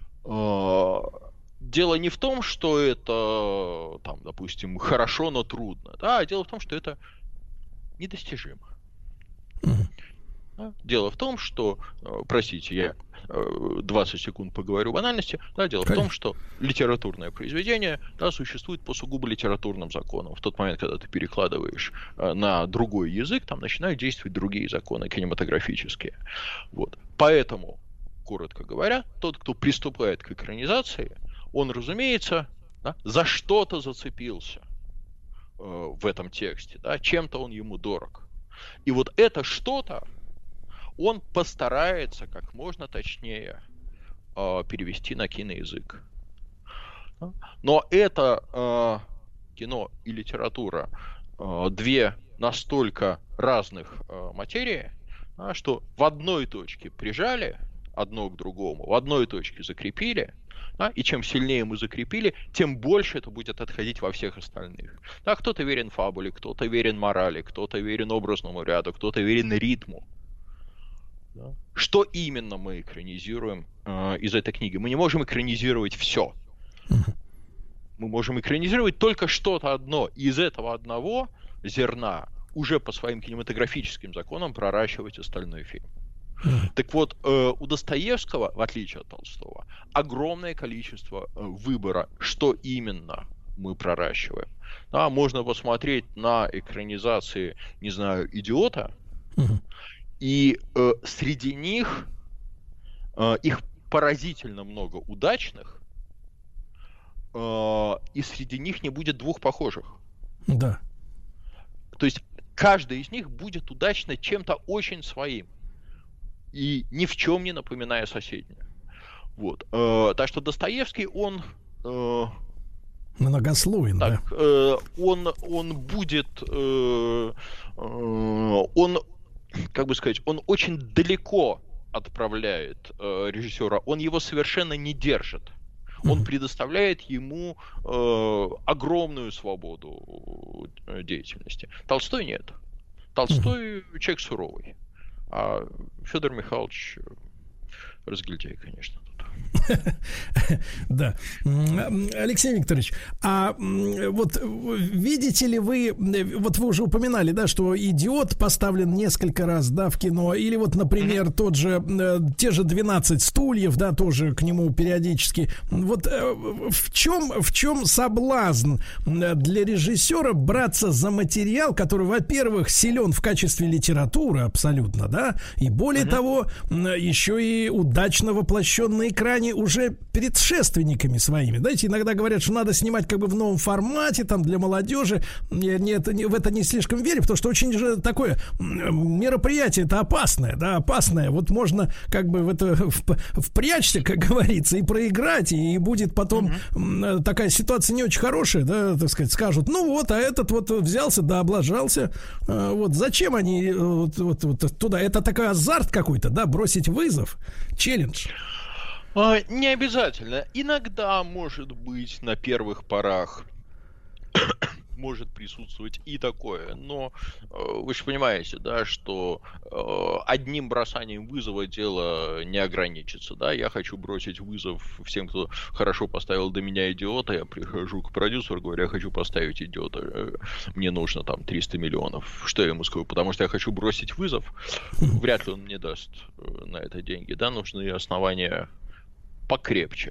Дело не в том, что это, там, допустим, хорошо, но трудно. Да, дело в том, что это недостижимо. Да? Дело в том, что, простите, я двадцать секунд поговорю банальности. Да, дело Конечно. в том, что литературное произведение, да, существует по сугубо литературным законам. В тот момент, когда ты перекладываешь на другой язык, там начинают действовать другие законы кинематографические. Вот. Поэтому, коротко говоря, тот, кто приступает к экранизации, он, разумеется, да, за что-то зацепился э, в этом тексте, да, чем-то он ему дорог. И вот это что-то он постарается как можно точнее э, перевести на киноязык. Но это э, кино и литература э, две настолько разных э, материй, а, что в одной точке прижали одно к другому, в одной точке закрепили, да, и чем сильнее мы закрепили, тем больше это будет отходить во всех остальных. Да, кто-то верен фабуле, кто-то верен морали, кто-то верен образному ряду, кто-то верен ритму. Да. Что именно мы экранизируем э, из этой книги? Мы не можем экранизировать все. Мы можем экранизировать только что-то одно. И из этого одного зерна уже по своим кинематографическим законам проращивать остальной фильм. Так вот, э, у Достоевского, в отличие от Толстого, огромное количество э, выбора, что именно мы проращиваем. Да, можно посмотреть на экранизации, не знаю, «Идиота», uh-huh. и э, среди них э, их поразительно много удачных, э, и среди них не будет двух похожих. Да. То есть каждый из них будет удачно чем-то очень своим. И ни в чем не напоминая соседнее. Вот. Э, так что Достоевский, он... Э, Многослойный, так, да? Э, он, он будет... Э, э, он, как бы сказать, он очень далеко отправляет э, режиссера. Он его совершенно не держит. Он mm-hmm. предоставляет ему э, огромную свободу деятельности. Толстой нет. Толстой mm-hmm. человек суровый. А Федор Михайлович разгильдяй, конечно. Да. Алексей Викторович, а вот видите ли вы, вот вы уже упоминали, да, что «Идиот» поставлен несколько раз, да, в кино, или вот, например, mm-hmm. тот же, те же «двенадцать стульев», да, тоже к нему периодически. Вот в чем, в чем соблазн для режиссера браться за материал, который, во-первых, силен в качестве литературы абсолютно, да, и более mm-hmm. того, еще и удачно воплощен на экране уже предшественниками своими. Знаете, иногда говорят, что надо снимать как бы в новом формате, там, для молодежи. Я не, это, не, в это не слишком верю, потому что очень же такое мероприятие, это опасное, да, опасное. Вот можно как бы в это впрячься, как говорится, и проиграть, и будет потом mm-hmm. такая ситуация не очень хорошая, да, так сказать, скажут, ну вот, а этот вот взялся, да, облажался. Вот зачем они вот, вот, вот туда? Это такой азарт какой-то, да, бросить вызов, челлендж. А, не обязательно. Иногда, может быть, на первых порах может присутствовать и такое, но э, вы же понимаете, да, что э, одним бросанием вызова дело не ограничится, да, я хочу бросить вызов всем, кто хорошо поставил до меня «Идиота», я прихожу к продюсеру, говорю, я хочу поставить «Идиота», мне нужно там триста миллионов, что я ему скажу, потому что я хочу бросить вызов, вряд ли он мне даст на это деньги, да, нужны основания покрепче.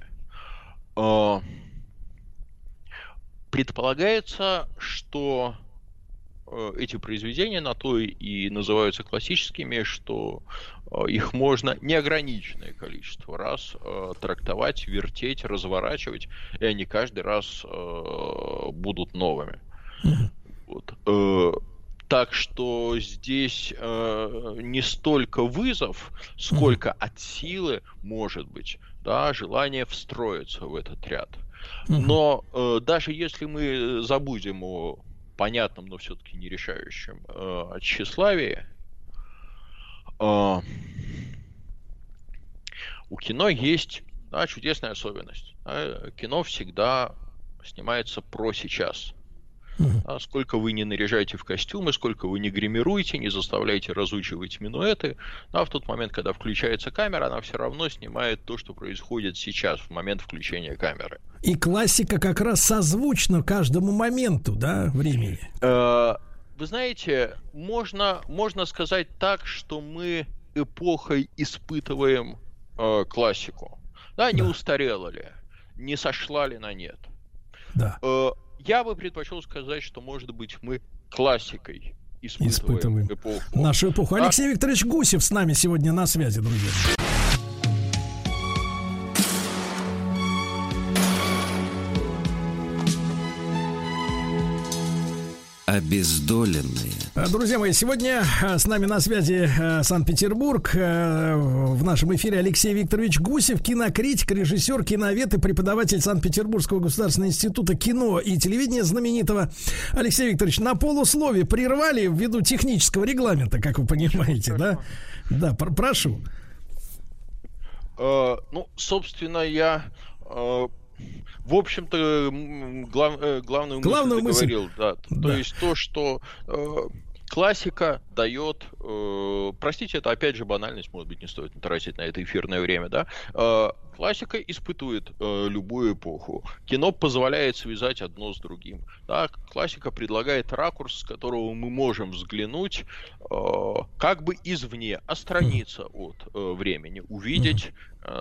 Предполагается, что эти произведения на то и называются классическими, что их можно неограниченное количество раз трактовать, вертеть, разворачивать, и они каждый раз будут новыми. Вот. Так что здесь э, не столько вызов, сколько mm-hmm. от силы, может быть, да, желание встроиться в этот ряд. Mm-hmm. Но э, даже если мы забудем о понятном, но все-таки не решающем э, тщеславии, э, у кино есть, да, чудесная особенность. Да, кино всегда снимается про сейчас. А сколько вы не наряжаете в костюмы, сколько вы не гримируете, не заставляете разучивать минуэты, а в тот момент, когда включается камера, она все равно снимает то, что происходит сейчас, в момент включения камеры. И классика как раз созвучна каждому моменту, да, времени. Вы знаете, можно, можно сказать так, что мы эпохой испытываем э, классику. Да, не да. устарела ли, не сошла ли на нет. Да. Э, Я бы предпочел сказать, что, может быть, мы классикой испытываем, испытываем. эпоху. Нашу эпоху. А... Алексей Викторович Гусев с нами сегодня на связи, друзья. Обездоленные. Друзья мои, сегодня с нами на связи Санкт-Петербург. В нашем эфире Алексей Викторович Гусев, кинокритик, режиссер, киновед и преподаватель Санкт-Петербургского государственного института кино и телевидения знаменитого. Алексей Викторович, на полусловие прервали ввиду технического регламента, как вы понимаете, да? Да, пр- прошу. Э, ну, собственно, я... Э... В общем-то, глав, главную, главную мысль мысль говорил, да. Да. То есть то, что э, классика дает, э, простите, это опять же банальность, может быть, не стоит тратить на это эфирное время, да. Э, классика испытует э, любую эпоху. Кино позволяет связать одно с другим. Да? Классика предлагает ракурс, с которого мы можем взглянуть э, как бы извне, отстраниться от э, времени, увидеть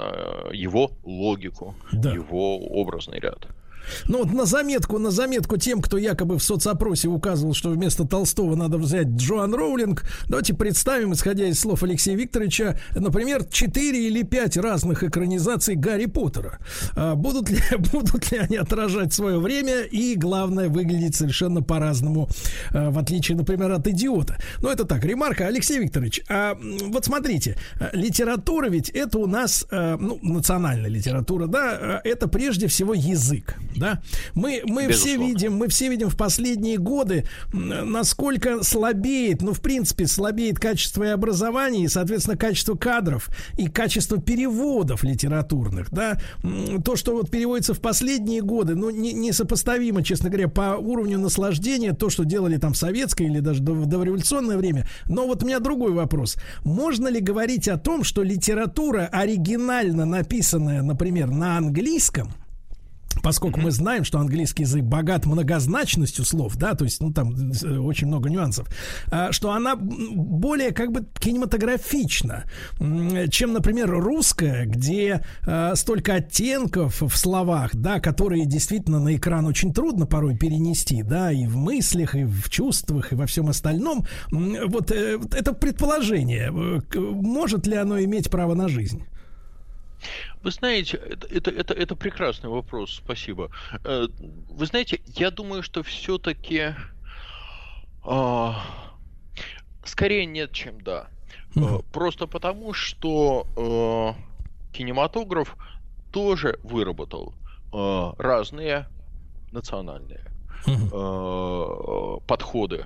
э, его логику, да. его образный ряд. Ну вот на заметку, на заметку тем, кто якобы в соцопросе указывал, что вместо Толстого надо взять Джоан Роулинг, давайте представим, исходя из слов Алексея Викторовича, например, четыре или пять разных экранизаций Гарри Поттера. А будут ли, будут ли они отражать свое время и, главное, выглядеть совершенно по-разному, а, в отличие, например, от «Идиота». Ну это так, ремарка. Алексей Викторович, а, вот смотрите, литература ведь это у нас, а, ну, национальная литература, да, это прежде всего язык. Да? Мы, мы все видим, мы все видим в последние годы, насколько слабеет, ну, в принципе, слабеет качество и образования, и, соответственно, качество кадров и качество переводов литературных, да. То, что вот переводится в последние годы, ну, не, несопоставимо, честно говоря, по уровню наслаждения, то, что делали там в советское или даже в дореволюционное время. Но вот у меня другой вопрос. Можно ли говорить о том, что литература, оригинально написанная, например, на английском, поскольку мы знаем, что английский язык богат многозначностью слов, да, то есть, ну, там очень много нюансов, что она более как бы кинематографична, чем, например, русская, где столько оттенков в словах, да, которые действительно на экран очень трудно порой перенести, да, и в мыслях, и в чувствах, и во всем остальном. Вот это предположение, может ли оно иметь право на жизнь? Вы знаете, это, это, это, это прекрасный вопрос, спасибо. Вы знаете, я думаю, что все-таки э, скорее нет, чем да. Mm-hmm. Просто потому, что э, кинематограф тоже выработал э, разные национальные mm-hmm. э, подходы.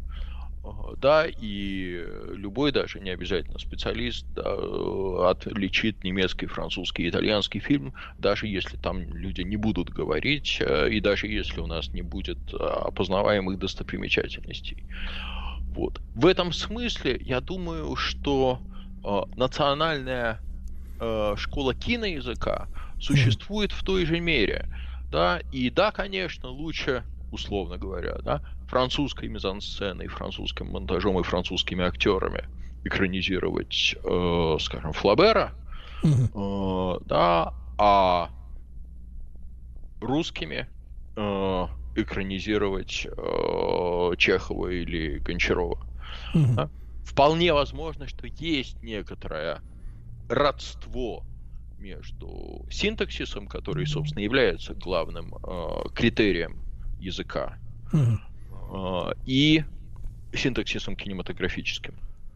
Да, и любой, даже не обязательно специалист, да, отличит немецкий, французский, итальянский фильм, даже если там люди не будут говорить, и даже если у нас не будет опознаваемых достопримечательностей. Вот. В этом смысле я думаю, что э, национальная э, школа киноязыка существует в той же мере. Да, и да, конечно, лучше, условно говоря, да, французской мизансценой, французским монтажом и французскими актерами экранизировать, э, скажем, Флабера, э, да, а русскими э, экранизировать э, Чехова или Гончарова. Mm-hmm. Да? Вполне возможно, что есть некоторое родство между синтаксисом, который, собственно, является главным э, критерием языка, mm-hmm. э, и синтаксисом кинематографическим.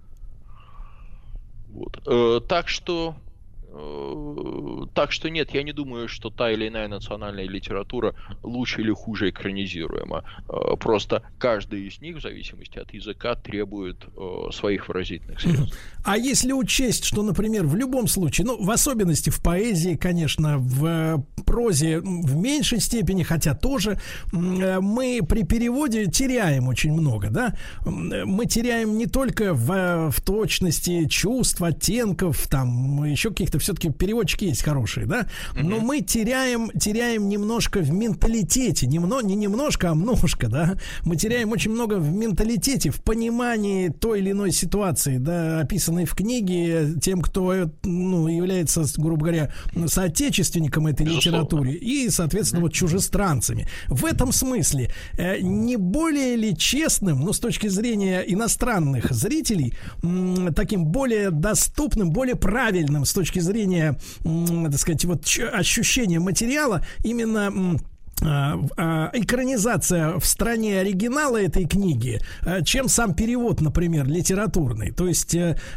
Вот. Э, так что Так что нет, я не думаю, что та или иная национальная литература лучше или хуже экранизируема. Просто каждая из них, в зависимости от языка, требует своих выразительных средств. А если учесть, что, например, в любом случае, ну, в особенности в поэзии, конечно, в прозе в меньшей степени, хотя тоже, мы при переводе теряем очень много, да? Мы теряем не только в, в точности чувств, оттенков, там, еще каких-то все-таки переводчики есть хорошие, да, но mm-hmm. мы теряем, теряем немножко в менталитете, немно, не немножко, а множко, да, мы теряем очень много в менталитете, в понимании той или иной ситуации, да, описанной в книге тем, кто, ну, является, грубо говоря, соотечественником этой Безусловно. литературы и, соответственно, mm-hmm. вот чужестранцами. В этом смысле э, не более ли честным, ну, с точки зрения иностранных зрителей, м- таким более доступным, более правильным с точки зрения, так сказать, вот ощущения материала именно экранизация в стране оригинала этой книги, чем сам перевод, например, литературный. То есть,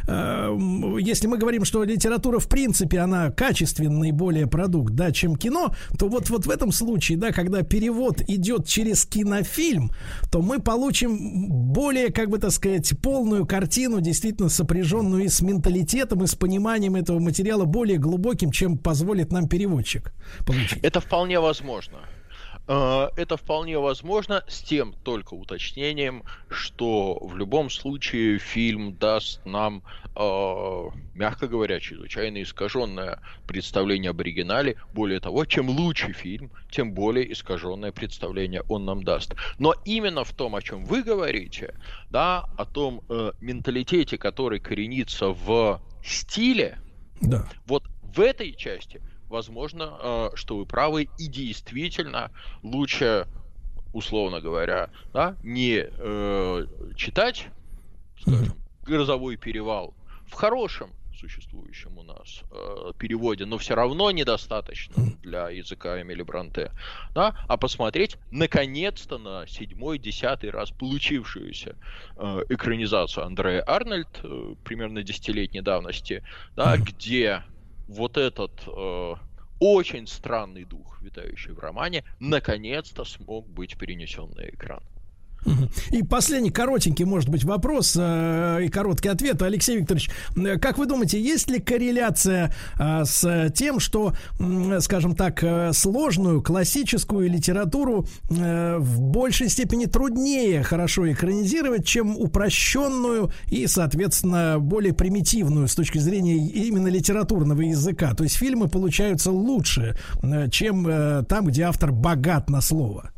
если мы говорим, что литература в принципе она качественный более продукт, да, чем кино, то вот, вот в этом случае, да, когда перевод идет через кинофильм, то мы получим более, как бы так сказать, полную картину, действительно сопряженную и с менталитетом, и с пониманием этого материала более глубоким, чем позволит нам переводчик получить. Это вполне возможно. Это вполне возможно, с тем только уточнением, что в любом случае фильм даст нам, э, мягко говоря, чрезвычайно искаженное представление об оригинале. Более того, чем лучше фильм, тем более искаженное представление он нам даст. Но именно в том, о чем вы говорите, да, о том э, менталитете, который коренится в стиле, да. Вот в этой части возможно, что вы правы, и действительно лучше, условно говоря, да, не э, читать, скажем, «Грозовой перевал» в хорошем существующем у нас э, переводе, но все равно недостаточно для языка Эмили Бронте, да, а посмотреть наконец-то на седьмой, десятый раз получившуюся э, экранизацию Андреа Арнольд э, примерно десятилетней давности, да, где вот этот э, очень странный дух, витающий в романе, наконец-то смог быть перенесен на экран. И последний коротенький, может быть, вопрос э, и короткий ответ. Алексей Викторович, как вы думаете, есть ли корреляция э, с тем, что, э, скажем так, э, сложную классическую литературу э, в большей степени труднее хорошо экранизировать, чем упрощенную и, соответственно, более примитивную с точки зрения именно литературного языка? То есть фильмы получаются лучше, э, чем э, там, где автор богат на слово.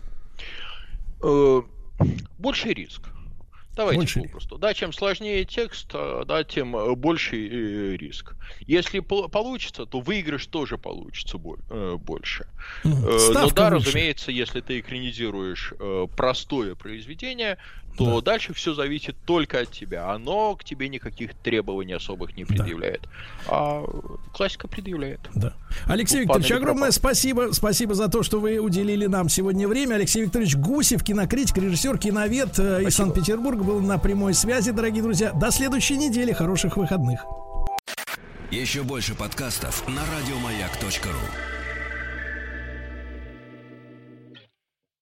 Больший риск. Давайте больше попросту. Да, чем сложнее текст, да, тем больший риск. Если по- получится, то выигрыш тоже получится бо- э, больше. Ставка Но да, выше. разумеется, если ты экранизируешь э, простое произведение, то да. дальше все зависит только от тебя. Оно к тебе никаких требований особых не предъявляет. Да. А классика предъявляет. Да. Алексей Тут Викторович, огромное спасибо. Спасибо за то, что вы уделили нам сегодня время. Алексей Викторович Гусев, кинокритик, режиссер, киновед спасибо. Из Санкт-Петербурга, был на прямой связи, дорогие друзья. До следующей недели. Хороших выходных. Еще больше подкастов на радиомаяк точка ру.